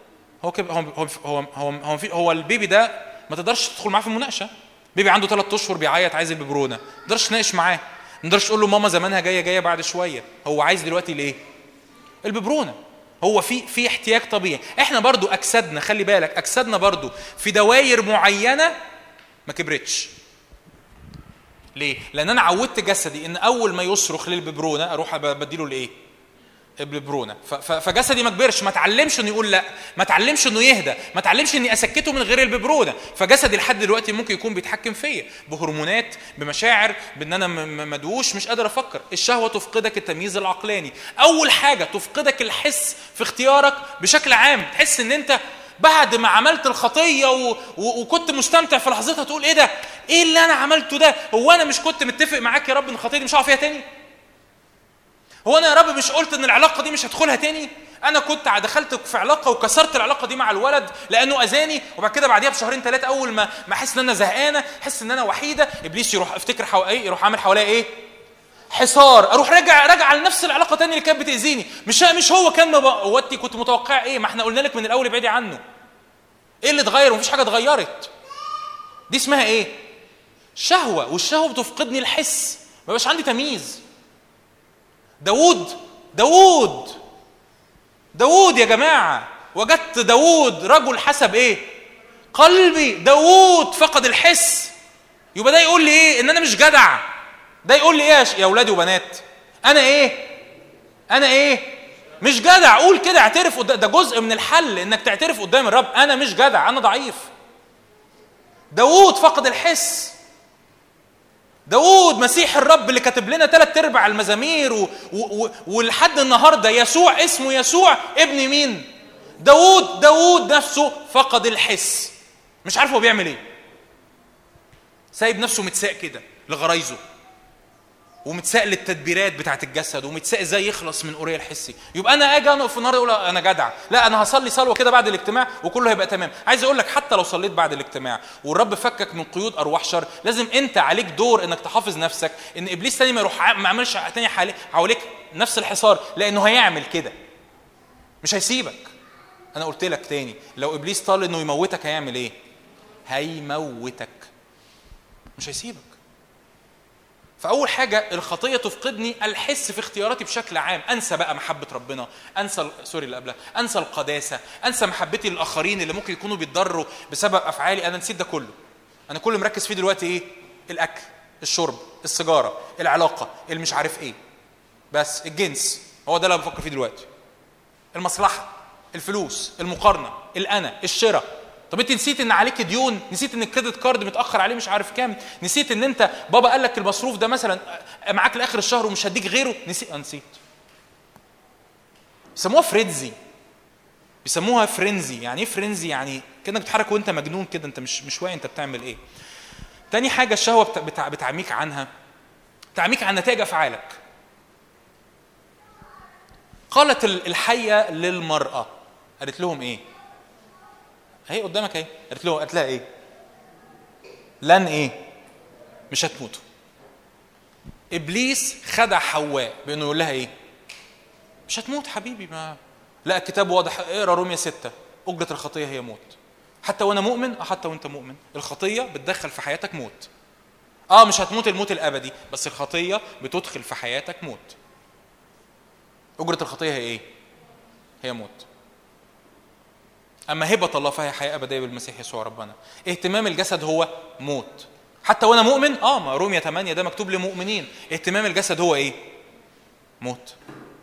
هو البيبي ده ما تقدرش تدخل معاه في المناقشه. بيبي عنده 3 اشهر بيعيط عايز الببرونه، ما تقدرش تناقش معاه، ما تقدرش تقول له ماما زمانها جايه بعد شويه. هو عايز دلوقتي الايه؟ الببرونه. هو في احتياج طبيعي. احنا برضو اجسادنا، خلي بالك، اجسادنا برضو في دواير معينه ما كبرتش. ليه؟ لان انا عودت جسدي ان اول ما يصرخ للببرونه اروح بديله الايه؟ الببرونه. فجسدي ما كبرش، ما اتعلمش انه يقول لا، ما اتعلمش انه يهدى، ما اتعلمش اني اسكته من غير الببرونه. فجسدي لحد دلوقتي ممكن يكون بيتحكم فيا بهرمونات، بمشاعر، بان انا مدووش، مش قادر افكر. الشهوه تفقدك التمييز العقلاني. اول حاجه تفقدك الحس في اختيارك بشكل عام. تحس ان انت بعد ما عملت الخطيه وكنت مستمتع في لحظتها تقول ايه ده؟ ايه اللي انا عملته ده؟ هو انا مش كنت متفق معاك يا رب ان الخطيه دي مش هقع فيها تاني؟ هو انا يا رب مش قلت ان العلاقه دي مش هدخلها تاني؟ انا كنت دخلت في علاقه وكسرت العلاقه دي مع الولد لانه اذاني، وبعد كده بعديها بشهرين 3 اول ما احس ان انا زهقانه، احس ان انا وحيده، ابليس يروح افتكر حوالي يروح عامل حواليا ايه؟ حصار. اروح راجع لنفس العلاقه تاني اللي كانت بتاذيني. مش هو كان ودي كنت متوقع ايه؟ ما احنا قلنا لك من الاول ابعدي عنه. ايه اللي اتغير؟ ومفيش حاجه اتغيرت. دي اسمها ايه؟ شهوه. والشهوه بتفقدني الحس، ما بقاش عندي تمييز. داوود يا جماعة، وجدت داوود رجل حسب ايه؟ قلبي. داوود فقد الحس. يبقى ده يقول لي ايه؟ ان انا مش جدع. ده يقول لي ايه يا اولادي وبنات؟ انا ايه؟ مش جدع. قول كده، اعترف. ده جزء من الحل، انك تعترف قدام الرب انا مش جدع، انا ضعيف. داوود فقد الحس. داوود مسيح الرب اللي كاتب لنا 3/4 المزامير ولحد النهارده يسوع اسمه يسوع ابن مين؟ داوود نفسه فقد الحس. مش عارف هو بيعمل ايه. سايب نفسه متساق كده لغرايزه، ومتساق للتدبيرات بتاعت الجسد، ومتساق ازاي يخلص من قرية الحسي. يبقى انا اجي انقف في النهارده اقول انا جدع؟ لا، انا هصلي صلوه كده بعد الاجتماع وكله هيبقى تمام. عايز اقول لك حتى لو صليت بعد الاجتماع والرب فكك من قيود ارواح شر، لازم انت عليك دور انك تحافظ نفسك ان ابليس تاني ما يروح ما يعملش تاني حواليك نفس الحصار، لانه هيعمل كده، مش هيسيبك. انا قلت لك تاني، لو ابليس طال انه يموتك هيعمل ايه؟ هيموتك، مش هيسيبك. فأول حاجة الخطية تفقدني الحس في اختياراتي بشكل عام. أنسى بقى محبة ربنا، أنسى أنسى القداسة، أنسى محبتي للآخرين اللي ممكن يكونوا بيتضروا بسبب أفعالي. أنا نسيت ده كله. أنا كل مركز فيه دلوقتي إيه؟ الأكل، الشرب، السيجارة، العلاقة، مش عارف إيه، بس الجنس، هو ده اللي أنا بفكر فيه دلوقتي. المصلحة، الفلوس، المقارنة، الأنا، الشراء. طب انت نسيت ان عليك ديون، نسيت ان الكريدت كارد متاخر عليه مش عارف كام، نسيت ان انت بابا قال لك المصروف ده مثلا معاك لاخر الشهر ومش هديك غيره، نسيت. بيسموها فرينزي. يعني ايه فرينزي؟ يعني كانك بتتحرك وانت مجنون كده، انت مش واعي انت بتعمل ايه. تاني حاجه الشهوه بتعميك عنها، تعميك عن نتائج افعالك. قالت الحيه للمراه، قالت لهم ايه؟ هي قدامك اهي، قالت لها ايه؟ لن ايه؟ مش هتموتوا. ابليس خدع حواء بانه يقول لها ايه؟ مش هتموت حبيبي. ما لا، الكتاب واضح، اقرا رومية 6، اجرة الخطيه هي موت. حتى وانا مؤمن، حتى وانت مؤمن، الخطيه بتدخل في حياتك موت. مش هتموت الموت الابدي، بس الخطيه بتدخل في حياتك موت. اجرة الخطيه هي ايه؟ هي موت. أما هبة الله فهي حياة أبدية بالمسيح يسوع ربنا. اهتمام الجسد هو موت. حتى وأنا مؤمن، ما رومية 8 ده مكتوب لمؤمنين. اهتمام الجسد هو إيه؟ موت.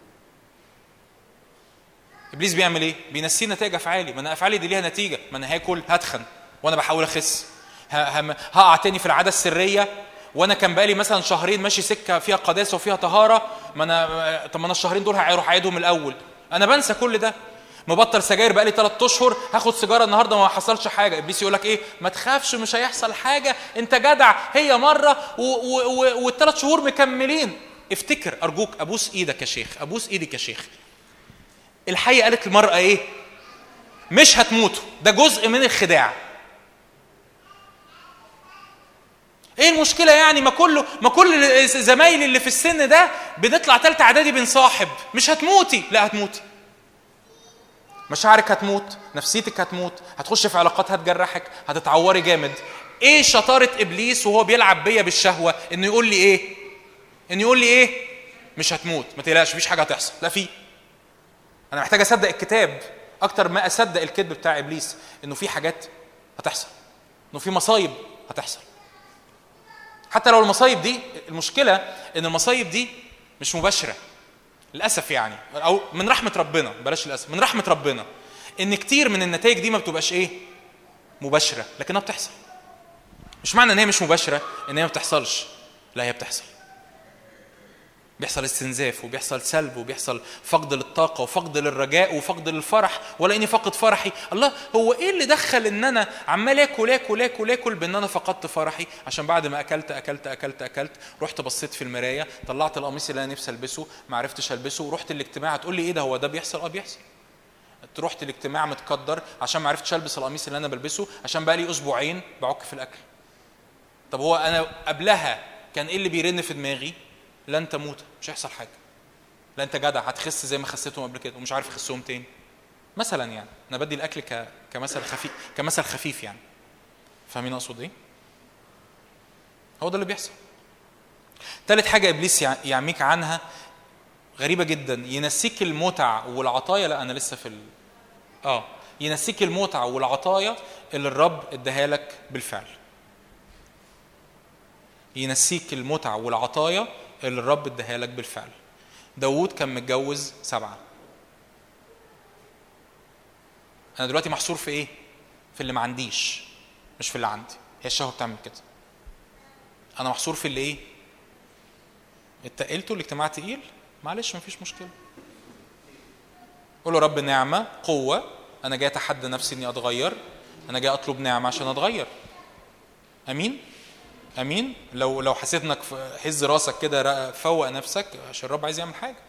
إبليس بيعمل إيه؟ بينسي نتائج أفعالي. ما أنا أفعالي دي ليها نتيجة. ما أنا هاكل هتخن وأنا بحاول أخس، هقع في العادة السرية وأنا كان بقالي مثلا شهرين ماشي سكة فيها قداسة وفيها طهارة. طب ما أنا الشهرين دول هروح أعيدهم الأول. أنا بنسى كل ده. مبطل سجاير بقالي 3 أشهر، هاخد سيجاره النهارده ما حصلش حاجه. ابليس يقول لك ايه؟ ما تخافش، مش هيحصل حاجه، انت جدع، هي مره وال3 شهور مكملين. افتكر ارجوك، ابوس ايدك يا شيخ، ابوس ايدك يا شيخ. الحيه قالت للمراه ايه؟ مش هتموتوا. ده جزء من الخداع. ايه المشكله يعني؟ ما كل زمايلي اللي في السن ده بنطلع 3 اعدادي بنصاحب. مش هتموتي. لا، هتموتي. مشاعرك هتموت، نفسيتك هتموت، هتخش في علاقات هتجرحك، هتتعوري جامد. ايه شطارة ابليس وهو بيلعب بيا بالشهوة؟ انه يقول لي ايه؟ مش هتموت، ما تقلقش، مفيش حاجة هتحصل. لا، في. انا محتاج اصدق الكتاب اكتر ما اصدق الكذب بتاع ابليس، انه في حاجات هتحصل، انه في مصايب هتحصل. حتى لو المصايب دي، المشكلة ان المصايب دي مش مباشرة للأسف يعني، أو من رحمة ربنا، بلاش للأسف، من رحمة ربنا إن كتير من النتائج دي ما بتبقاش إيه؟ مباشرة، لكنها بتحصل. مش معنى إن هي مش مباشرة إن هي ما بتحصلش، لا، هي بتحصل. بيحصل استنزاف، وبيحصل سلب، وبيحصل فقد للطاقة، وفقد للرجاء، وفقد للفرح. ولا إني فقد فرحي. الله، هو إيه اللي دخل إن أنا عمال آكل بإن أنا فقدت فرحي؟ عشان بعد ما أكلت رحت بصيت في المراية، طلعت القميص اللي أنا نفسي ألبسه، ما عرفتش ألبسه، ورحت الاجتماع. هتقول لي إيه ده؟ هو ده بيحصل؟ بيحصل. رحت الاجتماع متقدر عشان ما عرفتش ألبس القميص اللي أنا بلبسه، عشان بقى لي أسبوعين بعك في الأكل. طب هو أنا قبلها كان إيه اللي بيرن في دماغي؟ لن تموت، مش هيحصل حاجه، لا انت جدع، هتخس زي ما خسيتهم قبل كده ومش عارف اخسهم تاني مثلا. يعني انا بدي الاكل كمثل خفيف يعني. فاهمين اقصد ايه؟ هو ده اللي بيحصل. ثالث حاجه ابليس يعميك عنها غريبة جدا، ينسيك المتع والعطايا. لا أنا لسه في ينسيك المتع والعطايا اللي الرب اداها لك بالفعل. ينسيك المتع والعطايا اللي الرب اداها لك بالفعل. داود كان متجوز 7. أنا دلوقتي محصور في إيه؟ في اللي ما عنديش، مش في اللي عندي. هي الشهوة بتعمل كده. أنا محصور في اللي إيه؟ اتقلتوا الاجتماع تقيل، معلش مفيش مشكلة. قولوا رب نعمة، قوة. أنا جاي أتحدى نفسي إني أتغير، أنا جاي أطلب نعمة عشان أتغير. أمين؟ أمين؟ لو حسيت إنك حز راسك كده، فوق نفسك عشان الرب عايز يعمل حاجة.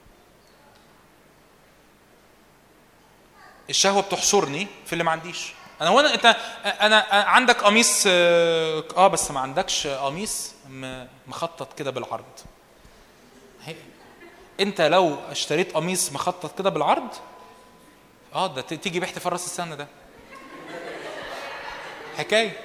الشهوة بتحصرني في اللي ما عنديش. أنا عندك قميص بس ما عندكش قميص مخطط كده بالعرض. انت لو اشتريت قميص مخطط كده بالعرض ده تيجي بيحتي فرس السنة ده حكاية.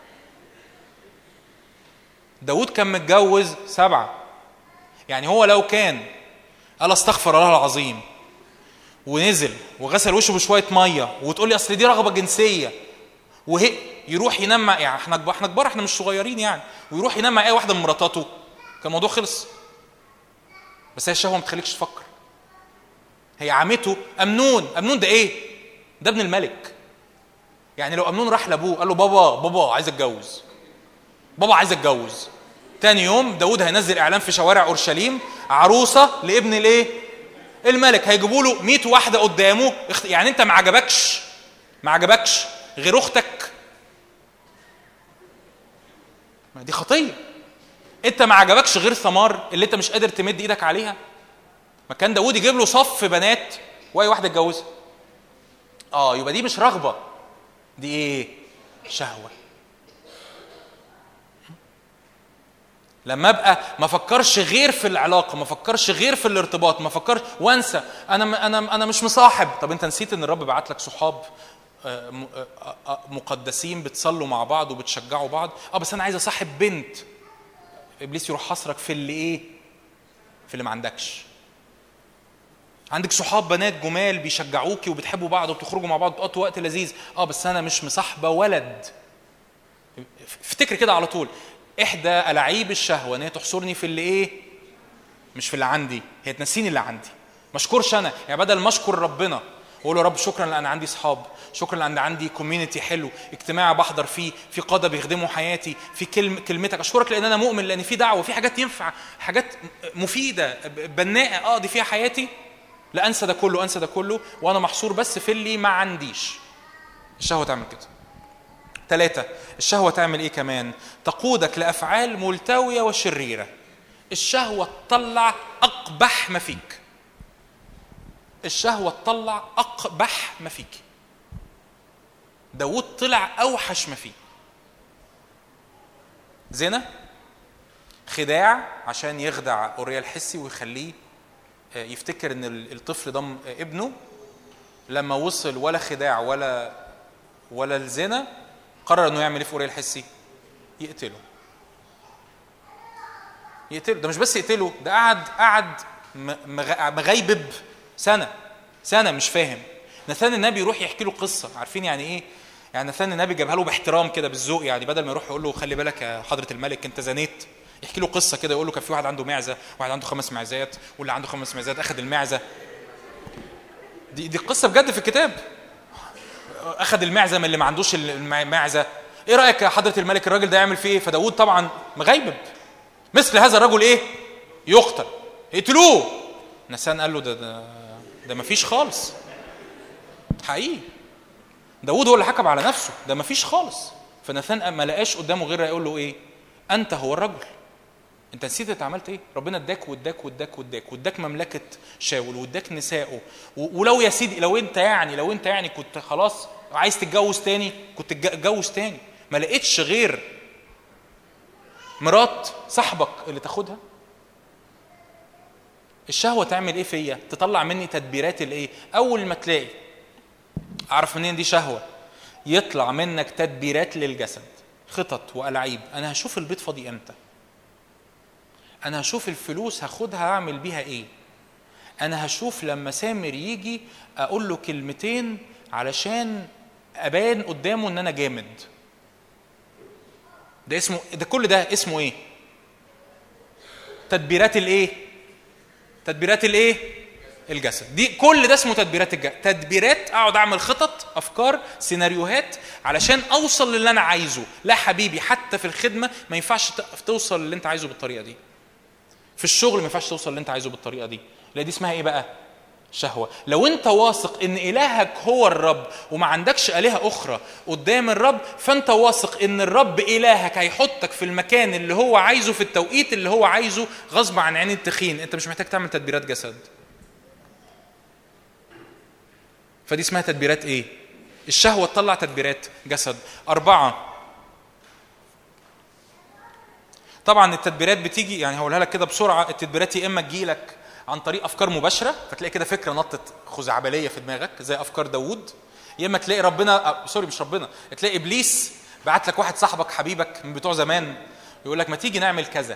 داود كان متجوز 7. يعني هو لو كان قال استغفر الله العظيم ونزل وغسل وشه بشوية مية وتقول لي اصل دي رغبة جنسية، وهي يروح ينام مع، يعني احنا كبار، احنا مش صغيرين يعني، ويروح ينام مع اي واحدة من مراتاته، كان الموضوع خلص. بس هي الشهوة ما تخليكش تفكر. هي عمته أمنون ده ايه؟ ده ابن الملك. يعني لو أمنون راح لابوه قال له بابا عايز اتجوز، بابا عايز اتجوز، تاني يوم داود هينزل اعلان في شوارع اورشليم عروسة لابن الايه؟ الملك. هيجيبوا له 100 واحدة قدامه. يعني انت ما عجبكش غير اختك؟ ما دي خطية. انت ما عجبكش غير ثمار اللي انت مش قادر تمد ايدك عليها؟ ما كان داود يجيب له صف بنات واي واحده اتجوزها. يبقى دي مش رغبه، دي ايه؟ شهوه. لما ابقى ما فكرش غير في العلاقه، ما فكرش غير في الارتباط، ما فكرش وانسى انا مش مصاحب. طب انت نسيت ان الرب بعت لك صحاب مقدسين بتصلوا مع بعض وبتشجعوا بعض؟ بس انا عايز اصاحب بنت. ابليس يروح حصرك في اللي ايه؟ في اللي ما عندكش. عندك صحاب بنات جمال بيشجعوكي وبتحبوا بعض وبتخرجوا مع بعض وتقضوا وقت لذيذ، بس انا مش مصاحبه ولد. افتكر كده على طول، احدى ألاعيب الشهوه ان هي تحصرني في اللي ايه؟ مش في اللي عندي. هي تنسيني اللي عندي. ما اشكرش انا، يعني بدل ما اشكر ربنا واقول له رب شكرا لان عندي صحاب، شكرا لان عندي كوميونتي حلو، اجتماع بحضر فيه، في قاده بيخدموا حياتي، في كلمتك، اشكرك لان انا مؤمن، لان في دعوه، في حاجات ينفع، حاجات مفيده بناءه اقضي فيها حياتي. لا انسى ده كله وانا محصور بس في اللي ما عنديش. الشهوه تعمل كده. 3. الشهوه تعمل ايه كمان؟ تقودك لافعال ملتويه وشريره. الشهوه تطلع اقبح ما فيك. الشهوه تطلع اقبح ما فيك. داود طلع اوحش ما فيه. زنا، خداع عشان يخدع أوريا الحسي ويخليه يفتكر ان الطفل ده ابنه. لما وصل ولا خداع ولا الزنا، قرر انه يعمل ايه في أوريا الحسي؟ يقتله. ده مش بس يقتله، ده قعد مغيبب سنة مش فاهم. نثان النبي يروح يحكي له قصة. عارفين يعني ايه؟ يعني نثان النبي جابها له باحترام كده بالذوق، يعني بدل ما يروح يقول له خلي بالك يا حضرة الملك انت زنيت، يحكي له قصة كده، يقول له كان في واحد عنده معزة، واحد عنده 5 معزات، واللي عنده 5 معزات اخذ المعزة. دي قصة بجد في الكتاب. اخذ المعزة من اللي ما عندوش المعزة. ايه رأيك يا حضرة الملك الراجل ده يعمل فيه ايه؟ فداود طبعا مغيبب. مثل هذا الرجل ايه؟ يقتل. اقتلوه. نثان قال له ده مفيش خالص. حقيقي داود هو اللي حكم على نفسه، ده مفيش خالص. فنثان ما لقاش قدامه غير يقول له ايه؟ انت هو الرجل. انت نسيت انت عملت ايه؟ ربنا اداك واداك مملكه شاول واداك نسائه، ولو يا سيدي لو انت يعني كنت خلاص عايز تتجوز تاني كنت تتجوز تاني. ما لقيتش غير مرات صاحبك اللي تاخدها. الشهوه تعمل ايه فيا؟ تطلع مني تدبيرات الايه؟ اول ما تلاقي اعرف منين دي شهوه، يطلع منك تدبيرات للجسد، خطط والعاب. انا هشوف البيت فاضي امتى، انا هشوف الفلوس هاخدها اعمل بيها ايه، انا هشوف لما سامر يجي اقول له كلمتين علشان ابان قدامه ان انا جامد. ده اسمه، ده كل ده اسمه ايه؟ تدبيرات الايه؟ تدبيرات الايه؟ الجسد. دي كل ده اسمه تدبيرات الجسد. تدبيرات اقعد اعمل خطط، افكار، سيناريوهات علشان اوصل للي انا عايزه. لا حبيبي، حتى في الخدمه ما ينفعش توصل للي انت عايزه بالطريقه دي. في الشغل ما ينفعش توصل اللي انت عايزه بالطريقه دي. لا، دي اسمها ايه بقى؟ شهوه. لو انت واثق ان الهك هو الرب وما عندكش الهه اخرى قدام الرب، فانت واثق ان الرب الهك هيحطك في المكان اللي هو عايزه في التوقيت اللي هو عايزه غصب عن عين التخين. انت مش محتاج تعمل تدبيرات جسد. فدي اسمها تدبيرات ايه؟ الشهوه تطلع تدبيرات جسد. 4. طبعا التدبيرات بتيجي، يعني هقولها لك كده بسرعه. التدبيرات يا اما تجي لك عن طريق افكار مباشره، فتلاقي كده فكره نطت خزعبليه في دماغك زي افكار داوود. يا اما تلاقي ربنا مش ربنا، تلاقي ابليس بعت لك واحد صاحبك حبيبك من بتوع زمان يقول لك ما تيجي نعمل كذا.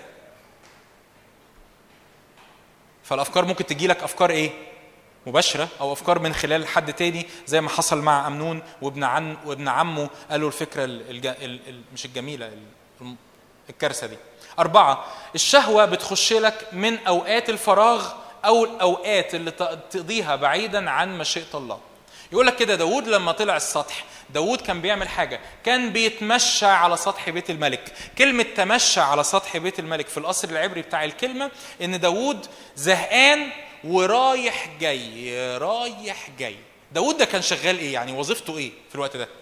فالافكار ممكن تجي لك افكار ايه؟ مباشره، او افكار من خلال حد تاني زي ما حصل مع امنون وابن عمه قالوا الفكره مش الجميله، الكارثه دي. 4. الشهوه بتخش لك من اوقات الفراغ او الاوقات اللي تقضيها بعيدا عن مشيئه الله. يقول لك كده داود لما طلع السطح، داود كان بيعمل حاجه، كان بيتمشى على سطح بيت الملك. كلمه تمشى على سطح بيت الملك في الاصل العبري بتاع الكلمه ان داود زهقان ورايح جاي رايح جاي. داود ده كان شغال ايه؟ يعني وظيفته ايه في الوقت ده؟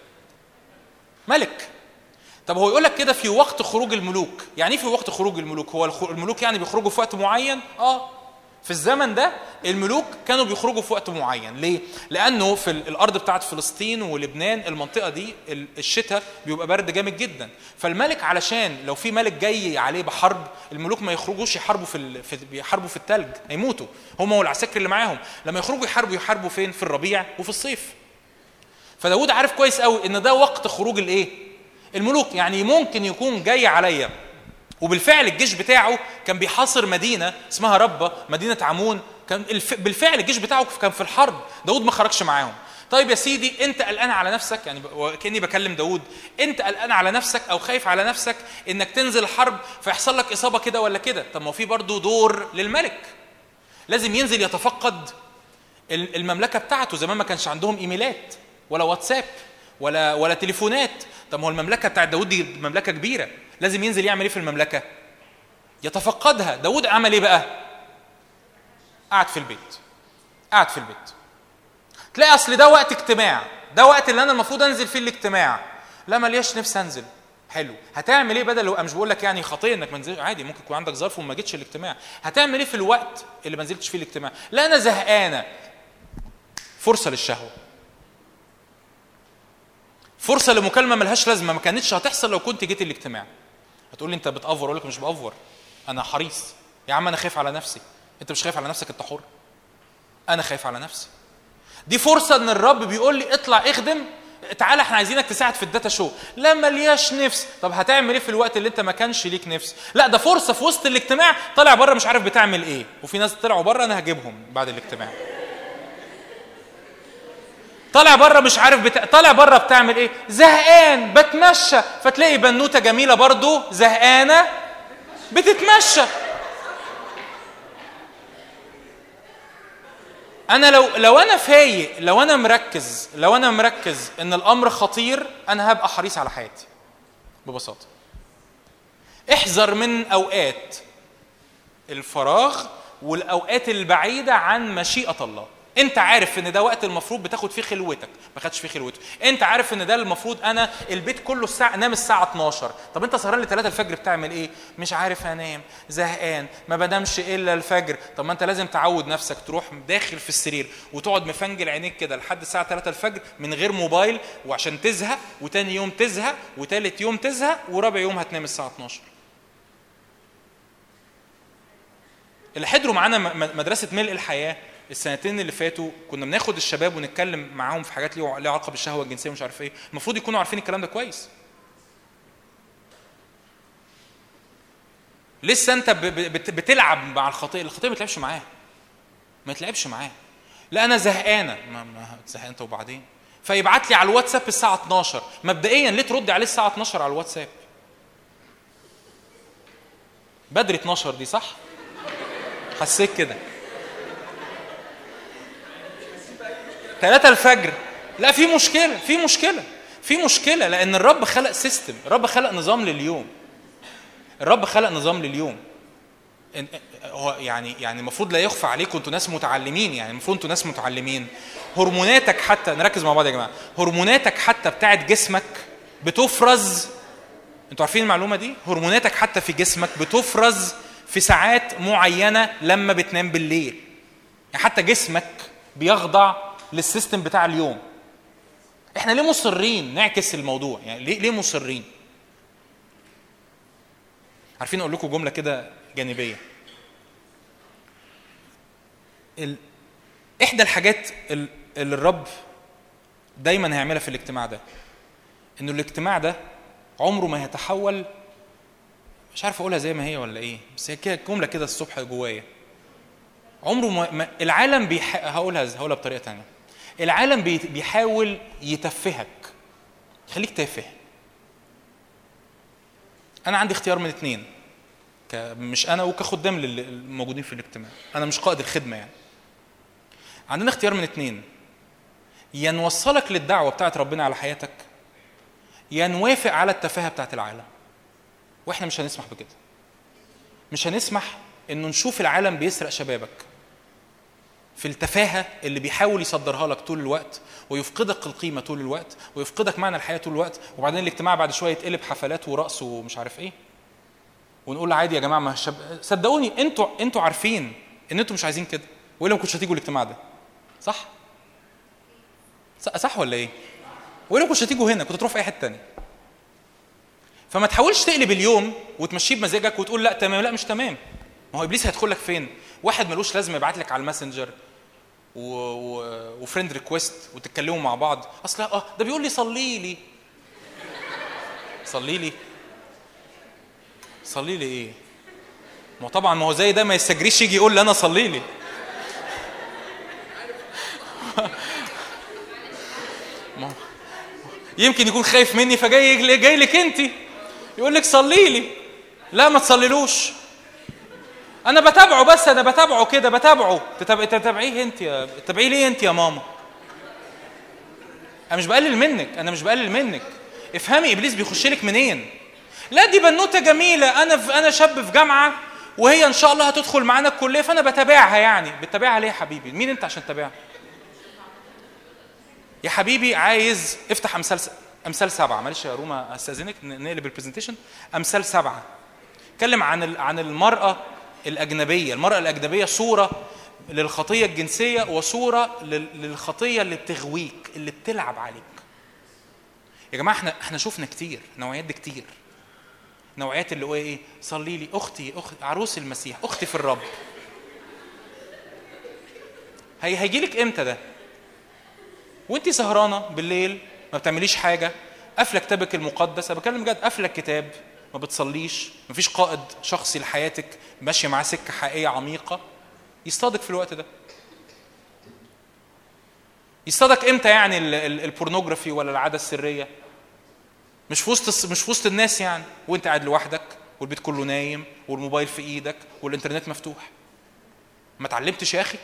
ملك. طب هو يقول لك كده في وقت خروج الملوك. يعني ايه في وقت خروج الملوك؟ هو الملوك يعني بيخرجوا في وقت معين؟ في الزمن ده الملوك كانوا بيخرجوا في وقت معين. ليه؟ لانه في الارض بتاعت فلسطين ولبنان المنطقه دي الشتاء بيبقى برد جامد جدا. فالملك علشان لو في ملك جاي عليه بحرب، الملوك ما يخرجوش يحاربوا بيحاربوا في الثلج، هيموتوا هم والعساكر اللي معاهم. لما يخرجوا يحاربوا فين؟ في الربيع وفي الصيف. فداود عارف كويس قوي ان ده وقت خروج الايه؟ الملوك. يعني ممكن يكون جاي عليا. وبالفعل الجيش بتاعه كان بيحاصر مدينه اسمها ربة، مدينه عمون. كان بالفعل الجيش بتاعه كان في الحرب. داود ما خرجش معاهم. طيب يا سيدي، انت قلقان على نفسك، يعني كاني بكلم داود، انت قلقان على نفسك او خايف على نفسك انك تنزل الحرب فيحصل لك اصابه كده ولا كده. طب ما في برضه دور للملك، لازم ينزل يتفقد المملكه بتاعته. زمان ما كانش عندهم ايميلات ولا واتساب ولا تليفونات. طب ما هو المملكه بتاعت داود دي مملكه كبيره، لازم ينزل يعمل ايه في المملكه؟ يتفقدها. داود عمل ايه بقى؟ قعد في البيت. تلاقي اصل ده وقت اجتماع، ده وقت اللي انا المفروض انزل فيه الاجتماع. لا ملياش نفسي انزل. حلو، هتعمل ايه بدل؟ لو مش بقول لك يعني خطيه انك ما تنزلش، عادي ممكن يكون عندك ظرف وما جيتش الاجتماع. هتعمل ايه في الوقت اللي ما نزلتش فيه الاجتماع؟ لا انا زهقانه. فرصه للشهوه، فرصه لمكالمه ملهاش لازمه، ما كانتش هتحصل لو كنت جيت الاجتماع. هتقول لي انت بتأفور. اقول لك مش بأفور، انا حريص. يا عم انا خايف على نفسي. انت مش خايف على نفسك، انت حر. انا خايف على نفسي. دي فرصه ان الرب بيقول لي اطلع اخدم، تعالى احنا عايزينك تساعد في الداتا شو. لا ملياش نفس. طب هتعمل ايه في الوقت اللي انت ما كانش ليك نفس؟ لا ده فرصه في وسط الاجتماع، طالع بره مش عارف بتعمل ايه. وفي ناس طلعوا بره انا هجيبهم بعد الاجتماع. طالع بره مش عارف طالع بره بتعمل ايه؟ زهقان بتمشى. فتلاقي بنوته جميله برضو زهقانه بتتمشى. انا لو انا فايق، لو انا مركز ان الامر خطير، انا هبقى حريص على حياتي ببساطه. احذر من اوقات الفراغ والاوقات البعيده عن مشيئه الله. انت عارف ان ده وقت المفروض بتاخد فيه خلوتك، ما خدتش فيه خلوته. انت عارف ان ده المفروض انا البيت كله الساعه انام الساعه 12. طب انت سهران ل 3 الفجر بتعمل ايه؟ مش عارف انام، زهقان، ما بنامش الا الفجر. طب ما انت لازم تعود نفسك تروح داخل في السرير وتقعد مفنجل عينيك كده لحد الساعه 3 الفجر من غير موبايل، وعشان تزهق، وتاني يوم تزهق، وتالت يوم تزهق، ورابع يوم هتنام الساعه 12. اللي حضروا معانا مدرسه ملء الحياه السنتين اللي فاتوا، كنا بناخد الشباب ونتكلم معاهم في حاجات ليها علاقه بالشهوه الجنسيه ومش عارف ايه. المفروض يكونوا عارفين الكلام ده كويس. لسه انت بتلعب مع الخطيه ما تلعبش معاها. ما يتلعبش معاه. لا انا زهقانه، ما زهقان انت وبعدين، فيبعت لي على الواتساب الساعه 12. مبدئيا ليه تردي عليه الساعه 12 على الواتساب؟ بدري 12 دي صح؟ حسيت كده 3 الفجر. لا في مشكله لان الرب خلق سيستم، الرب خلق نظام لليوم، الرب خلق نظام لليوم. هو يعني المفروض لا يخفى عليكم، انتوا ناس متعلمين، يعني المفروض انتوا ناس متعلمين. هرموناتك حتى، نركز مع بعض يا جماعه، هرموناتك حتى بتاعت جسمك بتفرز، انتوا عارفين المعلومه دي؟ هرموناتك حتى في جسمك بتفرز في ساعات معينه لما بتنام بالليل. يعني حتى جسمك بيخضع للسيستم بتاع اليوم. احنا ليه مصرين نعكس الموضوع؟ يعني ليه مصرين؟ عارفين اقول لكم جمله كده جانبيه. احدى الحاجات اللي الرب دايما هيعملها في الاجتماع ده، انه الاجتماع ده عمره ما يتحول، مش عارف اقولها زي ما هي ولا ايه، بس هي كده جمله كده الصبح جوايا. عمره ما العالم هقولها بطريقه ثانيه. العالم بيحاول يتفهك، خليك تافه. انا عندي اختيار من 2، مش انا وكخدام للموجودين في الاجتماع، انا مش قائد الخدمه يعني. عندنا اختيار من 2، يا نوصلك للدعوه بتاعت ربنا على حياتك، يا نوافق على التفاهه بتاعت العالم. واحنا مش هنسمح بكده، مش هنسمح انه نشوف العالم بيسرق شبابك في التفاهه اللي بيحاول يصدرها لك طول الوقت، ويفقدك القيمه طول الوقت، ويفقدك معنى الحياه طول الوقت، وبعدين الاجتماع بعد شويه يتقلب حفلات ورقص ومش عارف ايه، ونقول عادي يا جماعه ما صدقوني انتوا عارفين ان انتوا مش عايزين كده، والا ما كنتش هتيجوا الاجتماع ده. صح ولا ايه؟ والا ما كنتش هتيجوا هنا، كنتوا تروحوا في اي حته ثانيه. فما تحاولش تقلب اليوم وتمشيه بمزاجك وتقول لا تمام، لا مش تمام. ما هو ابليس هيدخل لك فين؟ واحد ملوش لازم يبعت لك على الماسنجر وفريند ريكويست وتتكلموا مع بعض، اصل ده بيقول لي صلي لي ايه؟ ما طبعا ما هو زي ده ما يستجريش يجي يقول لي انا صلي لي. يمكن يكون خايف مني فجاي لك انت يقول لك صلي لي. لا ما تصليلوش، انا بتابعه، بس انا بتابعه كده، تتابعيه انت، تتابعيه ليه انت يا ماما؟ انا مش بقلل منك. افهمي ابليس بيخش لك منين. لا دي بنوته جميله، انا شاب في جامعه وهي ان شاء الله هتدخل معانا الكليه، فانا بتابعها. يعني بتتابعها ليه يا حبيبي؟ مين انت عشان تتابعها يا حبيبي؟ عايز افتح امثال 7. معلش يا روما استاذنك نقلب البرزنتيشن. امثال 7 اتكلم عن المراه الاجنبيه صوره للخطيه الجنسيه، وصوره للخطيه اللي بتغويك، اللي بتلعب عليك. يا جماعه احنا شفنا كتير نوعيات دي، كتير نوعيات اللي هو ايه، صلي لي اختي عروس المسيح، اختي في الرب. هيجيلك امتى ده؟ وانتي سهرانه بالليل ما بتعمليش حاجه، قافله كتابك المقدس، انا بكلم بجد، قافله الكتاب، ما بتصليش، مفيش قائد شخصي لحياتك ماشيه معاه سكه حقيقيه عميقه، يصطادك في الوقت ده. يصطادك امتى؟ يعني البورنوجرافي ولا العاده السريه، مش في وسط الناس يعني، وانت قاعد لوحدك والبيت كله نايم والموبايل في ايدك والانترنت مفتوح. ما اتعلمتش يا اخي؟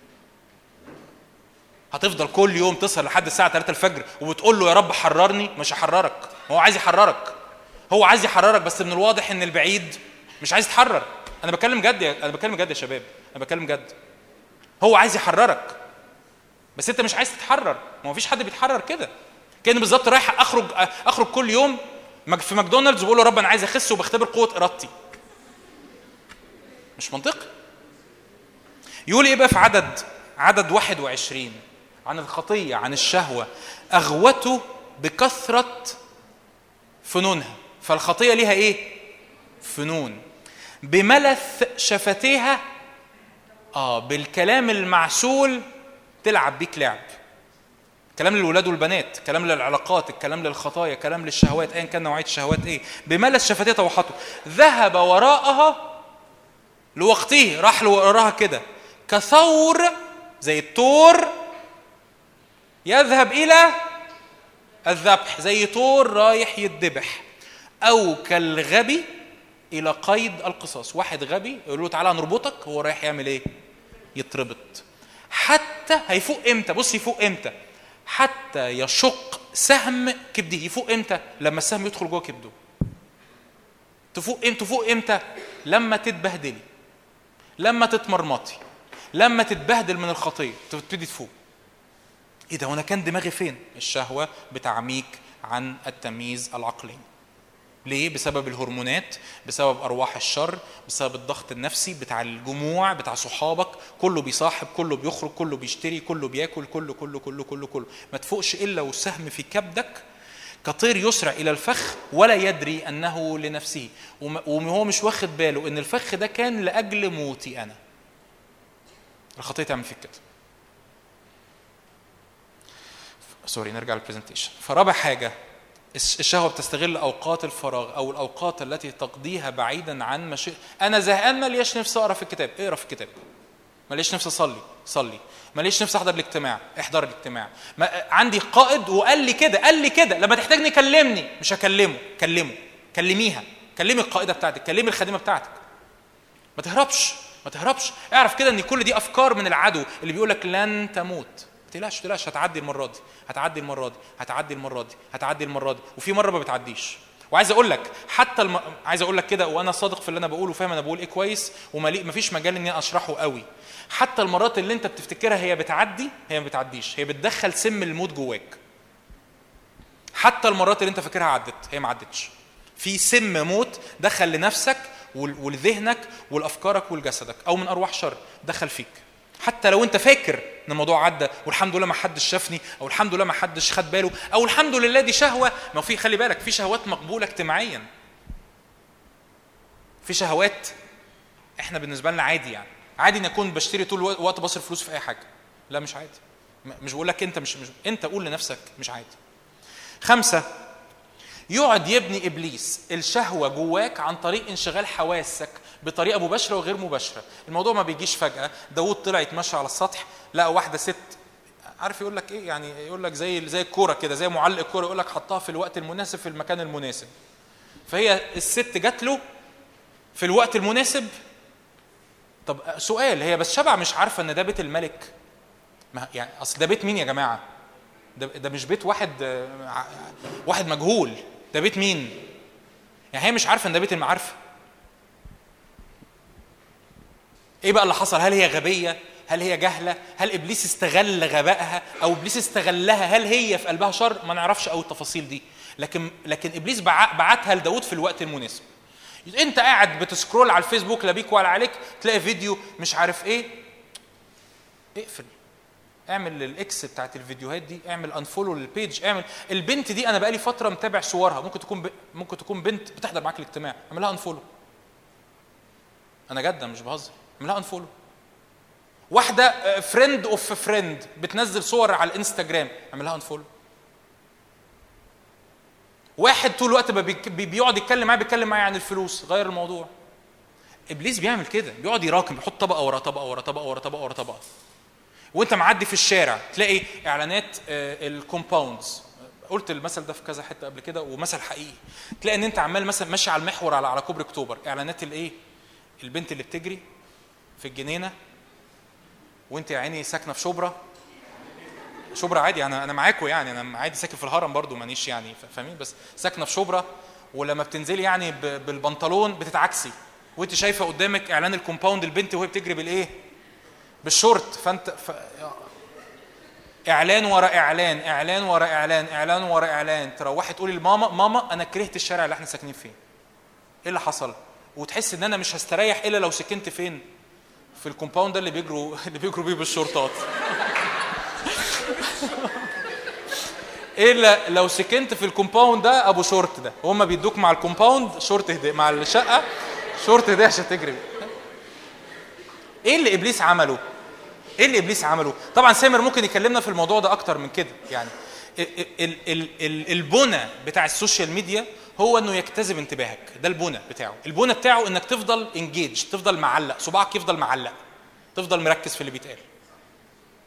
هتفضل كل يوم تسهر لحد الساعه 3 الفجر وبتقول له يا رب حررني؟ مش هحررك، هو عايز يحررك، بس من الواضح ان البعيد مش عايز يتحرر. انا بكلم جد يا شباب، انا بكلم جد. هو عايز يحررك بس انت مش عايز تتحرر. ما فيش حد بيتحرر كده. كان بالظبط رايح اخرج كل يوم في ماكدونالدز وبقول له رب انا عايز اخس وبختبر قوه ارادتي. مش منطقي. يقول ايه بقى في عدد 21 عن الخطيه، عن الشهوه، اغوته بكثره فنونها. فالخطيه ليها ايه؟ فنون. بملث شفتيها، بالكلام المعسول تلعب بيك لعب. كلام للولاد والبنات، كلام للعلاقات، الكلام للخطايا، كلام للشهوات، ايا كان نوعيه الشهوات ايه. بملث شفتيها طوحته، ذهب وراءها لوقته، راح وراها كده كثور زي الثور يذهب الى الذبح، زي ثور رايح يتذبح، او كالغبي الى قيد القصاص. واحد غبي يقول له تعالى نربطك، هو رايح يعمل ايه؟ يتربط. حتى هيفوق امتى؟ بص يفوق امتى؟ حتى يشق سهم كبده. يفوق امتى؟ لما السهم يدخل جوه كبده. تفوق امتى؟ لما تتبهدلي، لما تتمرمطي، لما تتبهدل من الخطيه تبتدي تفوق. ايه ده؟ وانا كان دماغي فين؟ الشهوه بتعميك عن التمييز العقلي. ليه؟ بسبب الهرمونات، بسبب ارواح الشر، بسبب الضغط النفسي بتاع الجموع، بتاع صحابك، كله بيصاحب، كله بيخرج، كله بيشتري، كله بياكل، كله كله كله كله كله. ما تفوقش الا والسهم في كبدك كطير يسرع الى الفخ ولا يدري انه لنفسه، وهو مش واخد باله ان الفخ ده كان لاجل موتي انا. الخطيه تعمل فيك كده. سوري، نرجع للبرزنتيشن. فرابع حاجه، الشهوة بتستغل أوقات الفراغ أو الأوقات التي تقضيها بعيدا عن مشيئة. أنا زهقان ماليش نفسي أقرأ في الكتاب، اقرأ في الكتاب. ماليش نفسي أصلي، ماليش نفسي أحضر الاجتماع، احضر الاجتماع. عندي قائد وقال لي كده، لما تحتاجني كلمني. مش هكلمه، كلميها، كلمي القائدة بتاعتك، كلمي الخادمة بتاعتك. ما تهربش. اعرف كده ان كل دي أفكار من العدو اللي بيقولك لن تموت. تلاش هتعدي المرة دي، وفي مرة ما بتعديش. وعايز اقول لك حتى عايز اقول لك كده، وانا صادق في اللي انا بقوله، فاهم انا بقول ايه كويس، ومفيش مجال اني اشرحه قوي. حتى المرات اللي انت بتفتكرها هي بتعدي، هي ما بتعديش، هي بتدخل سم الموت جواك. حتى المرات اللي انت فاكرها عدت، هي ما عدتش. في سم موت دخل لنفسك ولذهنك ولافكارك ولجسدك، او من ارواح شر دخل فيك. حتى لو انت فاكر ان الموضوع عدى والحمد لله ما حدش شافني، او الحمد لله ما حدش خد باله، او الحمد لله دي شهوه. ما في، خلي بالك، في شهوات مقبوله اجتماعيا، في شهوات احنا بالنسبه لنا عادي. يعني عادي ان اكون بشتري طول الوقت بصرف فلوس في اي حاجه. لا مش عادي. مش بقول لك انت مش انت قول لنفسك مش عادي. 5، يقعد يبني ابليس الشهوه جواك عن طريق انشغال حواسك بطريقه مباشره وغير مباشره. الموضوع ما بيجيش فجاه. داود طلع يتمشى على السطح، لقى واحده ست، عارف يقول لك ايه؟ يعني يقول لك زي الكوره كده، زي معلق الكوره، يقول لك حطها في الوقت المناسب في المكان المناسب. فهي الست جات له في الوقت المناسب. طب سؤال، هي بس شبع مش عارفه ان ده بيت الملك؟ ما يعني اصل ده بيت مين يا جماعه؟ ده مش بيت واحد مجهول، ده بيت مين؟ يعني هي مش عارفه ان ده بيت المعارفه. ايه بقى اللي حصل؟ هل هي غبيه؟ هل هي جهله؟ هل ابليس استغل غبائها او ابليس استغلها؟ هل هي في قلبها شر؟ ما نعرفش قوي التفاصيل دي، لكن ابليس بعتها لداود في الوقت المناسب. انت قاعد بتسكرول على الفيسبوك، لا بيك ولا عليك، تلاقي فيديو مش عارف ايه، اقفل، اعمل الاكس بتاعت الفيديوهات دي، اعمل انفولو للبيج، اعمل. البنت دي انا بقالي فتره متابع صورها، ممكن تكون بنت بتحضر معاك الاجتماع، اعملها انفولو. انا جدا مش بهزر، اعملها انفولو. واحده فريند اوف فريند بتنزل صور على الانستجرام، اعملها انفولو. واحد طول الوقت بيقعد يتكلم معايا عن الفلوس، غير الموضوع. ابليس بيعمل كده، بيقعد يراكم، يحط طبقه ورا طبقه ورا طبقه ورا طبقه ورا طبقه. وانت معدي في الشارع تلاقي اعلانات الكومباوندز. قلت المثل ده في كذا حته قبل كده ومثل حقيقي. تلاقي ان انت عمال مثلا ماشي على المحور على كوبري اكتوبر، اعلانات الايه؟ البنت اللي بتجري في الجنينه، وانت يا عيني ساكنه في شبرا عادي. انا معاكم، يعني انا عادي ساكن في الهرم برضو، مانيش يعني فاهمين، بس ساكنه في شبرا. ولما بتنزلي يعني بالبنطلون بتتعكسي، وانت شايفه قدامك اعلان الكومباوند، البنت وهي بتجري بالايه؟ بالشورت. فانت اعلان ورا اعلان، اعلان ورا اعلان، اعلان ورا اعلان. تروحي تقولي لماما، ماما انا كرهت الشارع اللي احنا ساكنين فيه. ايه اللي حصل؟ وتحس ان انا مش هستريح الا لو سكنت فين؟ في الكومباوند اللي بيجروا بيه بالشورتات. الا لو سكنت في الكومباوند ده ابو شورت ده، وهم بيدوك مع الكومباوند شورت هديه، مع الشقه شورت هديه عشان تجري. ايه اللي ابليس عمله؟ طبعا سامر ممكن يكلمنا في الموضوع ده اكتر من كده. يعني البنى بتاع السوشيال ميديا هو انه يجتذب انتباهك. ده البنى بتاعه انك تفضل انجيج، تفضل معلق، صباعك يفضل معلق، تفضل مركز في اللي بيتقال.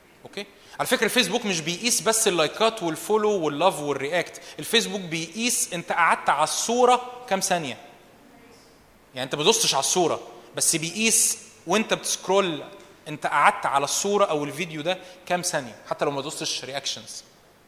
على فكرة الفيسبوك مش بيقيس بس اللايكات والفولو واللاف والرياكت، الفيسبوك بيقيس انت قعدت على الصورة كام ثانية. يعني انت ما دوستش على الصورة بس بيقيس وانت بتسكرول انت قعدت على الصورة او الفيديو ده كام ثانية حتى لو ما دوستش رياكشنز.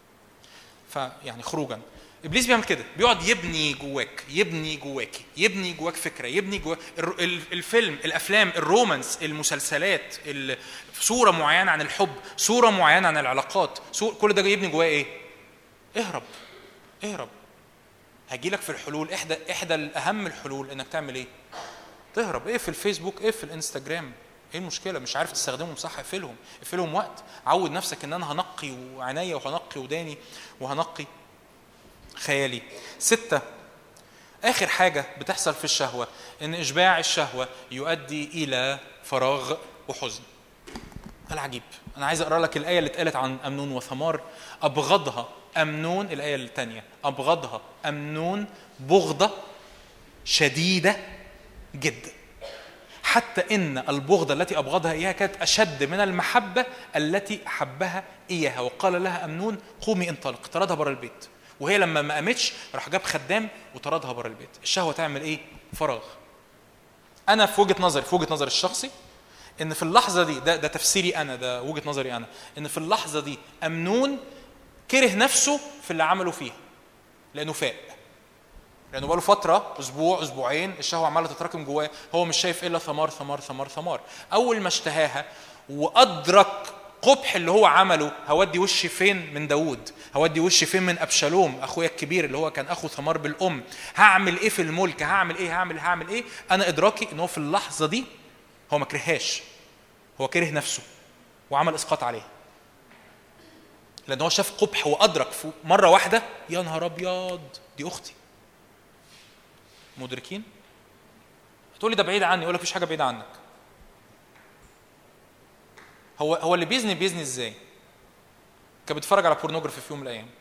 فيعني خروجا ابليس بيعمل كده، بيقعد يبني جواك، يبني جواك، يبني جواك فكره، يبني جواك الفيلم، الافلام، الرومانس، المسلسلات، صوره معينه عن الحب، صوره معينه عن العلاقات، كل ده يبني جواه ايه؟ اهرب اهرب. هجيلك في الحلول، احدى الاهم الحلول انك تعمل ايه؟ تهرب. ايه في الفيسبوك، ايه في الانستجرام، ايه المشكله؟ مش عارف تستخدمهم صح، اقفلهم وقت. عود نفسك ان انا هنقي عينيا وهنقي وداني وهنقي خيالي. 6 آخر حاجة بتحصل في الشهوة إن إشباع الشهوة يؤدي إلى فراغ وحزن. العجيب، أنا عايز أقرأ لك الآية اللي اتقالت عن أمنون وثمار. أبغضها أمنون، الآية الثانية، أبغضها أمنون بغضة شديدة جدا، حتى إن البغضة التي أبغضها إياها كانت أشد من المحبة التي أحبها إياها. وقال لها أمنون قومي انطلق. طردها بره البيت، وهي لما ما قامتش راح جاب خدام وطردها بره البيت. الشهوه تعمل ايه؟ فراغ. انا في وجهه نظر الشخصي ان في اللحظه دي، ده تفسيري انا، ده وجهه نظري انا، ان في اللحظه دي امنون كره نفسه في اللي عمله فيها، لانه فاق، لانه بقاله فتره اسبوع اسبوعين الشهوه عماله تتراكم جواه، هو مش شايف الا ثمار ثمار ثمار ثمار. اول ما اشتهاها وادرك قبح اللي هو عمله، هودي وشي فين من داود؟ هودي وشي فين من أبشالوم أخويا الكبير اللي هو كان أخو ثمار بالأم؟ هعمل إيه في الملك؟ هعمل إيه؟ أنا إدراكي إنه في اللحظة دي هو ما كرهاش، هو كره نفسه وعمل إسقاط عليه، لأنه هو شاف قبح وأدرك مرة واحدة يا نهار أبيض دي أختي. مدركين؟ هتقولي ده بعيد عني، أقول لك مفيش حاجة بعيدة عنك. هو اللي بيزني ازاي؟ كان بيتفرج على بورنوجرافي في يوم من الايام.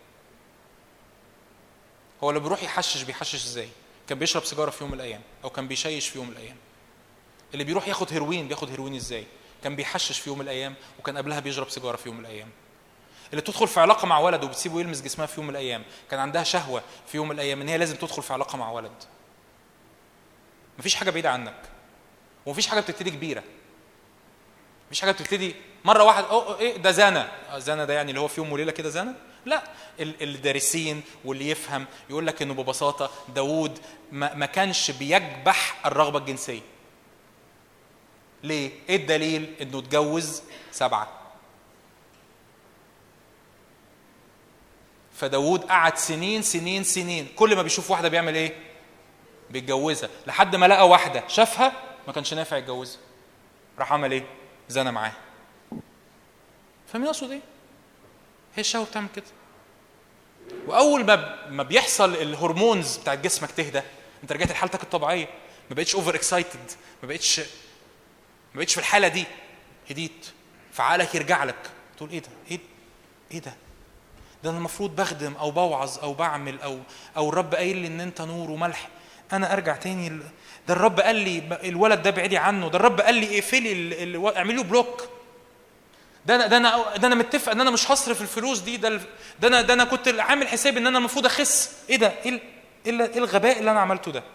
هو اللي بيروح بيحشش ازاي؟ كان بيشرب سيجاره في يوم من الايام، او كان بيشيش في يوم من الايام. اللي بيروح ياخد هيروين بياخد هيروين ازاي؟ كان بيحشش في يوم من الايام، وكان قبلها بيشرب سيجاره في يوم من الايام. اللي تدخل في علاقه مع ولد وبتسيبه يلمس جسمها في يوم من الايام، كان عندها شهوه في يوم من الايام ان هي لازم تدخل في علاقه مع ولد. مفيش حاجه بعيده عنك، ومفيش حاجه بتبتدي كبيره، مفيش حاجه بتبتدي مره واحده ايه ده زنا ده يعني اللي هو في يوم وليله كده زنا. لا، الدارسين واللي يفهم يقول لك انه ببساطه داود ما كانش بيكبح الرغبه الجنسيه. ليه؟ ايه الدليل؟ انه اتجوز 7. فداود قعد سنين كل ما بيشوف واحده بيعمل ايه؟ بيتجوزها، لحد ما لقى واحده شافها ما كانش نافع يتجوزها، راح عمل ايه؟ زنا معاه. فاهمين اقصد ايه؟ هي الشهوه بتعمل كده. واول ما بيحصل الهرمونز بتاعت جسمك تهدى، انت رجعت لحالتك الطبيعيه، ما بقتش اوفر اكسايتد، ما بقتش في الحاله دي، هديت، فعقلك يرجع لك تقول ايه ده؟ ايه ده انا المفروض بخدم او بوعظ او بعمل او الرب قايل لي ان انت نور وملح، انا ارجع تاني ده الرب قال لي الولد ده بعيدي عنه، ده الرب قال لي اقفلي اعملي له بلوك، ده انا متفق ان انا مش هصرف الفلوس دي، ده انا كنت عامل حسابي ان انا المفروض اخس، ايه ده؟ ايه الغباء اللي انا عملته ده؟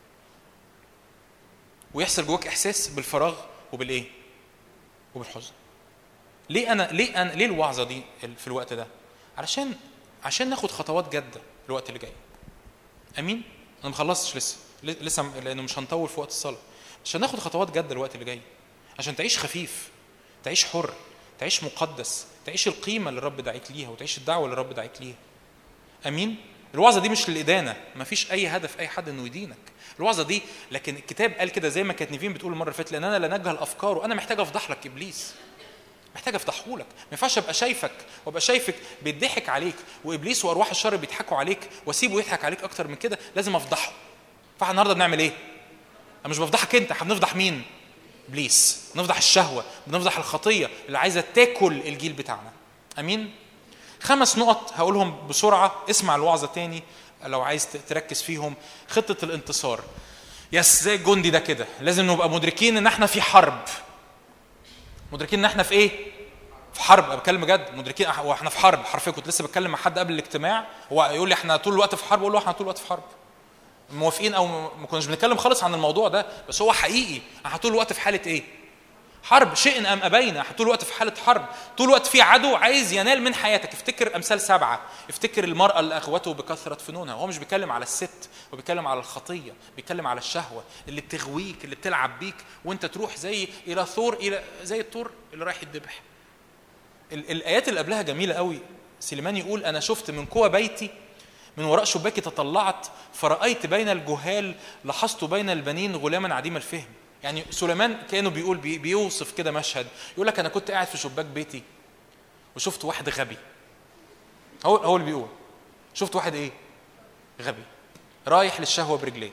ويحصل جواك احساس بالفراغ وبالايه؟ وبالحزن. ليه الوعظه دي في الوقت ده؟ عشان ناخد خطوات جاده الوقت اللي جاي. امين. انا ما خلصتش لسه لانه مش هنطول في وقت الصلاه. عشان ناخد خطوات جاده الوقت اللي جاي، عشان تعيش خفيف، تعيش حر، تعيش مقدس، تعيش القيمه اللي الرب دعيك ليها، وتعيش الدعوه اللي الرب دعيك ليها. امين. الوعظه دي مش للادانه، ما فيش اي هدف اي حد انه يدينك. الوعظه دي لكن الكتاب قال كده زي ما كانت نيفين بتقول المره اللي فاتت، لان انا لا نجهل افكاره، انا محتاج افضح لك ابليس، محتاج افتحه لك. ما ينفعش ابقى شايفك وابقى شايفك بيضحك عليك، وابليس وارواح الشر بيضحكوا عليك، واسيبه يضحك عليك اكتر من كده، لازم افضحه. فاحنا النهارده بنعمل ايه؟ انا مش بفضحك انت، احنا بنفضح مين؟ ابليس. بنفضح الشهوه، بنفضح الخطيه اللي عايزه تاكل الجيل بتاعنا. امين. 5 نقط هقولهم بسرعه، اسمع الوعظه تاني لو عايز تركز فيهم. خطه الانتصار، يس زي الجندي ده كده، لازم نبقى مدركين ان احنا في حرب، مدركين ان احنا في ايه؟ في حرب، بتكلم بجد، مدركين واحنا في حرب حرفيا. كنت لسه بتكلم مع حد قبل الاجتماع، هو يقول لي احنا طول الوقت في حرب، اقول له احنا طول الوقت في حرب. موافقين او ما كناش بنتكلم خالص عن الموضوع ده، بس هو حقيقي. احنا طول الوقت في حاله ايه؟ حرب، شئنا ام ابينا. احنا طول الوقت في حاله حرب، طول الوقت في عدو عايز ينال من حياتك. افتكر امثال 7، افتكر المراه اللي اخوته بكثره فنونها. هو مش بيتكلم على الست، هو بيتكلم على الخطيه، بيتكلم على الشهوه اللي بتغويك، اللي بتلعب بيك وانت تروح زي الى ثور، الى زي الثور اللي رايح يتذبح. الايات اللي قبلها جميله قوي. سليمان يقول انا شفت من قوى بيتي من وراء شباكي تطلعت فرأيت بين الجهال لاحظت بين البنين غلاما عديم الفهم. يعني سليمان كانوا بيقول بيوصف كده مشهد، يقول لك انا كنت قاعد في شباك بيتي وشفت واحد غبي. هو اللي بيقول شفت واحد ايه؟ غبي رايح للشهوه برجليه.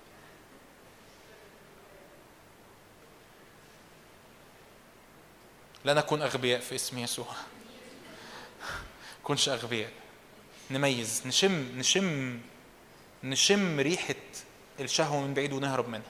لا نكون اغبياء في اسم يسوع. كونش اغبياء، نميز، نشم ريحه الشهوه من بعيد ونهرب منها.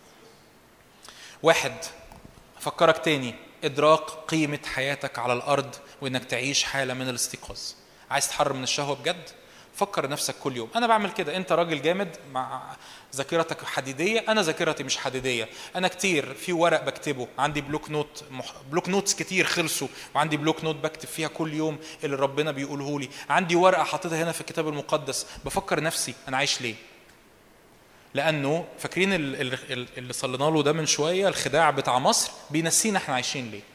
واحد، أفكرك تاني، إدراك قيمة حياتك على الأرض وإنك تعيش حالة من الاستيقاظ. عايز تحرر من الشهوة بجد؟ فكر نفسك كل يوم. أنا بعمل كده. أنت راجل جامد مع ذاكرتك حديدية، أنا ذاكرتي مش حديدية. أنا كتير في ورق بكتبه، عندي بلوك نوتس كتير خلصوا، وعندي بلوك نوت بكتب فيها كل يوم اللي ربنا بيقوله لي. عندي ورقة حاطتها هنا في الكتاب المقدس بفكر نفسي أنا عايش ليه. لأنه فاكرين اللي صلينا له ده من شوية، الخداع بتاع مصر بينسينا احنا عايشين ليه.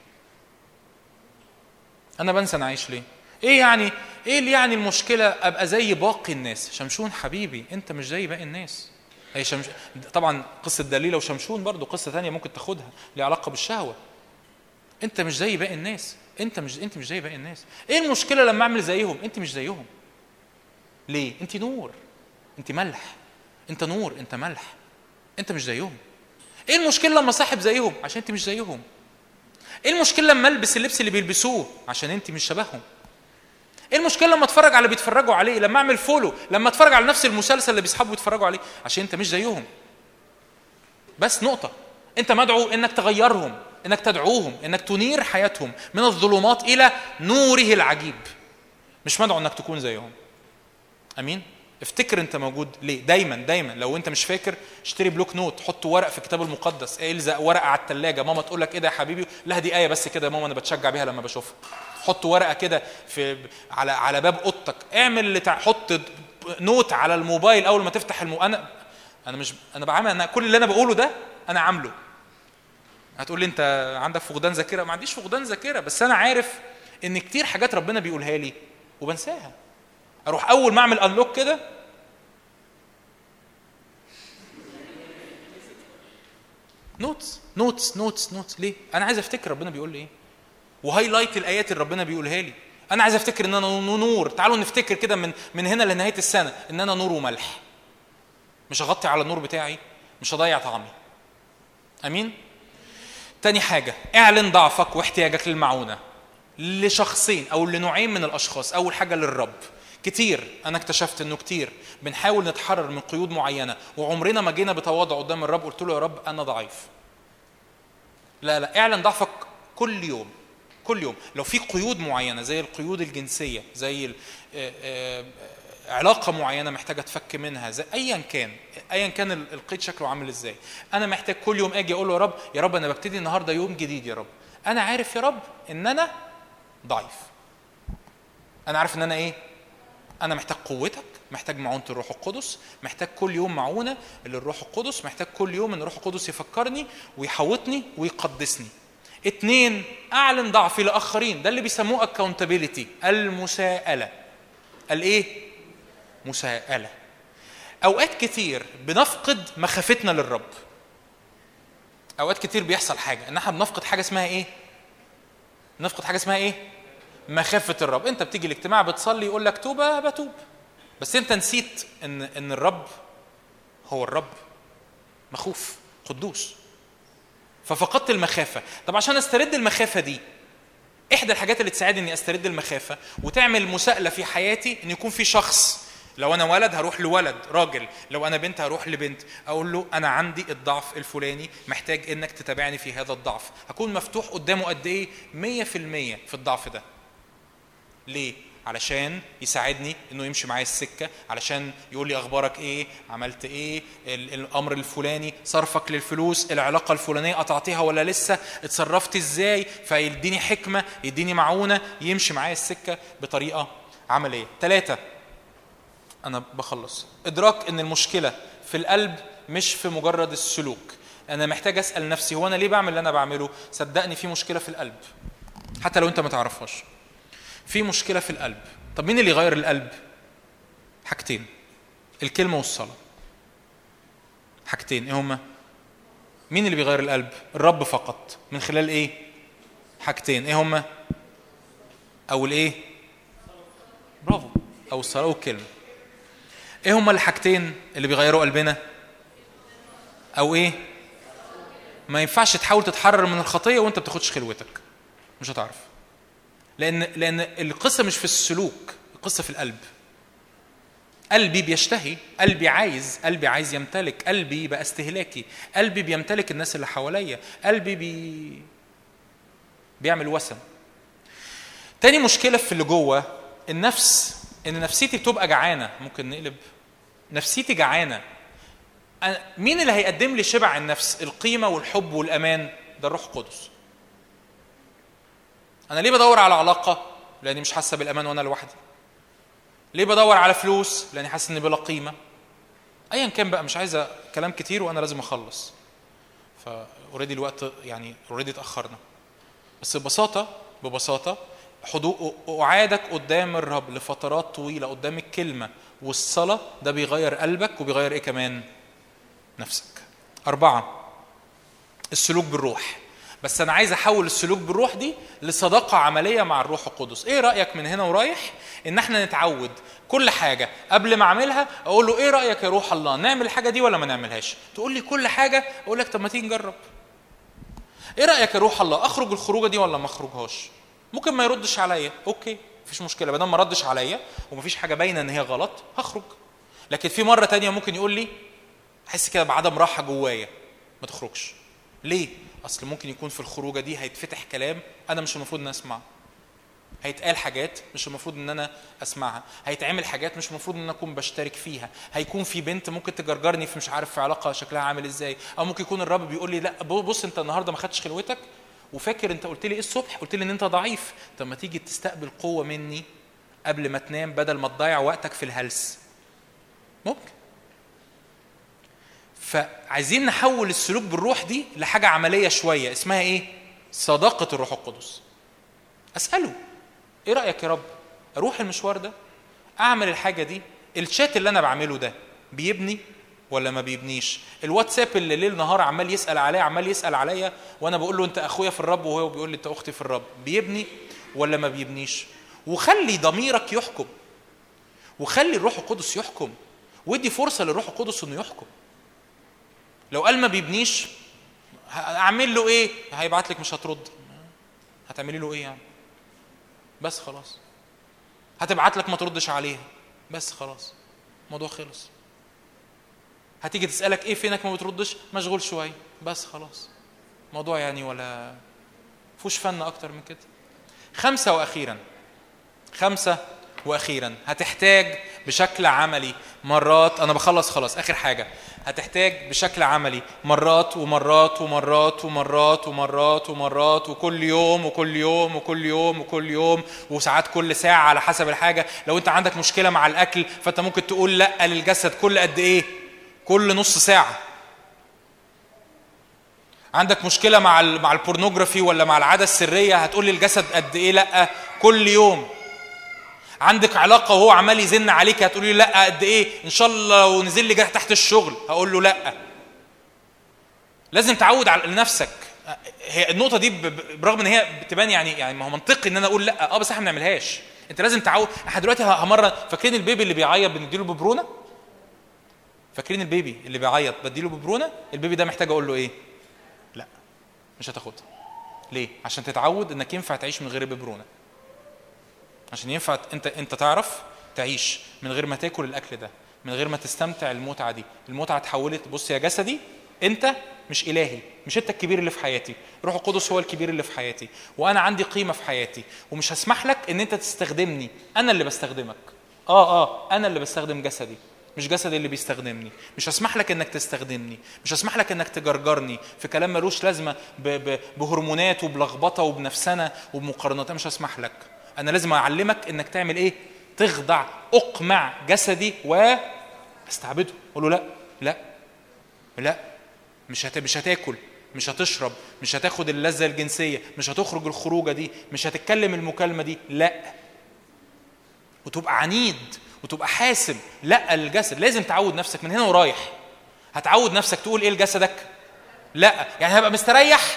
أنا بنسى أنا عايش ليه. إيه يعني؟ إيه اللي يعني المشكلة أبقى زي باقي الناس؟ شمشون حبيبي أنت مش زي باقي الناس. هي طبعا قصة دليلة وشمشون برضو قصة ثانية ممكن تاخدها لها علاقة بالشهوة. أنت مش زي باقي الناس، أنت مش زي باقي الناس. إيه المشكلة لما أعمل زيهم؟ أنت مش زيهم. ليه؟ أنت نور، أنت ملح، انت نور، انت ملح، انت مش زيهم. ايه المشكله لما صاحب زيهم؟ عشان انت مش زيهم. ايه المشكله لما البس اللبس اللي بيلبسوه؟ عشان انت مش شبههم. ايه المشكله لما اتفرج على اللي بيتفرجوا عليه، لما اعمل فولو، لما اتفرج على نفس المسلسل اللي بيصحابوا يتفرجوا عليه؟ عشان انت مش زيهم. بس نقطه. انت مدعو انك تغيرهم، انك تدعوهم، انك تنير حياتهم من الظلمات الى نوره العجيب. مش مدعو انك تكون زيهم. امين. افتكر انت موجود ليه. دايما لو انت مش فاكر اشتري بلوك نوت، حط ورق في الكتاب المقدس، الزق ورقه على الثلاجه. ماما تقول لك ايه ده يا حبيبي؟ لا دي ايه بس كده يا ماما انا بتشجع بيها لما بشوفها. حط ورقه كده في على باب اوضتك. اعمل حط نوت على الموبايل اول ما تفتح انا بعمل، انا كل اللي انا بقوله ده انا عامله. هتقول لي انت عندك فقدان ذاكره. ما عنديش فقدان ذاكره، بس انا عارف ان كتير حاجات ربنا بيقولها لي وبنساها. اروح اول ما اعمل انلوك كده نوتس. ليه؟ انا عايز افتكر ربنا بيقول لي ايه، وهايلايت الايات اللي ربنا بيقولها لي. انا عايز افتكر ان انا نور. تعالوا نفتكر كده من هنا لنهايه السنه ان انا نور وملح. مش هغطي على النور بتاعي، مش هضيع طعمي. امين. تاني حاجه، اعلن ضعفك واحتياجك للمعونه لشخصين او لنوعين من الاشخاص. اول حاجه للرب. كتير انا اكتشفت انه كتير بنحاول نتحرر من قيود معينه وعمرنا ما جينا بتواضع قدام الرب قلت له يا رب انا ضعيف. لا اعلن ضعفك كل يوم. لو في قيود معينه زي القيود الجنسيه، زي علاقه معينه محتاجه تفك منها، زي ايا كان القيد شكله عامل ازاي، انا محتاج كل يوم اجي اقول له يا رب انا ببتدي النهارده يوم جديد. يا رب انا عارف يا رب ان انا ضعيف. انا عارف ان انا ايه؟ أنا محتاج قوتك، محتاج معونة الروح القدس، محتاج كل يوم معونة للروح القدس، محتاج كل يوم أن الروح القدس يفكرني ويحوطني ويقدسني. 2، أعلن ضعفي لآخرين. ده اللي بيسموه accountability، المساءلة. الإيه؟ مساءلة. أوقات كتير بنفقد مخافتنا للرب. أوقات كتير بيحصل حاجة إن احنا بنفقد حاجة اسمها إيه؟ مخافة الرب. انت بتيجي الاجتماع بتصلي يقول لك توبة بتوب، بس انت نسيت ان الرب هو الرب مخوف قدوس، ففقدت المخافة. طب عشان استرد المخافة دي، احدى الحاجات اللي تساعدني اني استرد المخافة وتعمل مساءلة في حياتي ان يكون في شخص لو انا ولد هروح لولد راجل، لو انا بنت هروح لبنت، اقول له انا عندي الضعف الفلاني، محتاج انك تتابعني في هذا الضعف. هكون مفتوح قدامه قد ايه؟ 100% في الضعف ده. ليه؟ علشان يساعدني انه يمشي معايا السكه، علشان يقول لي اخبارك ايه، عملت ايه، الامر الفلاني، صرفك للفلوس، العلاقه الفلانيه قطعتيها ولا لسه، اتصرفت ازاي، فيديني حكمه، يديني معونه، يمشي معايا السكه بطريقه عمليه. 3، انا بخلص، ادراك ان المشكله في القلب مش في مجرد السلوك. انا محتاج اسال نفسي هو انا ليه بعمل اللي انا بعمله؟ صدقني في مشكله في القلب حتى لو انت ما تعرفهاش. في مشكله في القلب. طب مين اللي يغير القلب؟ حاجتين، الكلمه والصلاه. حاجتين ايه هما؟ مين اللي بيغير القلب؟ الرب فقط. من خلال ايه؟ حاجتين ايه هما؟ او الايه؟ برافو، او الصلاه والكلمه. ايه هما الحاجتين اللي بيغيروا قلبنا؟ او ايه؟ ما ينفعش تحاول تتحرر من الخطيه وانت بتاخدش خلوتك، مش هتعرف. لان القصه مش في السلوك، القصه في القلب. قلبي بيشتهي، قلبي عايز يمتلك، قلبي بقى استهلاكي، قلبي بيمتلك الناس اللي حواليا، قلبي بيعمل وسم. تاني مشكله في اللي جوه النفس، ان نفسيتي بتبقى جعانه. ممكن نقلب نفسيتي جعانه. مين اللي هيقدم لي شبع النفس؟ القيمه والحب والامان، ده الروح القدس. انا ليه بدور على علاقه؟ لاني مش حاسه بالامان وانا لوحدي. ليه بدور على فلوس؟ لاني حاسس اني بلا قيمه. ايا كان بقى، مش عايزه كلام كتير وانا لازم اخلص، فاوريدي الوقت يعني اوريدي اتاخرنا. بس ببساطه اعادك قدام الرب لفترات طويله، قدام الكلمه والصلاه، ده بيغير قلبك وبيغير ايه كمان؟ نفسك. 4، السلوك بالروح. بس انا عايز احول السلوك بالروح دي لصداقه عمليه مع الروح القدس. ايه رايك من هنا ورايح ان احنا نتعود كل حاجه قبل ما اعملها اقول له ايه رايك يا روح الله، نعمل الحاجه دي ولا ما نعملهاش؟ تقول لي كل حاجه، اقول لك طب ما تيجي نجرب. ايه رايك يا روح الله، اخرج الخروجه دي ولا ما اخرجهاش؟ ممكن ما يردش عليا، اوكي مفيش مشكله، بدل ما ردش عليا ومفيش حاجه باينه ان هي غلط هخرج. لكن في مره تانية ممكن يقول لي احس كده بعدم راحه جوايا، ما تخرجش. ليه؟ اصل ممكن يكون في الخروجه دي هيتفتح كلام انا مش المفروض ان اسمعه، هيتقال حاجات مش المفروض ان انا اسمعها، هيتعمل حاجات مش المفروض ان انا اكون بشترك فيها، هيكون في بنت ممكن تجرجرني في مش عارف في علاقه شكلها عامل ازاي، او ممكن يكون الرب بيقول لي لا بص انت النهارده ما خدتش خلوتك وفاكر انت قلت لي ايه الصبح؟ قلت لي ان انت ضعيف، طب ما تيجي تستقبل قوه مني قبل ما تنام بدل ما تضيع وقتك في الهلس. ممكن. فعايزين نحول السلوك بالروح دي لحاجه عمليه شويه، اسمها ايه؟ صداقه الروح القدس. اساله ايه رايك يا رب، اروح المشوار ده، اعمل الحاجه دي، الشات اللي انا بعمله ده بيبني ولا ما بيبنيش؟ الواتساب اللي ليل نهار عمال يسال عليا وانا بقول له انت اخويا في الرب وهو بيقول لي انت اختي في الرب، بيبني ولا ما بيبنيش؟ وخلي ضميرك يحكم، وخلي الروح القدس يحكم، ودي فرصه للروح القدس انه يحكم. لو قال ما بيبنيش اعمل له ايه؟ هيبعت لك مش هترد، هتعملي له ايه يعني؟ بس خلاص. هتبعت لك ما تردش عليها، بس خلاص الموضوع خلص. هتيجي تسألك ايه فينك ما بتردش؟ مشغول شوية، بس خلاص موضوع يعني ولا فوش فن اكتر من كده. 5 واخيرا هتحتاج بشكل عملي مرات، انا بخلص خلاص اخر حاجة، هتحتاج بشكل عملي مرات ومرات ومرات ومرات ومرات ومرات وكل يوم وكل يوم وكل يوم وكل يوم وساعات كل ساعة على حسب الحاجة. لو انت عندك مشكلة مع الاكل فانت ممكن تقول لا للجسد كل قد ايه؟ كل نص ساعة. عندك مشكلة مع البورنوجرافي ولا مع العادة السرية، هتقول للجسد قد ايه؟ لا كل يوم. عندك علاقة وهو عمال يزن عليك، هتقول له لا قد ايه؟ ان شاء الله لو نزل لي جرح تحت الشغل هقول له لا. لازم تعود على نفسك. هي النقطة دي برغم ان هي بتبان يعني ما هو منطقي ان انا اقول لا، بس احنا ما بنعملهاش. انت لازم تعود. احنا دلوقتي همرة، فاكرين البيبي اللي بيعيط بنديله ببرونة؟ فاكرين البيبي اللي بيعيط بديله ببرونة؟ البيبي ده محتاج اقول له ايه؟ لا مش هتاخدها. ليه؟ عشان تتعود انك ينفع تعيش من غير ببرونة، عشان ينفع انت تعرف تعيش من غير ما تاكل الاكل ده، من غير ما تستمتع المتعه دي. المتعه اتحولت، بص يا جسدي انت مش الهي، مش انت الكبير اللي في حياتي، روح القدس هو الكبير اللي في حياتي، وانا عندي قيمه في حياتي، ومش هسمح لك ان انت تستخدمني، انا اللي بستخدمك. انا اللي بستخدم جسدي، مش جسدي اللي بيستخدمني. مش هسمح لك انك تستخدمني، مش هسمح لك انك تجرجرني في كلام ملوش لازمه بهرمونات وبلخبطه وبنفسنه وبمقارنات. مش هسمح لك. انا لازم اعلمك انك تعمل ايه؟ تخضع، اقمع جسدي واستعبده. اقول له لا لا لا، مش هتاكل، مش هتشرب، مش هتاخد اللذه الجنسيه، مش هتخرج الخروجه دي، مش هتتكلم المكالمه دي، لا. وتبقى عنيد وتبقى حاسب. لا، الجسد لازم تعود نفسك من هنا ورايح. هتعود نفسك تقول ايه لجسدك؟ لا. يعني هبقى مستريح.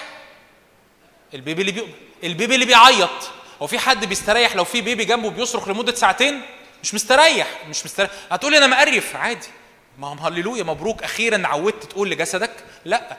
البيبي اللي بيعيط، هو في حد بيستريح لو في بيبي جنبه بيصرخ لمده ساعتين؟ مش مستريح. هتقول لي انا مقرف، عادي. ما هم هللويا، مبروك، اخيرا عودت تقول لجسدك لا.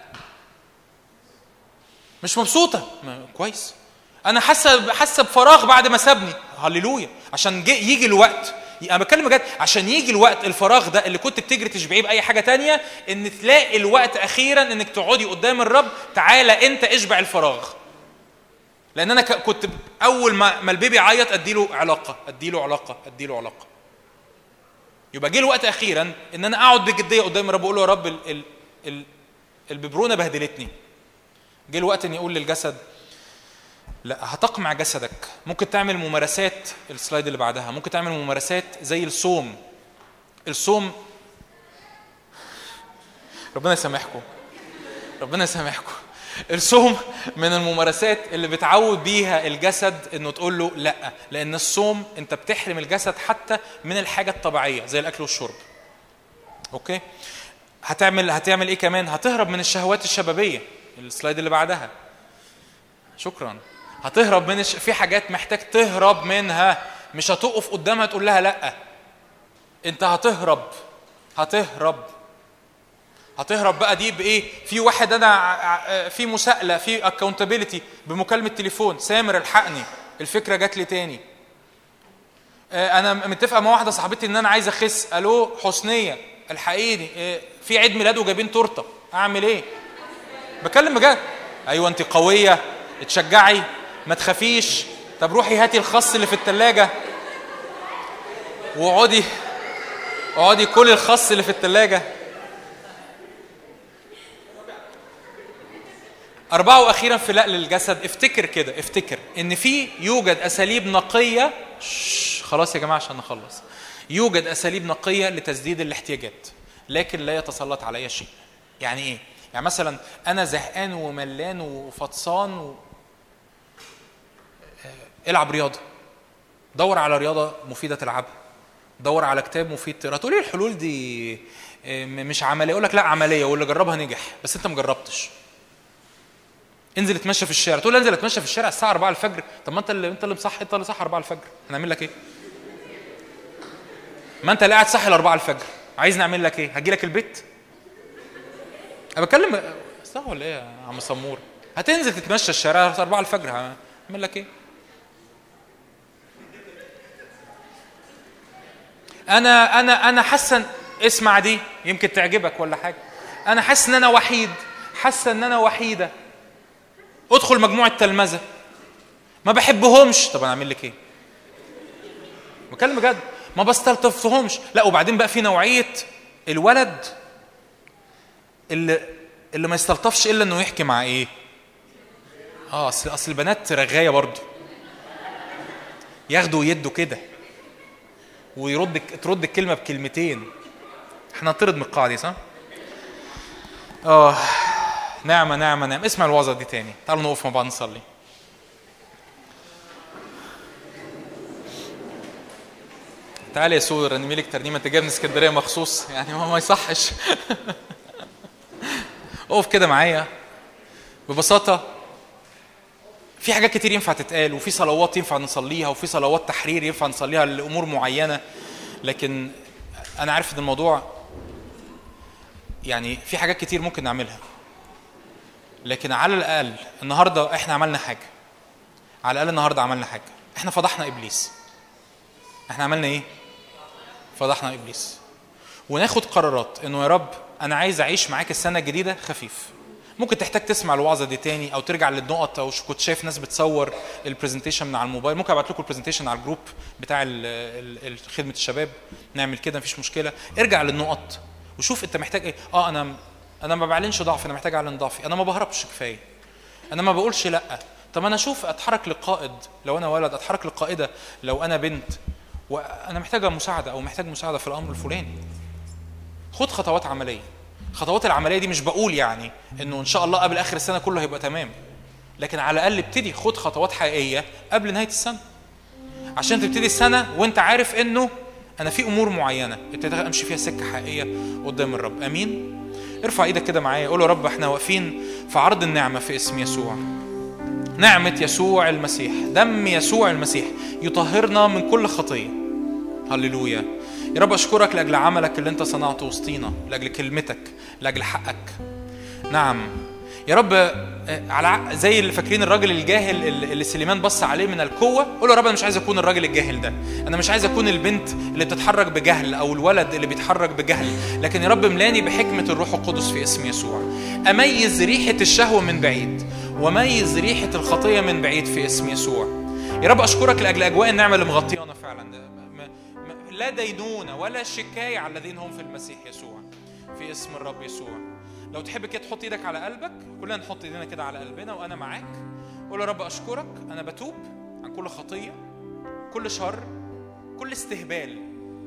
مش مبسوطه، كويس. انا حاسه بفراغ بعد ما سابني، هللويا. عشان يجي الوقت، انا بتكلم بجد، عشان يجي الوقت الفراغ ده اللي كنت بتجري تشبعيه باي حاجه تانية، ان تلاقي الوقت اخيرا انك تقعدي قدام الرب. تعالى انت اشبع الفراغ. لان انا كنت اول ما البيبي يعيط اديله علاقه، اديله علاقه، اديله علاقه. يبقى جه الوقت اخيرا ان انا اقعد بجديه قدام الرب واقول له يا رب الببرونه بهدلتني. جه الوقت اني اقول للجسد لا. هتقمع جسدك. ممكن تعمل ممارسات، السلايد اللي بعدها، ممكن تعمل ممارسات زي الصوم. الصوم، ربنا يسامحكم، ربنا يسامحكم. الصوم من الممارسات اللي بتعود بيها الجسد انه تقول له لا. لان الصوم انت بتحرم الجسد حتى من الحاجه الطبيعيه زي الاكل والشرب. اوكي. هتعمل ايه كمان؟ هتهرب من الشهوات الشبابيه، السلايد اللي بعدها. شكرا. هتهرب من في حاجات محتاج تهرب منها، مش هتقف قدامها تقول لها لا. انت هتهرب بقى. دي بايه؟ في واحد انا في مساءله، في اكاونتابيلتي بمكالمه تليفون، سامر الحقني، الفكره جات لي تاني. انا متفقه مع واحده صاحبتي ان انا عايز اخس، الو حسنيه الحقيني، في عيد ميلاد وجايبين تورته، اعمل ايه؟ بكلم بجد. ايوه انت قويه، اتشجعي، ما تخافيش. طب روحي هاتي الخس اللي في الثلاجه واقعدي كل الخس اللي في الثلاجه. 4 واخيرا في لقل الجسد. افتكر كده، افتكر ان يوجد اساليب نقيه. خلاص يا جماعه عشان نخلص. يوجد اساليب نقيه لتسديد الاحتياجات، لكن لا يتسلط علي شيء. يعني ايه؟ يعني مثلا انا زهقان وملان وفطسان العب رياضه. دور على رياضه مفيده تلعبها، دور على كتاب مفيد تقرا. تقول لي الحلول دي مش عمليه، اقول لك لا عمليه، واللي جربها نجح، بس انت مجربتش. انزل اتمشى في الشارع. تقول لي انزل اتمشى في الشارع الساعه 4 الفجر. طب ما انت اللي مصحي، انت اللي صح 4 الفجر، هنعمل لك ايه؟ ما انت اللي قاعد صحي ل 4 الفجر، عايز نعمل لك ايه؟ هجي لك البيت؟ انا بتكلم صح ولا ايه يا عم سمور؟ هتنزل تتمشى الشارع 4 الفجر، هعمل لك ايه؟ انا حاسه، اسمع دي يمكن تعجبك ولا حاجه. انا حاسس ان انا وحيد، حاسه ان انا وحيده. ادخل مجموعه تلمذه، ما بحبهمش. طب انا اعمل لك ايه؟ بكلم بجد، ما بستلطفهمش. لا. وبعدين بقى في نوعيه الولد اللي ما يستلطفش الا انه يحكي مع ايه؟ اصل البنات رغايه برضو، ياخدوا يدوا كده ترد الكلمه بكلمتين. احنا نطرد من القاعده دي، صح؟ نعمه نعمه نعمه. اسمع الوعظه دي تاني. تعالوا نقف مع بعض نصلي. تعالى يا سور رنمي لك ترنيمه. انت جاي من اسكندريه مخصوص يعني، ما يصحش. اقف كده معايا ببساطه. في حاجات كتير ينفع تتقال، وفي صلوات ينفع نصليها، وفي صلوات تحرير ينفع نصليها لامور معينه، لكن انا عارف ان الموضوع يعني في حاجات كتير ممكن نعملها، لكن على الاقل النهارده احنا عملنا حاجه. على الاقل النهارده عملنا حاجه. احنا فضحنا ابليس. احنا عملنا ايه؟ فضحنا إبليس، وناخد قرارات إنه يا رب أنا عايز أعيش معاك السنة الجديدة خفيف. ممكن تحتاج تسمع الوعظة دي تاني أو ترجع للنقط، أو كنت شايف ناس بتصور البرزنتيشن من على الموبايل، ممكن أبعت لكم البرزنتيشن على الجروب بتاع خدمة الشباب، نعمل كده مفيش مشكلة. ارجع للنقط وشوف أنت محتاج إيه. أنا ما بعلنش ضعفي، أنا محتاج أعلن ضعفي. أنا ما بهربش كفاية، أنا ما بقولش لأ. طب أنا أشوف أتحرك للقائد لو أنا ولد، أتحرك للقائدة لو أنا بنت، وأنا محتاجة مساعدة أو محتاج مساعدة في الأمر الفلاني. خد خطوات عملية. خطوات العملية دي مش بقول يعني إنه إن شاء الله قبل آخر السنة كله هيبقى تمام، لكن على الأقل ابتدي خد خطوات حقيقية قبل نهاية السنة، عشان تبتدي السنة وإنت عارف إنه أنا في أمور معينة ابتدي أمشي فيها سكة حقيقية قدام الرب. أمين. ارفع إيدك كده معايا، قول يا رب إحنا واقفين في عرض النعمة في اسم يسوع. نعمة يسوع المسيح، دم يسوع المسيح يطهرنا من كل خطية. هللويا يا رب. أشكرك لأجل عملك اللي أنت صنعته وسطينا، لأجل كلمتك، لأجل حقك. نعم يا رب. على زي اللي فاكرين الراجل الجاهل اللي سليمان بص عليه من القوة، قول يا رب أنا مش عايز أكون الراجل الجاهل ده، أنا مش عايز أكون البنت اللي بتتحرك بجهل أو الولد اللي بيتحرك بجهل، لكن يا رب ملاني بحكمة الروح القدس في اسم يسوع. أميز ريحة الشهوة من بعيد وميز ريحة الخطية من بعيد في اسم يسوع. يا رب أشكرك لأجل أجواء النعمة اللي مغطيانا فعلا، لا دينونة ولا شكاية على الذين هم في المسيح يسوع في اسم الرب يسوع. لو تحب كده تحط ايدك على قلبك، كلنا نحط ايدينا كده على قلبنا وانا معاك. قول يا رب أشكرك، أنا بتوب عن كل خطية، كل شر، كل استهبال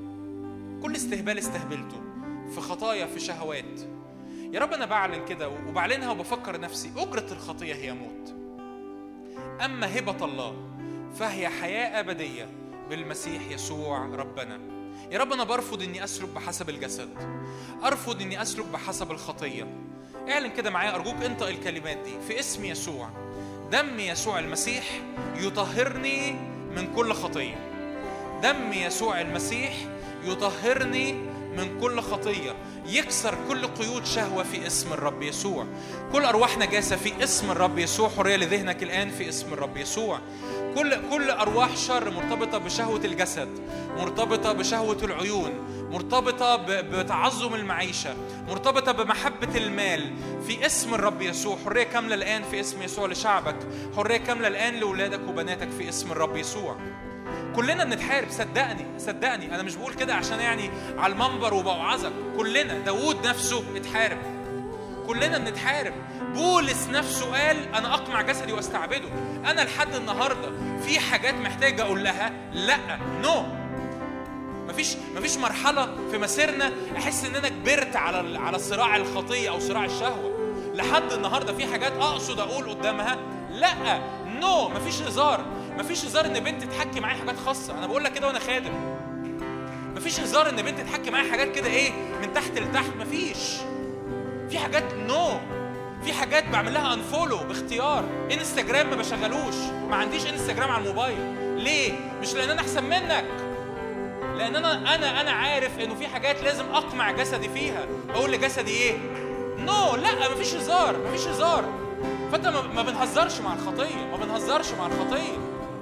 استهبلته في خطايا، في شهوات. يا رب أنا بعلن كده وبعلنها وبفكر نفسي، أجرة الخطية هي موت، أما هبة الله فهي حياة أبدية بالمسيح يسوع ربنا. يا رب أنا برفض إني أسلك بحسب الجسد، أرفض إني أسلك بحسب الخطية. اعلن كده معايا أرجوك، انطق الكلمات دي في اسم يسوع. دم يسوع المسيح يطهرني من كل خطية. دم يسوع المسيح يطهرني من كل خطية، يكسر كل قيود شهوة في اسم الرب يسوع. كل أرواح نجاسة في اسم الرب يسوع حرية لذهنك الآن في اسم الرب يسوع. كل أرواح شر مرتبطة بشهوة الجسد، مرتبطة بشهوة العيون، مرتبطة بتعظم المعيشة، مرتبطة بمحبة المال في اسم الرب يسوع. حرية كاملة الآن في اسم يسوع لشعبك، حرية كاملة الآن لأولادك وبناتك في اسم الرب يسوع. كلنا بنتحارب، صدقني أنا مش بقول كده عشان يعني على المنبر وبوعظك. كلنا، داود نفسه اتحارب، كلنا بنتحارب. بولس نفسه قال أنا أقمع جسدي واستعبده. أنا لحد النهاردة في حاجات محتاجة أقول لها لا، نو. مفيش مرحلة في مسيرنا أحس إن أنا كبرت على صراع الخطية أو صراع الشهوة. لحد النهاردة في حاجات أقصد أقول قدامها لا، نو. مفيش هزار إن بنت تحكي معايا حاجات خاصة. أنا بقول لك كده وأنا خادم. مفيش هزار إن بنت تحكي معايا حاجات كده إيه من تحت لتحت. مفيش. في حاجات نو. في حاجات بعمل لها انفولو باختيار. انستجرام ما بشغلوش، ما عنديش انستجرام على الموبايل. ليه؟ مش لان انا احسن منك، لان انا عارف انه في حاجات لازم اقمع جسدي فيها. اقول لجسدي ايه؟ نو. لا، مفيش هزار. فانت ما بنهزرش مع الخطيه.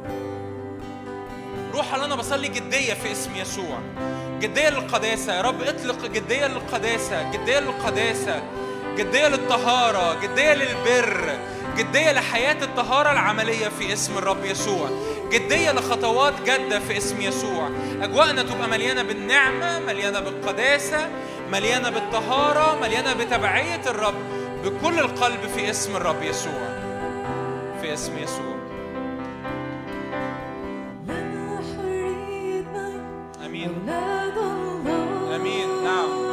روح الله، انا بصلي جديه في اسم يسوع، جديه للقداسه. يا رب اطلق جديه للقداسه، جديه للطهاره، جديه للبر، جديه لحياه الطهاره العمليه في اسم الرب يسوع، جديه لخطوات جاده في اسم يسوع. اجواءنا تبقى مليانه بالنعمه، مليانه بالقداسه، مليانه بالطهاره، مليانه بتبعيه الرب بكل القلب في اسم الرب يسوع، في اسم يسوع. امين امين. نعم.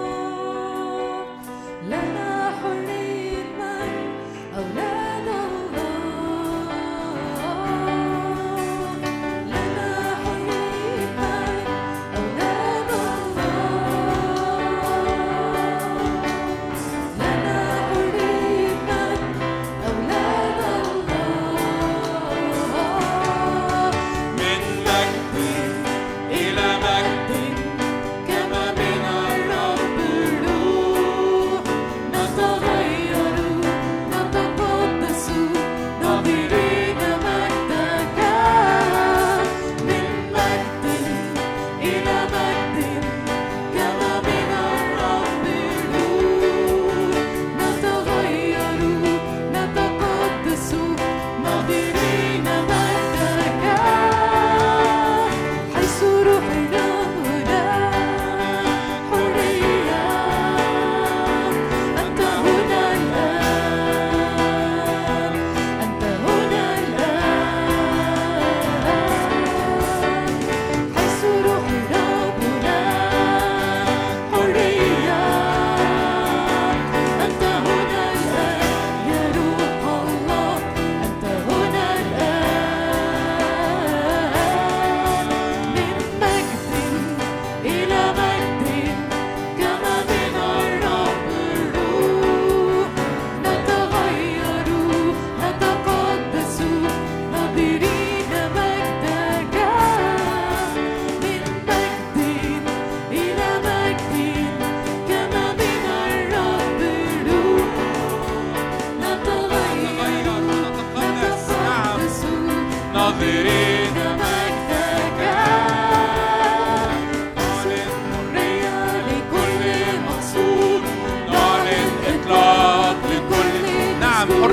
لنا حرية من أولاد الله، لنا حرية من أولاد الله، لنا حرية من أولاد الله.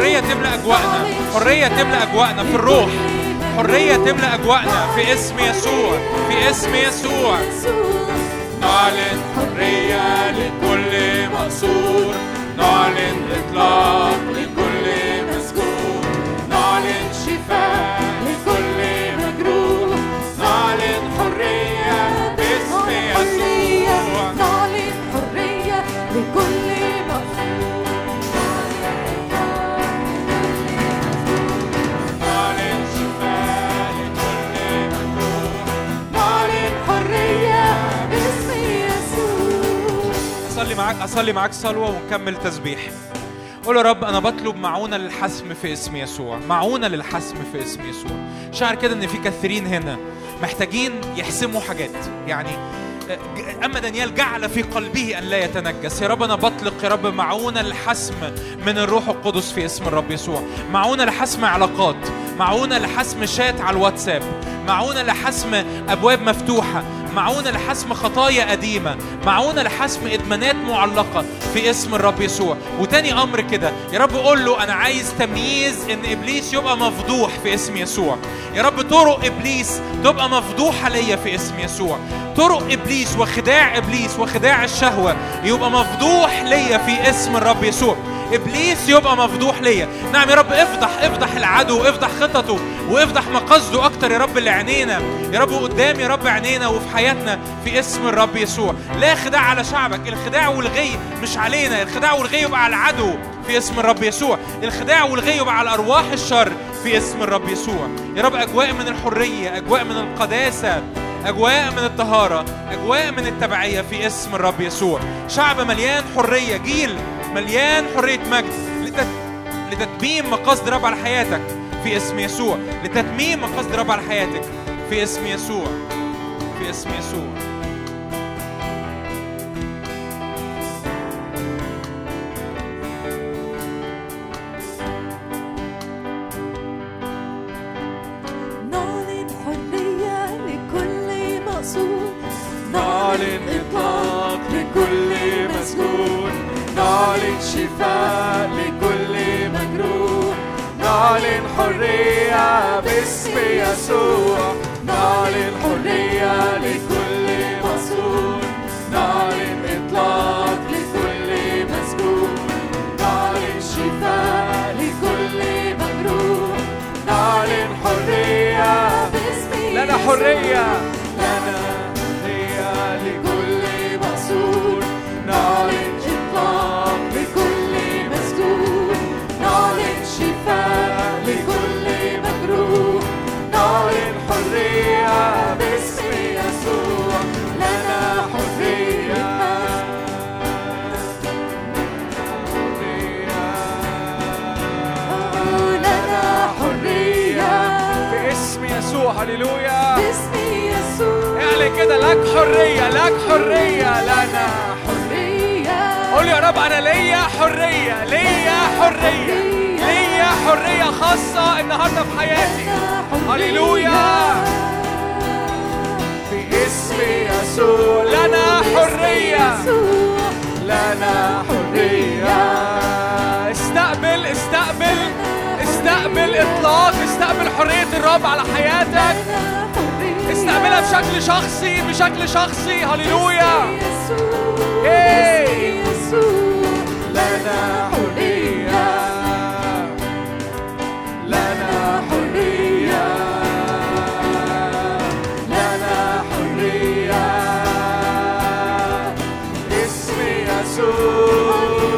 حرية تملأ أجواءنا، حرية تملأ أجواءنا في الروح، حرية تملأ أجواءنا في اسم يسوع، في اسم يسوع. نعلن حرية لكل مقصور، نعلن إطلاق لكل مسجون، نعلن شفاء لكل مجروح، نعلن حرية باسم يسوع. نعلن حرية لكل مقصود، نعلن شفاء لكل مجروح، نعلن حرية باسم يسوع. أصلي معاك صلوة ونكمل تسبيح. قول يا رب أنا بطلب معونة للحسم في اسم يسوع، معونة للحسم في اسم يسوع. شعر كده إن في كثيرين هنا محتاجين يحسموا حاجات، يعني أما دانيال جعل في قلبه أن لا يتنجس. يا رب أنا بطلق يا رب معونة للحسم من الروح القدس في اسم الرب يسوع، معونة لحسم علاقات، معونة لحسم شات على الواتساب، معونة لحسم أبواب مفتوحة، معونة لحسم خطايا قديمة، معونة لحسم إدمانات معلقة في اسم الرب يسوع. وتاني أمر كده يا رب قول له أنا عايز تمييز إن إبليس يبقى مفضوح في اسم يسوع. يا رب طرق إبليس تبقى مفضوحة ليا في اسم يسوع، طرق إبليس وخداع إبليس وخداع الشهوة يبقى مفضوح ليا في اسم الرب يسوع. إبليس يبقى مفضوح ليا. نعم يا رب افضح العدو، افضح خططه وافضح مقاصده أكتر يا رب لعينينا يا رب، قدام يا رب عينينا وفي حياتنا في اسم الرب يسوع. لا خداع على شعبك، الخداع والغي مش علينا، الخداع والغي يبقى على العدو في اسم الرب يسوع، الخداع والغي يبقى على أرواح الشر في اسم الرب يسوع. يا رب أجواء من الحرية، أجواء من القداسة، أجواء من الطهارة، أجواء من التبعية في اسم الرب يسوع. شعب مليان حرية، جيل مليان حرية مجد لتتميم مقاصد رب على حياتك في اسم يسوع، لتتميم مقاصد رب على حياتك في اسم يسوع، في اسم يسوع. نعلن حرية لكل مقصود، نعلن إطلاق لكل مسجون، نعلن شفاء لكل مجروح، نعلن حرية باسم يسوع، نعلن حرية لكل مسجون، نعلن إطلاق لكل مسجون، نعلن شفاء لكل مجروح، نعلن حرية باسم يسوع. لنا حرية، لنا حرية لكل مقصود، نعلن إطلاق لكل مسجون، نعلن شفاء لكل مجروح، نعلن حرية باسم يسوع. لنا حرية، لنا حرية باسم يسوع. هللويا، باسم يسوع. اعلن كده لك حرية، لك حرية، لنا حرية. قول يا رب أنا ليا حرية، ليا حرية، ليا حرية خاصة النهاردة في حياتي. هللويا، باسم يسوع لنا حرية، لنا حرية. استقبل استقبل استقبل إطلاق، استقبل حرية الرب على حياتك، استقبلها بشكل شخصي، بشكل شخصي. هللويا، إيه لنا حرية، لنا حرية، لنا حرية باسم يسوع.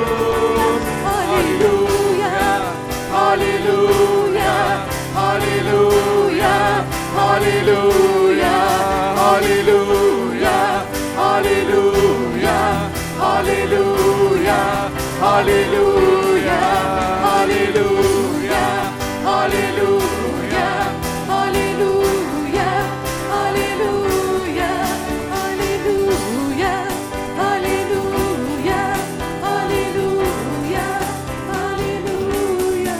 هللويا، هللويا، هللويا، هللويا، هللويا، هللويا، هللويا، هللويا، هللويا، هللويا، هللويا، هللويا، هللويا، هللويا، هللويا، هللويا.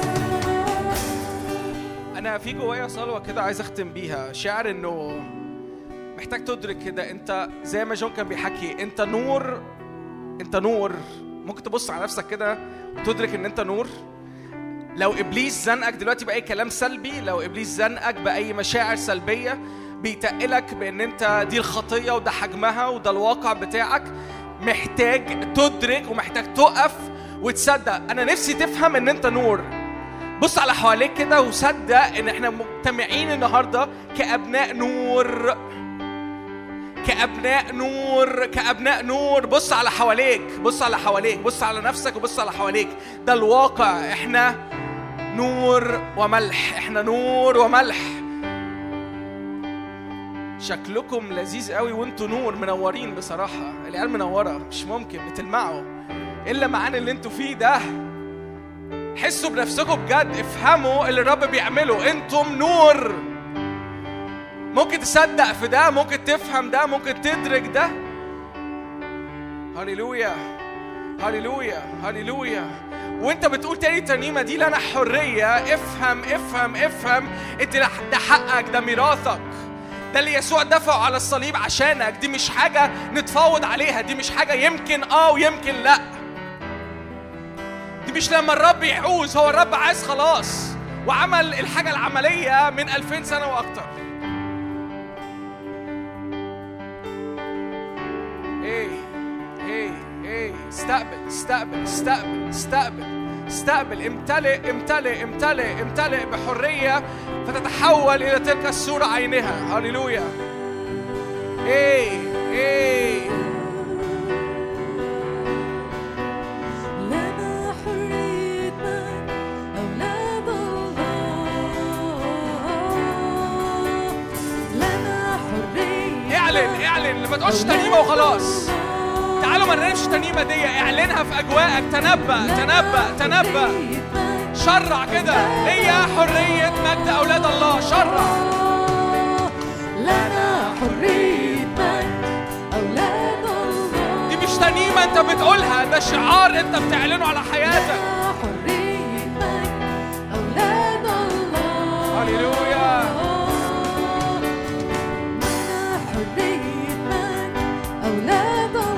أنا في جوايا صلوة كده عايز أختم بيها، شعر إنه محتاج تدرك كده أنت زي ما جون كان بيحكي، أنت نور، أنت نور. ممكن تبص على نفسك كده وتدرك إن أنت نور. لو إبليس زنقك دلوقتي بأي كلام سلبي، لو إبليس زنقك بأي مشاعر سلبية بيتقلك بأن أنت دي الخطية وده حجمها وده الواقع بتاعك، محتاج تدرك ومحتاج تقف وتصدق. أنا نفسي تفهم أن أنت نور. بص على حواليك كده وصدق أن احنا مجتمعين النهاردة كأبناء نور، كأبناء نور، كأبناء نور. بص على حواليك، بص على حواليك، بص على نفسك وبص على حواليك. ده الواقع. احنا نور وملح، احنا نور وملح. شكلكم لذيذ قوي وانتوا نور، منورين بصراحة. العيال منورة، مش ممكن بتلمعوا إلا معانا اللي انتوا فيه ده. حسوا بنفسكم بجد، افهموا اللي الرب بيعمله. انتم نور. ممكن تصدق في ده، ممكن تفهم ده، ممكن تدرك ده. هاليلويا هاليلويا هاليلويا. وانت بتقول تاني الترنيمة دي لنا حرية. افهم افهم افهم، انت ده حقك، ده ميراثك، ده اللي يسوع دفعه على الصليب عشانك. دي مش حاجة نتفاوض عليها، دي مش حاجة يمكن ويمكن لا. دي مش لما الرب يعوز، هو الرب عايز خلاص وعمل الحاجة العملية من 2000 سنة وأكتر. استقبل استقبل استقبل استقبل استقبل. امتلئ امتلئ امتلئ امتلئ بحرية فتتحول إلى تلك الصورة عينها. هاليلويا. لنا حريتنا أولاد الله، لنا حرية. اعلن ما تقولش ترنيمة وخلاص. تعالوا ما نرنمش الترنيمة دي، اعلنها في أجواءك. تنبأ تنبأ تنبأ. شرع كده، ليا حرية مجد أولاد الله. شرع. لنا حرية مجد أولاد الله. دي مش ترنيمة أنت بتقولها، ده شعار أنت بتعلنه على حياتك. لنا حرية مجد أولاد الله. هاليلويا. لنا حرية مجد أولاد الله.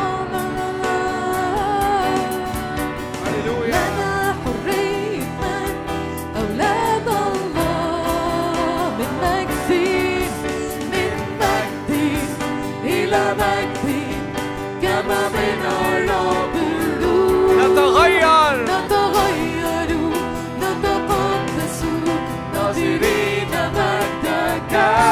لنا حرية مجد أولاد الله. من مجد إلى مجد كما من الرب الروح. نتغير نتقدس ناظرين مجدك.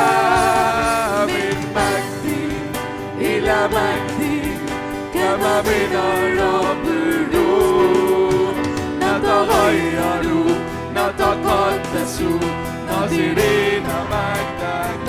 من مجد إلى مجد كما من الرب الروح. نتغير نتقدس ناظرين مجدك.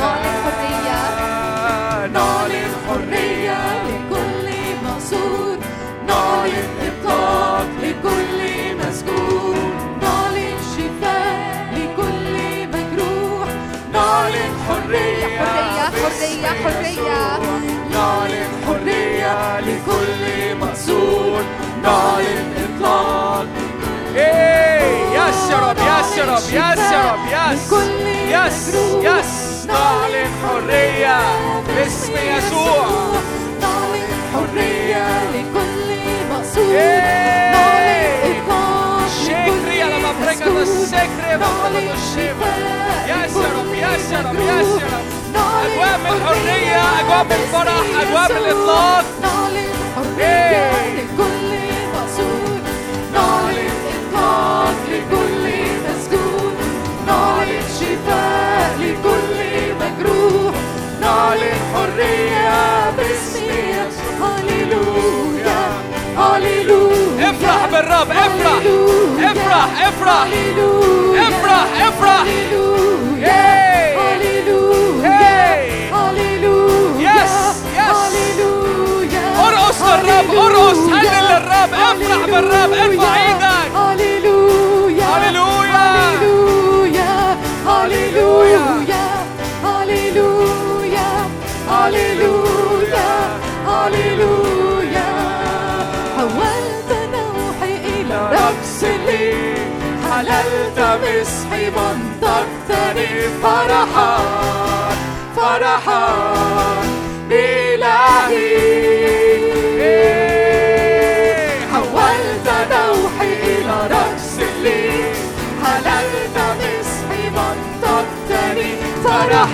نعلن حرية لكل مقصود، نعلن إطلاق لكل مسجون، نعلن شفاء لكل مجروح، نعلن حرية حرية حرية. نعلن حرية لكل مقصود، نعلن إطلاق. يس يا رب، يس يا رب، يس يا رب، يس يس. نعلن حرية باسم يسوع. نعلن حرية لكل مقصود، نعلن إطلاق شكري على مبركة السكر وقبض الشفاء. يس يا رب، يس يا رب، يس يا رب. أجواء من الحرية، أجواء من الفرح، أجواء من الإطلاق. نعلن حرية لكل مقصود، نعلن إطلاق لكل مسجون، نعلن شفاء لكل مجروح، نعلن حرية باسم يسوع. هاليلويا هاليلويا. افرح بالرب، افرح افرح افرح افرح افرح. ارقص للرب، ارقص، هلل للرب، افرح بالرب، ارفع ايدك. هاليلويا هاليلويا هاليلويا هاليلويا هاليلويا هاليلويا. حولت نوحي إلى رقص لي، حللت مسحي منطقتني فرحان فرحان بإلهي. حولت نوحي إلى رقص لي،